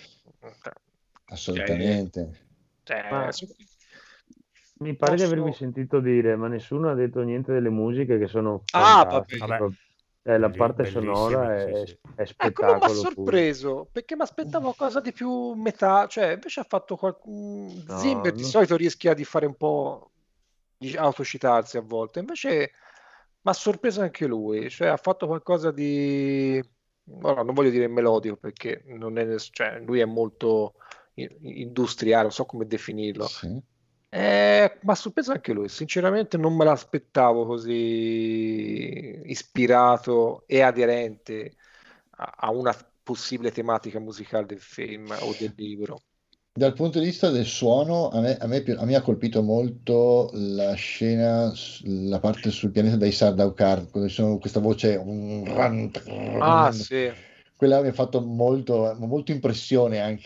S4: cioè,
S5: assolutamente.
S4: cioè,
S7: Ma mi pare di avervi sentito dire, ma nessuno ha detto niente delle musiche che sono
S4: Ah, vabbè.
S7: fantastiche.
S2: Vabbè,
S7: La parte
S2: bellissime,
S7: sonora
S2: sì, sì.
S7: è
S4: Quello mi ha
S7: spettacolo puro.
S4: sorpreso, perché mi aspettavo qualcosa di più metà, cioè invece ha fatto
S7: No,
S4: Zimmer di solito rischia di fare un po' di autocitarsi a volte, invece mi ha sorpreso anche lui, cioè ha fatto qualcosa di, ora non voglio dire melodico perché non è, cioè, lui è molto industriale, non so come definirlo.
S5: Sì.
S4: Mi ha sorpreso anche lui, sinceramente non me l'aspettavo così ispirato e aderente a una possibile tematica musicale del film o del libro.
S5: Dal punto di vista del suono, a me ha colpito molto la scena, la parte sul pianeta dei Sardaukar, quando ci sono questa voce,
S4: Ah, sì.
S5: quella mi ha fatto molto impressione anche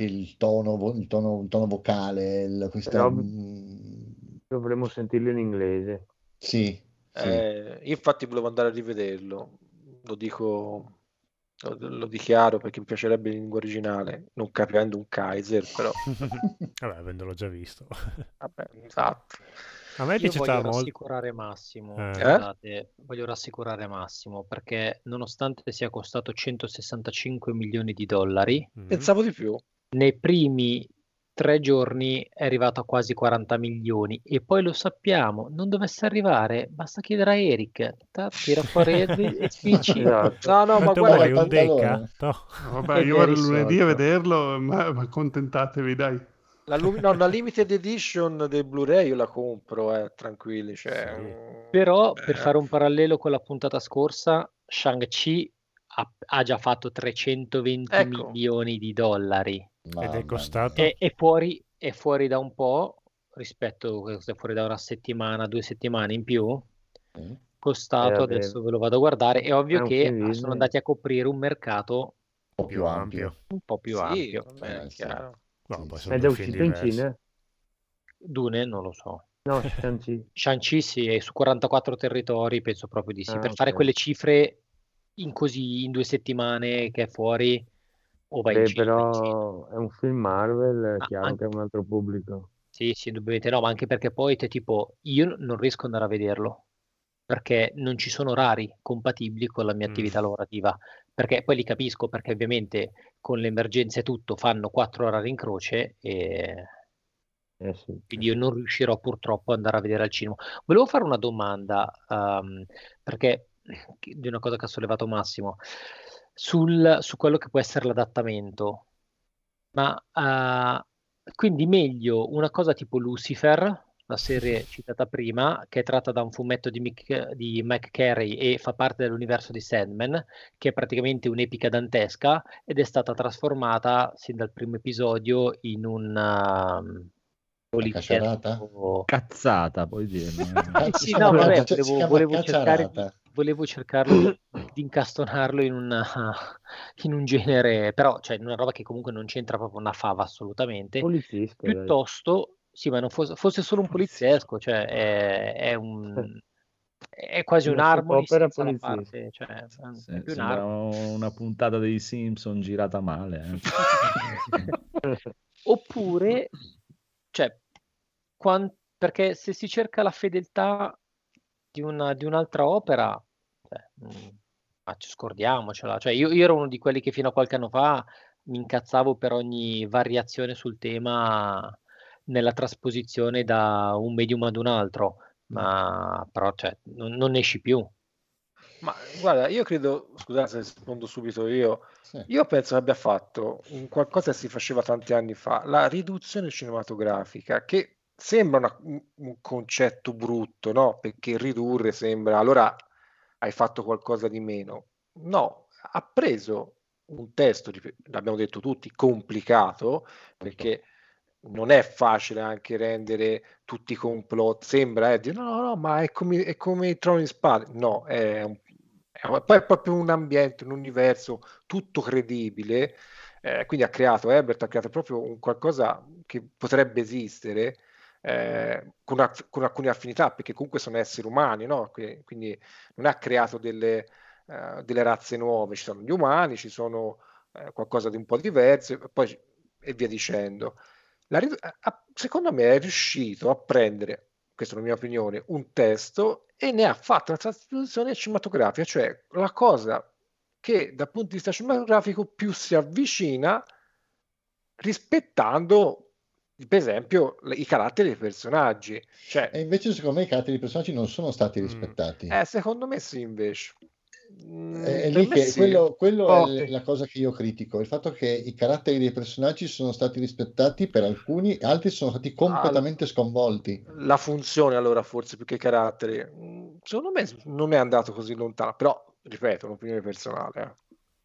S5: il tono vocale,
S7: però dovremmo sentirlo in inglese.
S5: sì, sì.
S4: Infatti volevo andare a rivederlo, lo dico, lo dichiaro perché mi piacerebbe in lingua originale, non capendo un Kaiser, però
S2: Vabbè, avendolo già visto.
S4: vabbè, esatto.
S2: A me è
S8: Io
S2: piaciuta
S8: voglio
S2: molto...
S8: rassicurare Massimo,
S4: Eh?
S8: scusate, voglio rassicurare Massimo perché nonostante sia costato 165 milioni di dollari,
S4: Pensavo di più.
S8: nei primi 3 giorni è arrivato a quasi 40 milioni e poi lo sappiamo, non dovesse arrivare, basta chiedere a Eric, tira fuori e dici
S7: Esatto.
S4: No, ma
S2: Quanto
S4: guarda,
S2: vuoi, un
S5: pantalone.
S2: deca? No.
S6: Vabbè,
S8: ed
S6: io
S8: è
S6: vado lunedì a
S8: risolto.
S6: vederlo, ma accontentatevi, dai.
S4: la limited edition del Blu-ray io la compro, tranquilli. Cioè,
S2: Sì.
S8: Però per fare un parallelo con la puntata scorsa, Shang-Chi ha già fatto 320
S4: ecco,
S8: milioni di dollari.
S2: Ed è
S5: Mamma
S2: costato?
S5: mia.
S8: È fuori da un po', rispetto, è fuori da una settimana, 2 settimane in più,
S5: Sì.
S8: costato,
S7: Vabbè,
S8: adesso ve lo vado a guardare, è ovvio
S7: è un
S8: che
S7: film
S8: sono
S7: Disney.
S8: andati a coprire un mercato
S5: Un po'
S2: Più
S5: più ampio.
S2: ampio.
S8: un po' più
S4: sì,
S8: ampio.
S4: vabbè, è
S5: Sì.
S4: chiaro.
S2: No,
S5: Sì,
S2: poi
S5: sì.
S2: sono
S7: È
S2: due
S7: già
S2: film
S7: uscito in
S2: diversi.
S7: Cina?
S8: Dune non lo so.
S7: No, Shang-Chi.
S8: Shang-Chi sì, è su 44 territori, penso proprio di sì.
S7: Ah,
S8: Per fare
S7: ok.
S8: quelle cifre in 2 settimane che è fuori, o vai in
S7: Beh,
S8: cinema.
S7: però è un film Marvel, è
S8: Ma
S7: chiaro che è un altro pubblico.
S8: sì, sì, indubbiamente no, ma anche perché poi te tipo, io non riesco ad andare a vederlo, perché non ci sono orari compatibili con la mia attività lavorativa, perché poi li capisco, perché ovviamente con le emergenze e tutto fanno 4 orari in croce e
S7: Sì.
S8: quindi io non riuscirò purtroppo ad andare a vedere al cinema. Volevo fare una domanda, perché di una cosa che ha sollevato Massimo, su quello che può essere l'adattamento. Ma quindi meglio una cosa tipo Lucifer, la serie citata prima, che è tratta da un fumetto di McCarey e fa parte dell'universo di Sandman, che è praticamente un'epica dantesca ed è stata trasformata sin dal primo episodio in un
S5: La cacciarata?
S8: poliziesco.
S1: Cazzata, puoi dirlo.
S8: Sì, no, vabbè,
S5: Si chiama
S8: volevo
S5: cacciarata.
S8: volevo cercarlo di incastonarlo in un genere, però, cioè, in una roba che comunque non c'entra proprio una fava assolutamente.
S7: Poliziesco, dai.
S8: Piuttosto Sì, ma non fosse solo un poliziesco, cioè è quasi un
S7: Una soap
S8: Harmony
S7: opera
S8: senza la
S7: poliziesca.
S8: parte, cioè è più un
S1: Sembra
S8: Harmony.
S1: una puntata dei Simpson girata male.
S8: Oppure, cioè, perché se si cerca la fedeltà di un'altra opera, cioè, ma scordiamocela. Cioè, io ero uno di quelli che fino a qualche anno fa mi incazzavo per ogni variazione sul tema nella trasposizione da un medium ad un altro, ma però cioè, non ne esci più.
S4: Ma guarda, io credo, scusate se rispondo subito
S5: Sì.
S4: io penso che abbia fatto qualcosa che si faceva tanti anni fa, la riduzione cinematografica, che sembra un concetto brutto, no? Perché ridurre sembra, allora hai fatto qualcosa di meno. No, ha preso un testo, l'abbiamo detto tutti, complicato, perché non è facile anche rendere tutti i complot, sembra, dire, no, ma è come i Trono di Spade. No, poi è proprio un ambiente, un universo tutto credibile, quindi Herbert ha creato proprio un qualcosa che potrebbe esistere, con alcune affinità, perché comunque sono esseri umani, no? Quindi non ha creato delle razze nuove, ci sono gli umani, ci sono qualcosa di un po' diverso, e via dicendo. Secondo me è riuscito a prendere, questa è la mia opinione, un testo e ne ha fatto una trasposizione cinematografica, cioè la cosa che dal punto di vista cinematografico più si avvicina rispettando, per esempio, i caratteri dei personaggi. Cioè,
S5: E invece secondo me i caratteri dei personaggi non sono stati rispettati.
S4: secondo me sì, invece.
S5: È
S4: Per
S5: lì
S4: me
S5: che
S4: sì.
S5: quello è la cosa che io critico, il fatto che i caratteri dei personaggi sono stati rispettati per alcuni, altri sono stati completamente sconvolti.
S4: La funzione allora forse più che i caratteri, secondo me non è andato così lontano, però ripeto, un'opinione personale.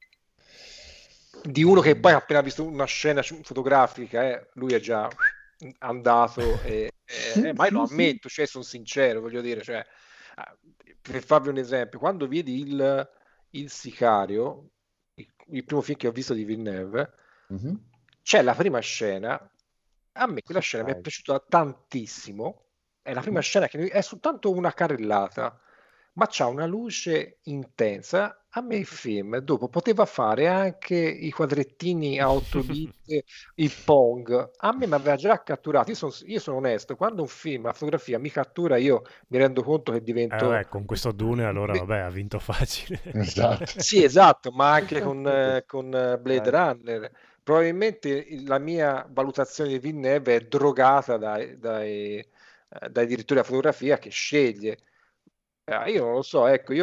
S4: Di uno che poi ha appena visto una scena fotografica, lui è già andato ma io lo ammetto, cioè sono sincero, voglio dire, cioè, per farvi un esempio, quando vedi il Sicario, il primo film che ho visto di Villeneuve, c'è la prima scena, a me quella scena mi è piaciuta tantissimo, è la prima scena che è soltanto una carrellata, ma c'ha una luce intensa. A me il film dopo poteva fare anche i quadrettini a 8 bit, il Pong, a me mi aveva già catturato. Io sono onesto, quando un film, la fotografia mi cattura, io mi rendo conto che divento
S2: con questo Dune allora vabbè, ha vinto facile.
S5: Esatto.
S4: Sì, esatto, ma anche con Blade Runner. Probabilmente la mia valutazione di Villeneuve è drogata dai direttori della fotografia che sceglie. Io non lo so, ecco,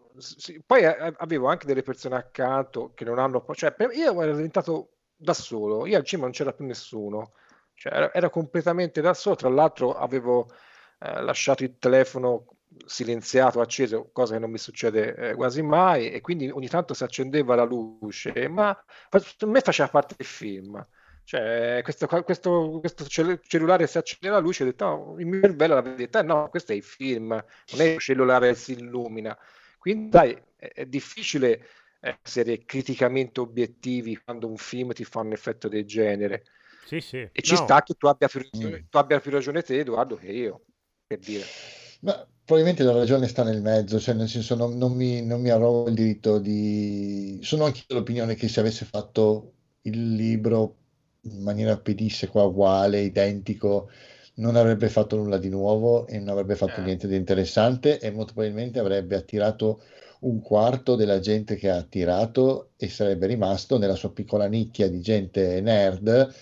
S4: poi avevo anche delle persone accanto che non hanno, cioè io ero diventato da solo, io al cinema non c'era più nessuno, cioè era completamente da solo, tra l'altro avevo lasciato il telefono silenziato, acceso, cosa che non mi succede quasi mai, e quindi ogni tanto si accendeva la luce, ma per me faceva parte del film. Cioè, questo cellulare si accende la luce, ho detto, no, il mio cervello aveva detto, no, questo è il film, non è il cellulare che si illumina. Quindi, dai, è difficile essere criticamente obiettivi quando un film ti fa un effetto del genere.
S2: Sì, sì.
S4: E ci sta che tu abbia più ragione te, Edoardo, che io, per dire.
S5: Ma probabilmente la ragione sta nel mezzo, cioè nel senso non mi arrogo il diritto di... Sono anche dell'opinione che se avesse fatto il libro in maniera pedissequa, uguale, identico, non avrebbe fatto nulla di nuovo e non avrebbe fatto niente di interessante e molto probabilmente avrebbe attirato un quarto della gente che ha attirato e sarebbe rimasto nella sua piccola nicchia di gente nerd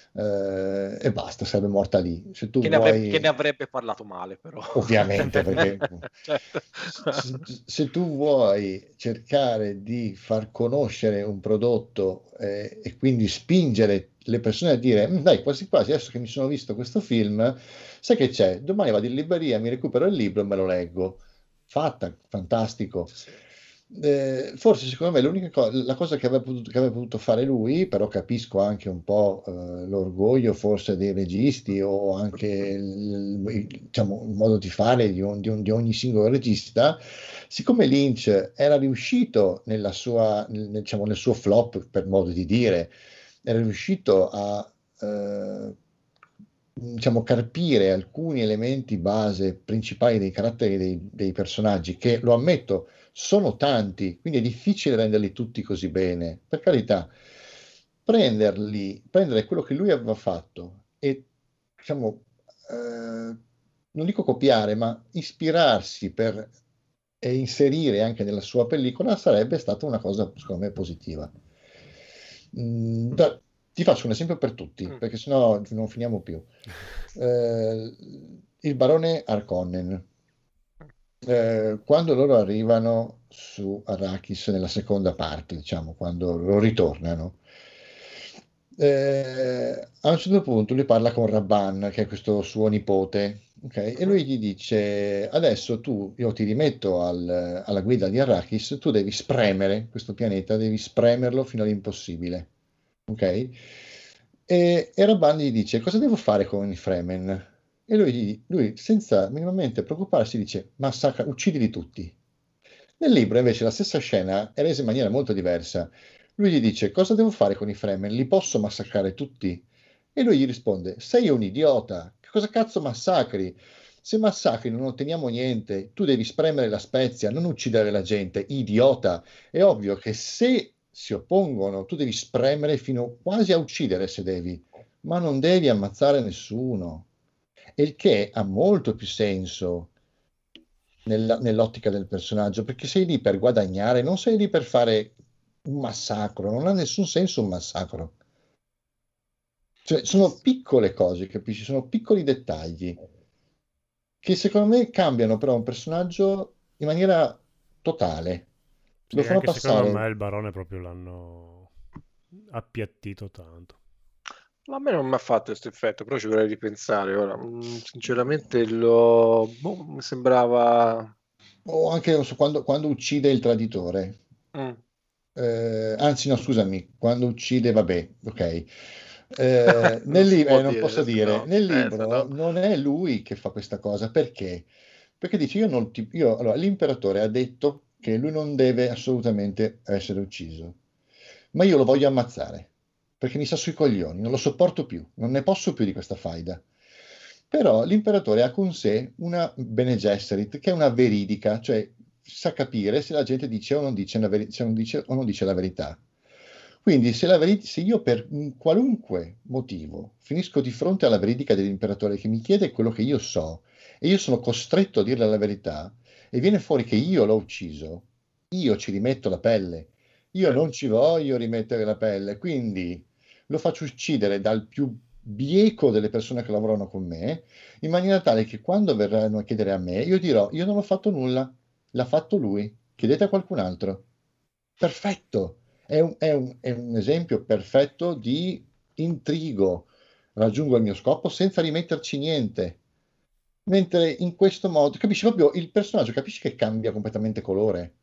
S5: e basta, sarebbe morta lì. Se tu
S4: che ne avrebbe parlato male, però.
S5: Ovviamente, perché
S4: certo.
S5: se tu vuoi cercare di far conoscere un prodotto e quindi spingere le persone a dire dai, quasi quasi, adesso che mi sono visto questo film, sai che c'è? Domani vado in libreria, mi recupero il libro e me lo leggo. Fatta, fantastico. Forse secondo me la cosa che avrebbe potuto fare lui, però capisco anche un po' l'orgoglio forse dei registi o anche diciamo, il modo di fare di ogni singolo regista, siccome Lynch era riuscito diciamo, nel suo flop, per modo di dire, era riuscito a diciamo, carpire alcuni elementi base principali dei caratteri dei personaggi, che lo ammetto, sono tanti, quindi è difficile renderli tutti così bene. Per carità, prendere quello che lui aveva fatto e, diciamo, non dico copiare, ma ispirarsi e inserire anche nella sua pellicola sarebbe stata una cosa, secondo me, positiva. Ti faccio un esempio per tutti, perché sennò non finiamo più. Il barone Harkonnen. Quando loro arrivano su Arrakis nella seconda parte, diciamo, quando lo ritornano, a un certo punto lui parla con Rabban, che è questo suo nipote, okay? E lui gli dice: adesso io ti rimetto alla guida di Arrakis, tu devi spremere questo pianeta, devi spremerlo fino all'impossibile, ok? E Rabban gli dice: cosa devo fare con i Fremen? E lui senza minimamente preoccuparsi dice: massacra, uccidili tutti. Nel libro invece la stessa scena è resa in maniera molto diversa. Lui gli dice: cosa devo fare con i Fremen? Li posso massacrare tutti? E lui gli risponde: sei un idiota, che cosa cazzo massacri? Se massacri non otteniamo niente, tu devi spremere la spezia, non uccidere la gente, idiota. È ovvio che se si oppongono tu devi spremere fino quasi a uccidere se devi, ma non devi ammazzare nessuno. E il che ha molto più senso nell'ottica del personaggio, perché sei lì per guadagnare, non sei lì per fare un massacro, non ha nessun senso un massacro. Cioè, sono piccole cose, capisci? Sono piccoli dettagli che secondo me cambiano però un personaggio in maniera totale.
S2: Sì,
S5: Lo fanno
S2: anche secondo
S5: passare.
S2: me il barone proprio l'hanno appiattito tanto.
S4: A me non mi ha fatto questo effetto, però ci vorrei ripensare ora. Sinceramente mi sembrava...
S5: O anche non so, quando uccide il traditore. Anzi, no, scusami, quando uccide, vabbè, ok.
S4: Non si può
S5: Non
S4: dire,
S5: posso
S4: se
S5: dire,
S4: no-
S5: nel
S4: se
S5: libro
S4: no-
S5: non è lui che fa questa cosa, perché? Perché dice, allora, l'imperatore ha detto che lui non deve assolutamente essere ucciso, ma io lo voglio ammazzare, perché mi sta sui coglioni, non lo sopporto più, non ne posso più di questa faida. Però l'imperatore ha con sé una Bene Gesserit, che è una veridica, cioè sa capire se la gente dice o non dice, se non dice o non dice la verità. Quindi se io per un qualunque motivo finisco di fronte alla veridica dell'imperatore che mi chiede quello che io so e io sono costretto a dirle la verità e viene fuori che io l'ho ucciso, io ci rimetto la pelle. Io non ci voglio rimettere la pelle, quindi lo faccio uccidere dal più bieco delle persone che lavorano con me, in maniera tale che quando verranno a chiedere a me, io dirò: io non ho fatto nulla, l'ha fatto lui, chiedete a qualcun altro. Perfetto, è un esempio perfetto di intrigo. Raggiungo il mio scopo senza rimetterci niente. Mentre in questo modo, capisci proprio il personaggio, capisci che cambia completamente colore.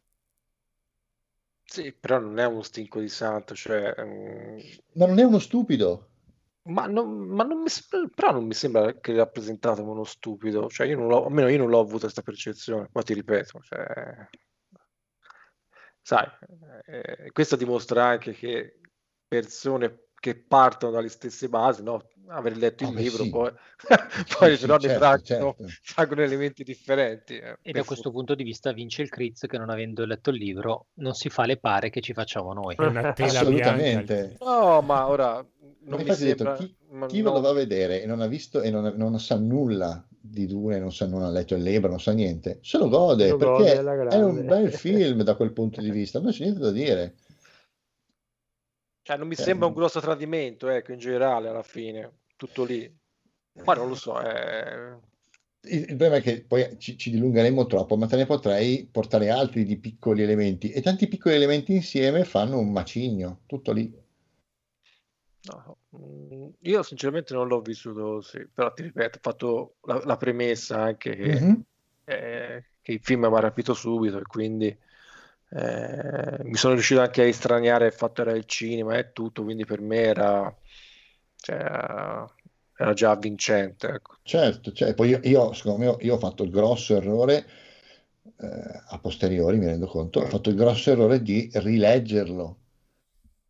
S4: Sì, però non è uno stinco di santo, cioè...
S5: Ma non è uno stupido.
S4: ma non mi sembra, però non mi sembra che rappresentato come uno stupido, cioè almeno io non l'ho avuto questa percezione, ma ti ripeto, cioè, sai, questo dimostra anche che persone che partono dalle stesse basi, no? Aver letto il
S5: Beh,
S4: libro,
S5: sì.
S4: poi,
S5: Sì,
S4: però ne
S5: certo,
S4: traggono elementi differenti.
S8: E da questo punto di vista vince il Criz che non avendo letto il libro non si fa le pare che ci facciamo noi.
S2: È una tela bianca.
S5: assolutamente.
S4: No, ma ora non
S5: Ma
S4: mi
S5: infatti ho detto,
S4: sembra...
S5: chi lo va a vedere e non ha visto e non sa nulla di Dune, non ha letto il libro, non sa niente, se lo gode
S7: Lo gode
S5: perché
S7: alla
S5: è un
S7: grande.
S5: bel film da quel punto di vista, non c'è niente da dire.
S4: Cioè, non mi sembra un grosso tradimento, ecco, in generale, alla fine, tutto lì. Ma non lo so,
S5: Il problema è che poi ci dilungheremo troppo, ma te ne potrei portare altri di piccoli elementi e tanti piccoli elementi insieme fanno un macigno, tutto lì.
S4: no, io sinceramente non l'ho vissuto così, però ti ripeto, ho fatto la premessa anche che il film mi ha rapito subito e quindi mi sono riuscito anche a estraniare il fatto era il cinema e tutto, quindi per me cioè, era già avvincente, ecco.
S5: Certo, cioè, poi secondo me, io ho fatto il grosso errore, a posteriori mi rendo conto, ho fatto il grosso errore di rileggerlo.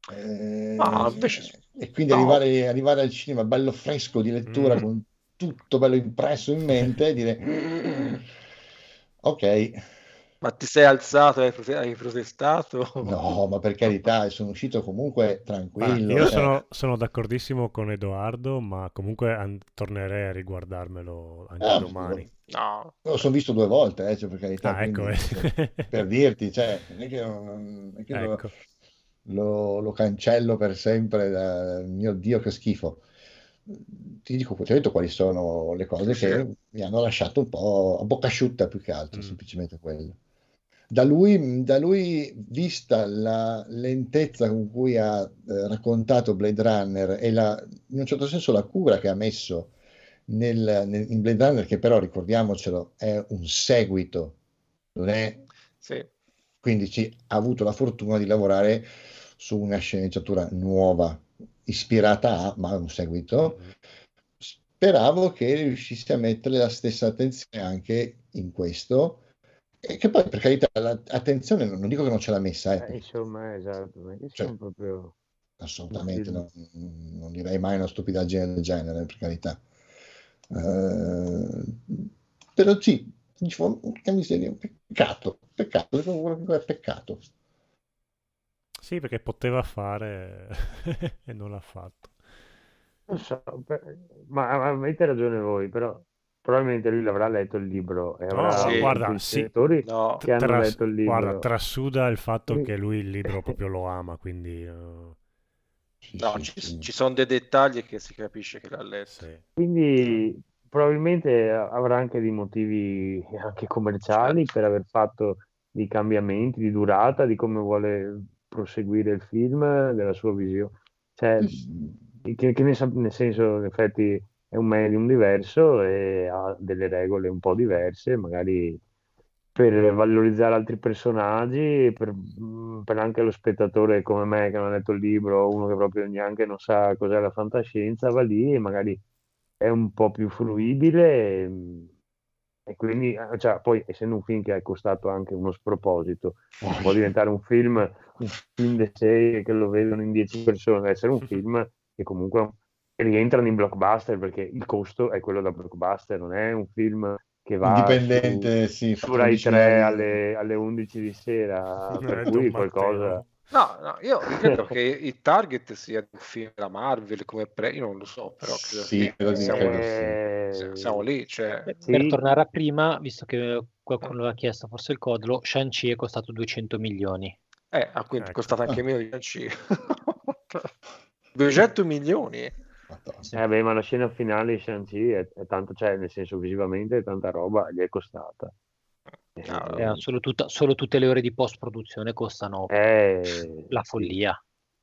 S4: Invece
S5: e quindi arrivare al cinema bello fresco di lettura con tutto bello impresso in mente e dire ok.
S4: Ma ti sei alzato e hai protestato?
S5: No, ma per carità, sono uscito comunque tranquillo.
S2: Io sono d'accordissimo con Edoardo, ma comunque tornerei a riguardarmelo anche domani.
S4: No,
S5: lo sono visto 2 volte, cioè, per carità,
S2: ecco,
S5: quindi, per dirti, cioè, non è che
S2: ecco.
S5: lo cancello per sempre, mio Dio che schifo. Ti dico quali sono le cose che mi hanno lasciato un po' a bocca asciutta, più che altro, semplicemente quello. Da lui, vista la lentezza con cui ha raccontato Blade Runner e in un certo senso la cura che ha messo in Blade Runner, che però ricordiamocelo è un seguito, non è...
S4: Sì.
S5: Quindi ha avuto la fortuna di lavorare su una sceneggiatura nuova, ispirata a, ma un seguito. Speravo che riuscisse a mettere la stessa attenzione anche in questo, e che poi per carità l'attenzione non dico che non ce l'ha messa,
S7: insomma, esatto, non è che
S5: cioè,
S7: siamo proprio
S5: assolutamente non direi mai una stupidaggine del genere, per carità. Però sì, che miseria, peccato, è peccato.
S2: Sì, perché poteva fare e non l'ha fatto.
S7: Non so, ma avete ragione voi, però probabilmente lui l'avrà letto il libro e avrà
S2: guarda,
S7: i lettori che hanno letto il libro.
S2: Guarda, trasuda il fatto che lui il libro proprio lo ama, quindi...
S4: ci sono dei dettagli che si capisce che l'ha letto.
S2: Sì.
S7: Quindi probabilmente avrà anche dei motivi anche commerciali per aver fatto dei cambiamenti di durata, di come vuole proseguire il film, della sua visione. Cioè, nel senso, in effetti è un medium diverso e ha delle regole un po' diverse, magari per valorizzare altri personaggi, per anche lo spettatore come me che non ha letto il libro, uno che proprio neanche non sa cos'è la fantascienza, va lì e magari è un po' più fruibile e quindi, cioè, poi essendo un film che è costato anche uno sproposito, può diventare un film di serie che lo vedono in 10 persone, deve essere un film che comunque rientrano in blockbuster perché il costo è quello da blockbuster, non è un film che va
S5: indipendente,
S7: su Rai 3 alle 11 di sera, per cui qualcosa...
S4: No, io credo che il target sia un film della Marvel come io non lo so, però credo siamo lì. Cioè...
S8: Per tornare a prima, visto che qualcuno l'ha chiesto, forse il Codolo, Shang-Chi è costato 200 milioni.
S4: Quindi è costato anche meno di Shang-Chi. 200 milioni?
S7: Ma la scena finale di Shang-Chi è tanto, cioè nel senso visivamente è tanta roba, gli è costata.
S8: Solo tutte le ore di post-produzione costano la follia.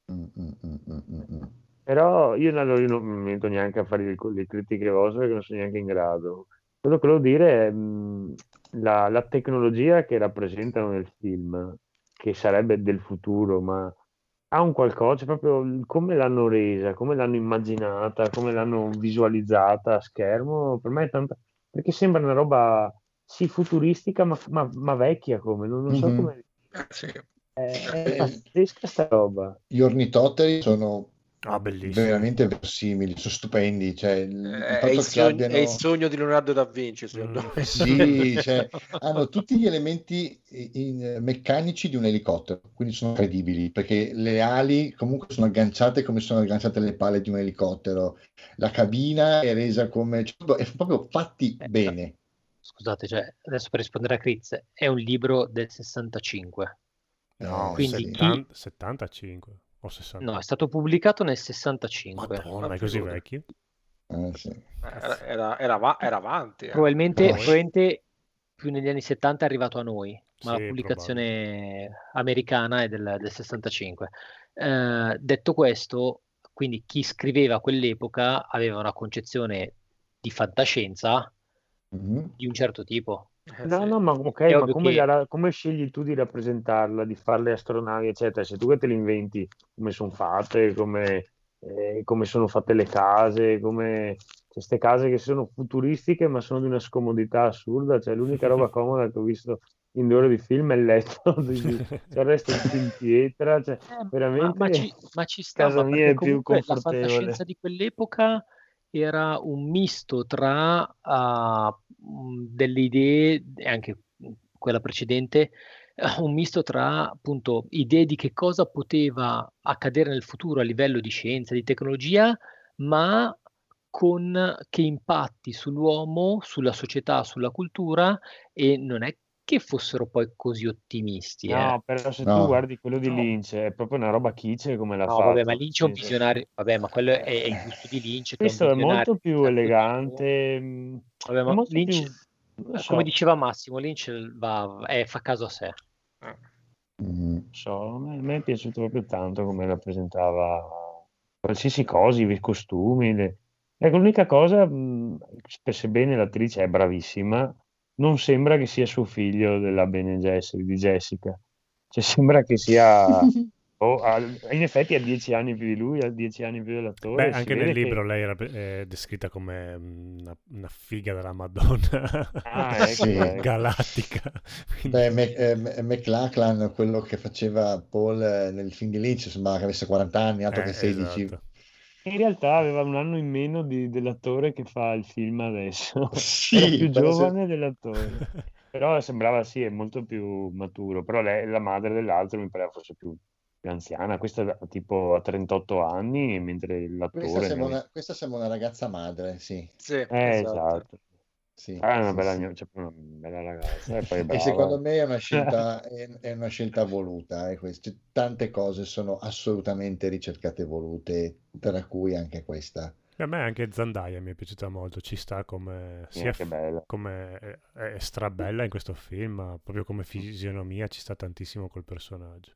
S7: Però io non mi metto neanche a fare le critiche vostre perché non sono neanche in grado. Quello che volevo dire è la tecnologia che rappresentano nel film, che sarebbe del futuro, ma ha un qualcosa, proprio come l'hanno resa, come l'hanno immaginata, come l'hanno visualizzata a schermo, per me è tanta, perché sembra una roba sì futuristica ma vecchia come, non so come... È pazzesca sta roba.
S5: Gli ornitotteri sono
S2: veramente
S5: verosimili, sono stupendi, cioè,
S4: è il sogno di Leonardo da Vinci, secondo me.
S5: Sì, cioè, hanno tutti gli elementi meccanici di un elicottero, quindi sono credibili, perché le ali comunque sono agganciate come sono agganciate le pale di un elicottero, la cabina è resa come... è proprio fatti bene.
S8: Scusate, cioè, adesso per rispondere a Chris, è un libro del 65.
S2: No,
S8: quindi
S2: 75 o 60.
S8: No, è stato pubblicato nel 65.
S2: Madonna, è così vecchio?
S5: Sì.
S4: Era avanti.
S8: Probabilmente più negli anni 70 è arrivato a noi, ma
S2: sì,
S8: la pubblicazione americana è del 65. Detto questo, quindi chi scriveva a quell'epoca aveva una concezione di fantascienza di un certo tipo.
S7: No, ma ok, ma come scegli tu di rappresentarla, di fare le astronavi, eccetera? Se tu che te le inventi come sono fatte, come sono fatte le case, come queste case che sono futuristiche ma sono di una scomodità assurda, cioè l'unica roba comoda che ho visto in 2 ore di film è il letto, cioè, il resto è tutto in pietra, cioè, veramente
S8: ma ci stava,
S7: casa mia
S8: perché
S7: è più
S8: comunque la
S7: confortevole.
S8: fantascienza di quell'epoca era un misto tra delle idee, e anche quella precedente, un misto tra appunto idee di che cosa poteva accadere nel futuro a livello di scienza, di tecnologia, ma con che impatti sull'uomo, sulla società, sulla cultura, e non è che fossero poi così ottimisti.
S7: No, però se tu
S5: No.
S7: guardi quello di Lynch è proprio una roba kitsch come l'ha
S8: No,
S7: fatto.
S8: vabbè, ma Lynch è un
S7: Nel senso-
S8: visionario. Vabbè, ma quello è il gusto di Lynch, che è un
S7: Questo è
S8: visionario.
S7: molto più
S8: Tanto
S7: elegante,
S8: vabbè,
S7: è
S8: ma
S7: molto
S8: Lynch,
S7: più, non lo so,
S8: come diceva Massimo, Lynch fa caso a sé.
S5: Mm.
S7: a me è piaciuto proprio tanto come rappresentava qualsiasi cosa, i costumi. Ecco, l'unica cosa, sebbene l'attrice è bravissima, non sembra che sia suo figlio della Bene di Jessica. Cioè, sembra che sia... in effetti ha 10 anni più di lui, ha 10 anni più dell'attore.
S2: Beh, anche nel libro lei è descritta come una figa della Madonna.
S7: Ecco,
S5: Sì.
S2: Galattica.
S5: Beh, McLachlan, quello che faceva Paul nel film di Lynch, sembrava che avesse 40 anni, altro che 16.
S2: Esatto.
S7: In realtà aveva un anno in meno dell'attore che fa il film adesso.
S5: Sì,
S7: Era più
S5: però
S7: giovane dell'attore. Però sembrava sì, è molto più maturo. Però lei, la madre dell'altro, mi pare fosse più anziana. Questa tipo a 38 anni, mentre l'attore...
S5: questa sembra una ragazza madre, sì.
S4: Sì, esatto.
S7: esatto.
S5: Sì,
S7: È una
S5: sì,
S7: bella,
S5: sì.
S7: cioè, una bella ragazza. E poi è
S5: E secondo
S7: brava.
S5: me è una scelta voluta. Tante cose sono assolutamente ricercate e volute, tra cui anche questa.
S2: A me anche Zendaya mi è piaciuta molto, ci sta come sia
S7: Che bella.
S2: come è strabella in questo film, ma proprio come fisionomia ci sta tantissimo col personaggio.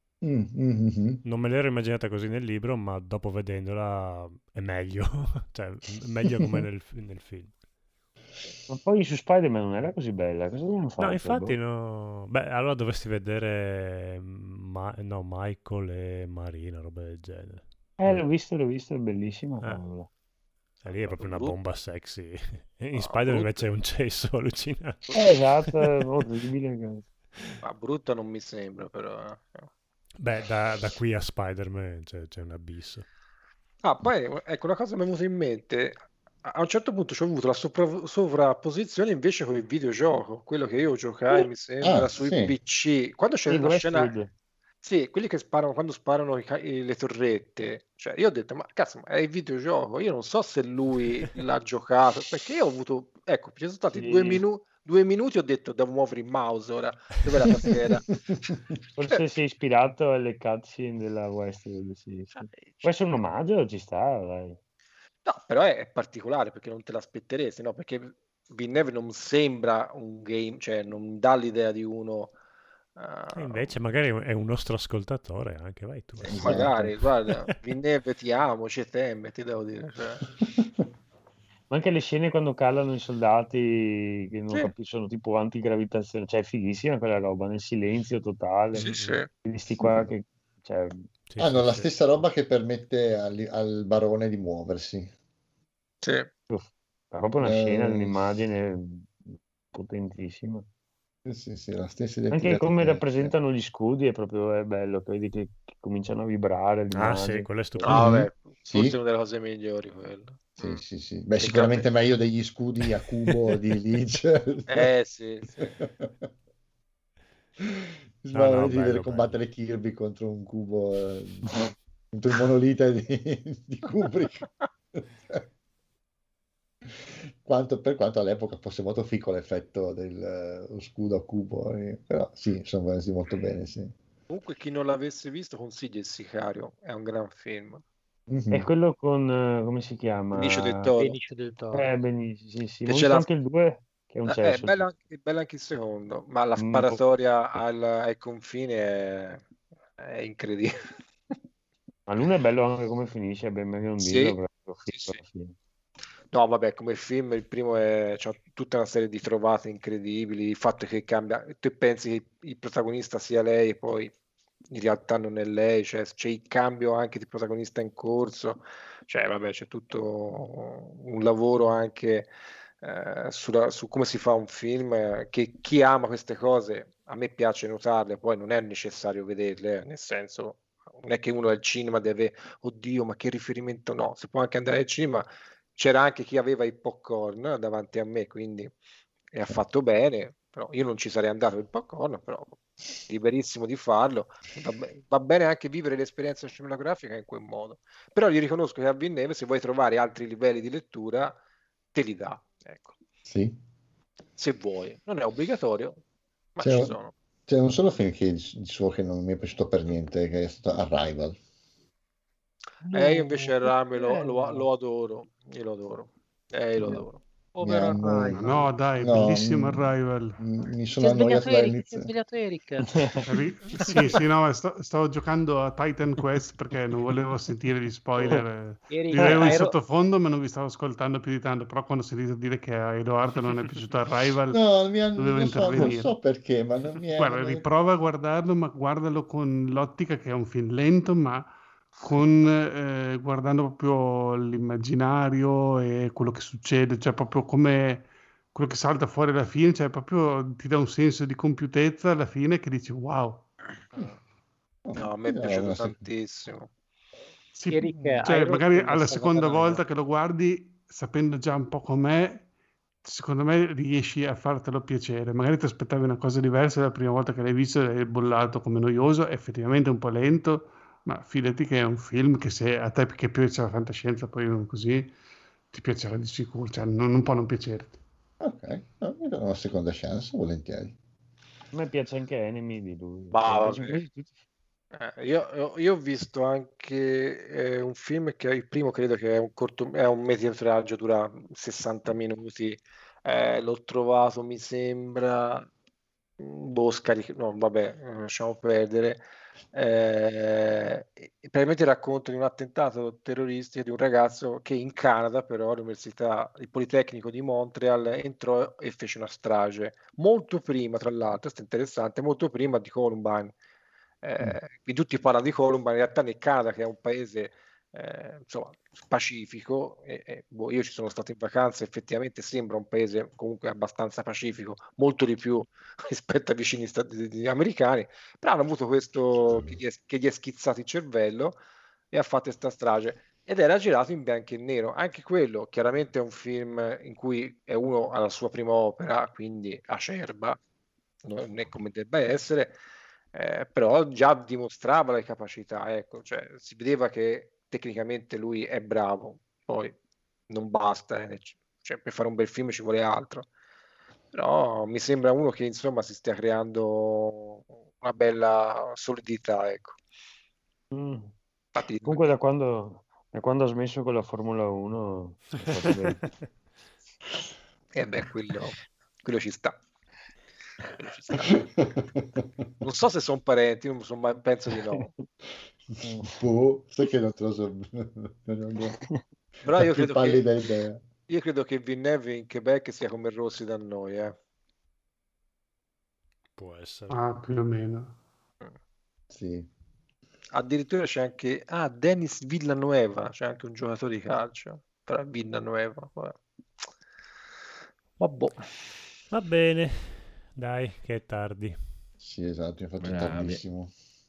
S2: Non me l'ero immaginata così nel libro, ma dopo vedendola è meglio, cioè meglio come nel film.
S7: Ma poi su Spider-Man non era così bella, cosa abbiamo fatto?
S2: No, infatti no. Beh, allora dovresti vedere Michael e Marina, roba del genere.
S7: L'ho visto, è bellissima. Cavolo.
S2: Lì è proprio una bomba sexy. In
S4: Ah,
S2: Spider-Man
S4: brutto.
S2: invece è un cesso allucinante.
S7: Esatto, è orribile.
S4: Ma brutta non mi sembra, però.
S2: Beh, da qui a Spider-Man c'è un abisso.
S4: Ah, poi ecco una cosa mi è venuta in mente. A un certo punto ci ho avuto la sovrapposizione invece con il videogioco, quello che io giocai, mi sembra, sui
S5: sì.
S4: PC. Quando c'è
S7: Sì,
S4: la scena,
S7: Westwood.
S4: sì, quelli che sparano quando sparano le torrette, cioè io ho detto, ma cazzo, ma è il videogioco, io non so se lui l'ha giocato, perché io ho avuto, ecco, ci sono stati
S7: Sì.
S4: 2 minuti, ho detto, devo muovere il mouse ora, dov'è la tastiera?
S7: Forse si è ispirato alle cutscene della Westwood, sì. Può essere un omaggio, ci sta, dai.
S4: No, però è particolare perché non te l'aspetteresti, no? Perché Villeneuve non sembra un game, cioè non dà l'idea di uno...
S2: Invece magari è un nostro ascoltatore anche, vai tu.
S5: Esatto.
S4: Magari, guarda, Villeneuve ti amo, ci temme, ti devo dire. Cioè.
S7: Ma anche le scene quando calano i soldati che non
S4: Sì.
S7: capiscono, tipo antigravitazione, cioè è fighissima quella roba, nel silenzio totale.
S4: Sì, sì.
S7: Questi qua che... Cioè,
S5: Hanno la stessa roba che permette al barone di muoversi.
S4: Sì.
S7: è proprio una scena, un'immagine potentissima.
S5: Sì, la stessa
S7: Anche come rappresentano gli scudi è bello, che vedi che cominciano a vibrare.
S2: Sì, quello è stupendo.
S4: No, vabbè, forse è una delle cose migliori quello.
S5: Sì. Beh, sicuramente meglio degli scudi a cubo di Lynch.
S4: Sì.
S5: Vedere combattere Kirby contro un cubo, contro il monolite di Kubrick. Per quanto all'epoca fosse molto fico l'effetto dello scudo a cubo, però sì, sono venuti molto bene, sì.
S4: Comunque chi non l'avesse visto consiglio Il Sicario, è un gran film.
S7: È quello con, come si chiama?
S4: Benicio del Toro.
S8: Benicio del Toro.
S7: Benissimo, sì.
S4: Che
S7: Ma
S4: c'è
S7: visto anche il 2, che è un cesso.
S4: È bello anche il secondo, ma la sparatoria ai confini è incredibile.
S7: Ma l'uno è bello anche come finisce, è ben meglio non dirlo.
S4: Sì. No, vabbè, come film il primo c'ha tutta una serie di trovate incredibili, il fatto che cambia, tu pensi che il protagonista sia lei e poi in realtà non è lei, cioè c'è il cambio anche di protagonista in corso, cioè vabbè c'è tutto un lavoro anche su come si fa un film, che chi ama queste cose, a me piace notarle, poi non è necessario vederle, nel senso, non è che uno al cinema deve, oddio, ma che riferimento, no, si può anche andare al cinema, c'era anche chi aveva i popcorn davanti a me, quindi e ha fatto bene, però io non ci sarei andato il popcorn, però liberissimo di farlo, va bene anche vivere l'esperienza cinematografica in quel modo, però gli riconosco che a Villeneuve, se vuoi trovare altri livelli di lettura, te li dà, ecco.
S5: Sì.
S4: Se vuoi, non è obbligatorio, ma
S5: C'è
S4: ci
S5: un-
S4: sono.
S5: C'è un solo film di suo che non mi è piaciuto per niente, che è stato Arrival.
S4: Io invece Rame
S3: no.
S4: lo adoro, io lo adoro. Io lo adoro.
S8: Povero
S5: hanno-
S6: No, dai,
S5: No,
S6: bellissimo Arrival.
S5: mi
S8: Si
S5: sono
S8: è
S5: annoiato
S8: svegliato Eric, si è
S5: dall'inizio.
S8: svegliato Eric.
S6: Sì, no, stavo giocando a Titan Quest perché non volevo sentire gli spoiler.
S8: Eric,
S6: Vivevo in sottofondo, ma non vi stavo ascoltando più di tanto. Però quando ho sentito dire che a Edoardo non è piaciuto Arrival,
S5: No,
S6: dovevo
S5: non
S6: intervenire.
S5: so perché, ma non mi è...
S6: Guarda, riprova a guardarlo, ma guardalo con l'ottica che è un film lento, ma con guardando proprio l'immaginario e quello che succede, cioè proprio come quello che salta fuori alla fine, cioè proprio ti dà un senso di compiutezza alla fine che dici wow.
S4: No, a me è piaciuto tantissimo.
S6: Sì,
S8: Eric,
S6: cioè
S8: hai
S6: magari
S8: rotto il
S6: alla seconda
S4: salvadanaio.
S6: volta che lo guardi, sapendo già un po' com'è, secondo me riesci a fartelo piacere. Magari ti aspettavi una cosa diversa la prima volta che l'hai visto e l'hai bollato come noioso, è effettivamente un po' lento, ma fidati che è un film che se a te che piace la fantascienza, poi non così, ti piacerà di sicuro, cioè non può non piacerti.
S5: Ok, no, mi do una seconda chance, volentieri.
S7: A me piace anche Enemy di lui.
S4: Ma
S7: Cioè, mi piace
S4: vabbè.
S7: tutti.
S4: Io ho visto anche un film che il primo credo che è un mediometraggio, dura 60 minuti. L'ho trovato, mi sembra, no, vabbè, lasciamo perdere. Praticamente racconta di un attentato terroristico di un ragazzo che in Canada, però, all'Università, il Politecnico di Montreal, entrò e fece una strage molto prima, tra l'altro, questo è interessante, molto prima di Columbine. Qui tutti parlano di Columbine, in realtà nel Canada, che è un paese insomma pacifico, io ci sono stato in vacanza, effettivamente sembra un paese comunque abbastanza pacifico, molto di più rispetto ai vicini americani, però hanno avuto questo che gli è schizzato il cervello e ha fatto questa strage. Ed era girato in bianco e nero, anche quello chiaramente è un film in cui è uno alla sua prima opera, quindi acerba, non è come debba essere, però già dimostrava le capacità, ecco, cioè, si vedeva che tecnicamente lui è bravo, poi non basta, cioè, per fare un bel film ci vuole altro, però mi sembra uno che insomma si stia creando una bella solidità, ecco. Infatti,
S7: Comunque da quando ha smesso con la Formula 1 ha fatto bene.
S4: quello ci sta. Non so se sono parenti, penso di no.
S5: Sai che non te lo so.
S4: Però io
S5: credo
S4: credo che Villeneuve in Quebec sia come Rossi da noi,
S2: Può essere.
S6: Più o meno.
S5: Sì.
S4: Addirittura c'è anche Denis Villanueva, c'è anche un giocatore di calcio tra Villanueva. Vabbè.
S2: Va bene, dai, che è tardi.
S5: Sì, esatto, infatti è tardissimo.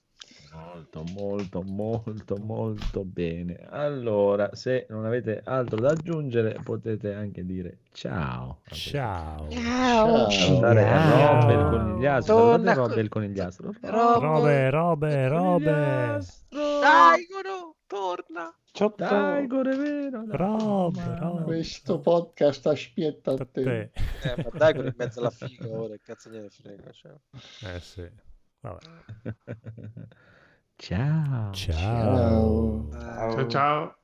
S1: Molto bene. Allora, se non avete altro da aggiungere, potete anche dire ciao.
S2: Ciao.
S1: Salutare Robe il conigliastro. Salutate Robe il conigliastro.
S2: Robe.
S4: Daigoro, torna.
S1: Daigoro, è vero.
S2: Robe.
S5: Questo podcast aspetta a te.
S4: Ma Daigoro in mezzo alla figa ora, che cazzo ne frega. Cioè.
S2: Sì. Vabbè.
S1: Ciao.
S2: Ciao.
S6: Ciao.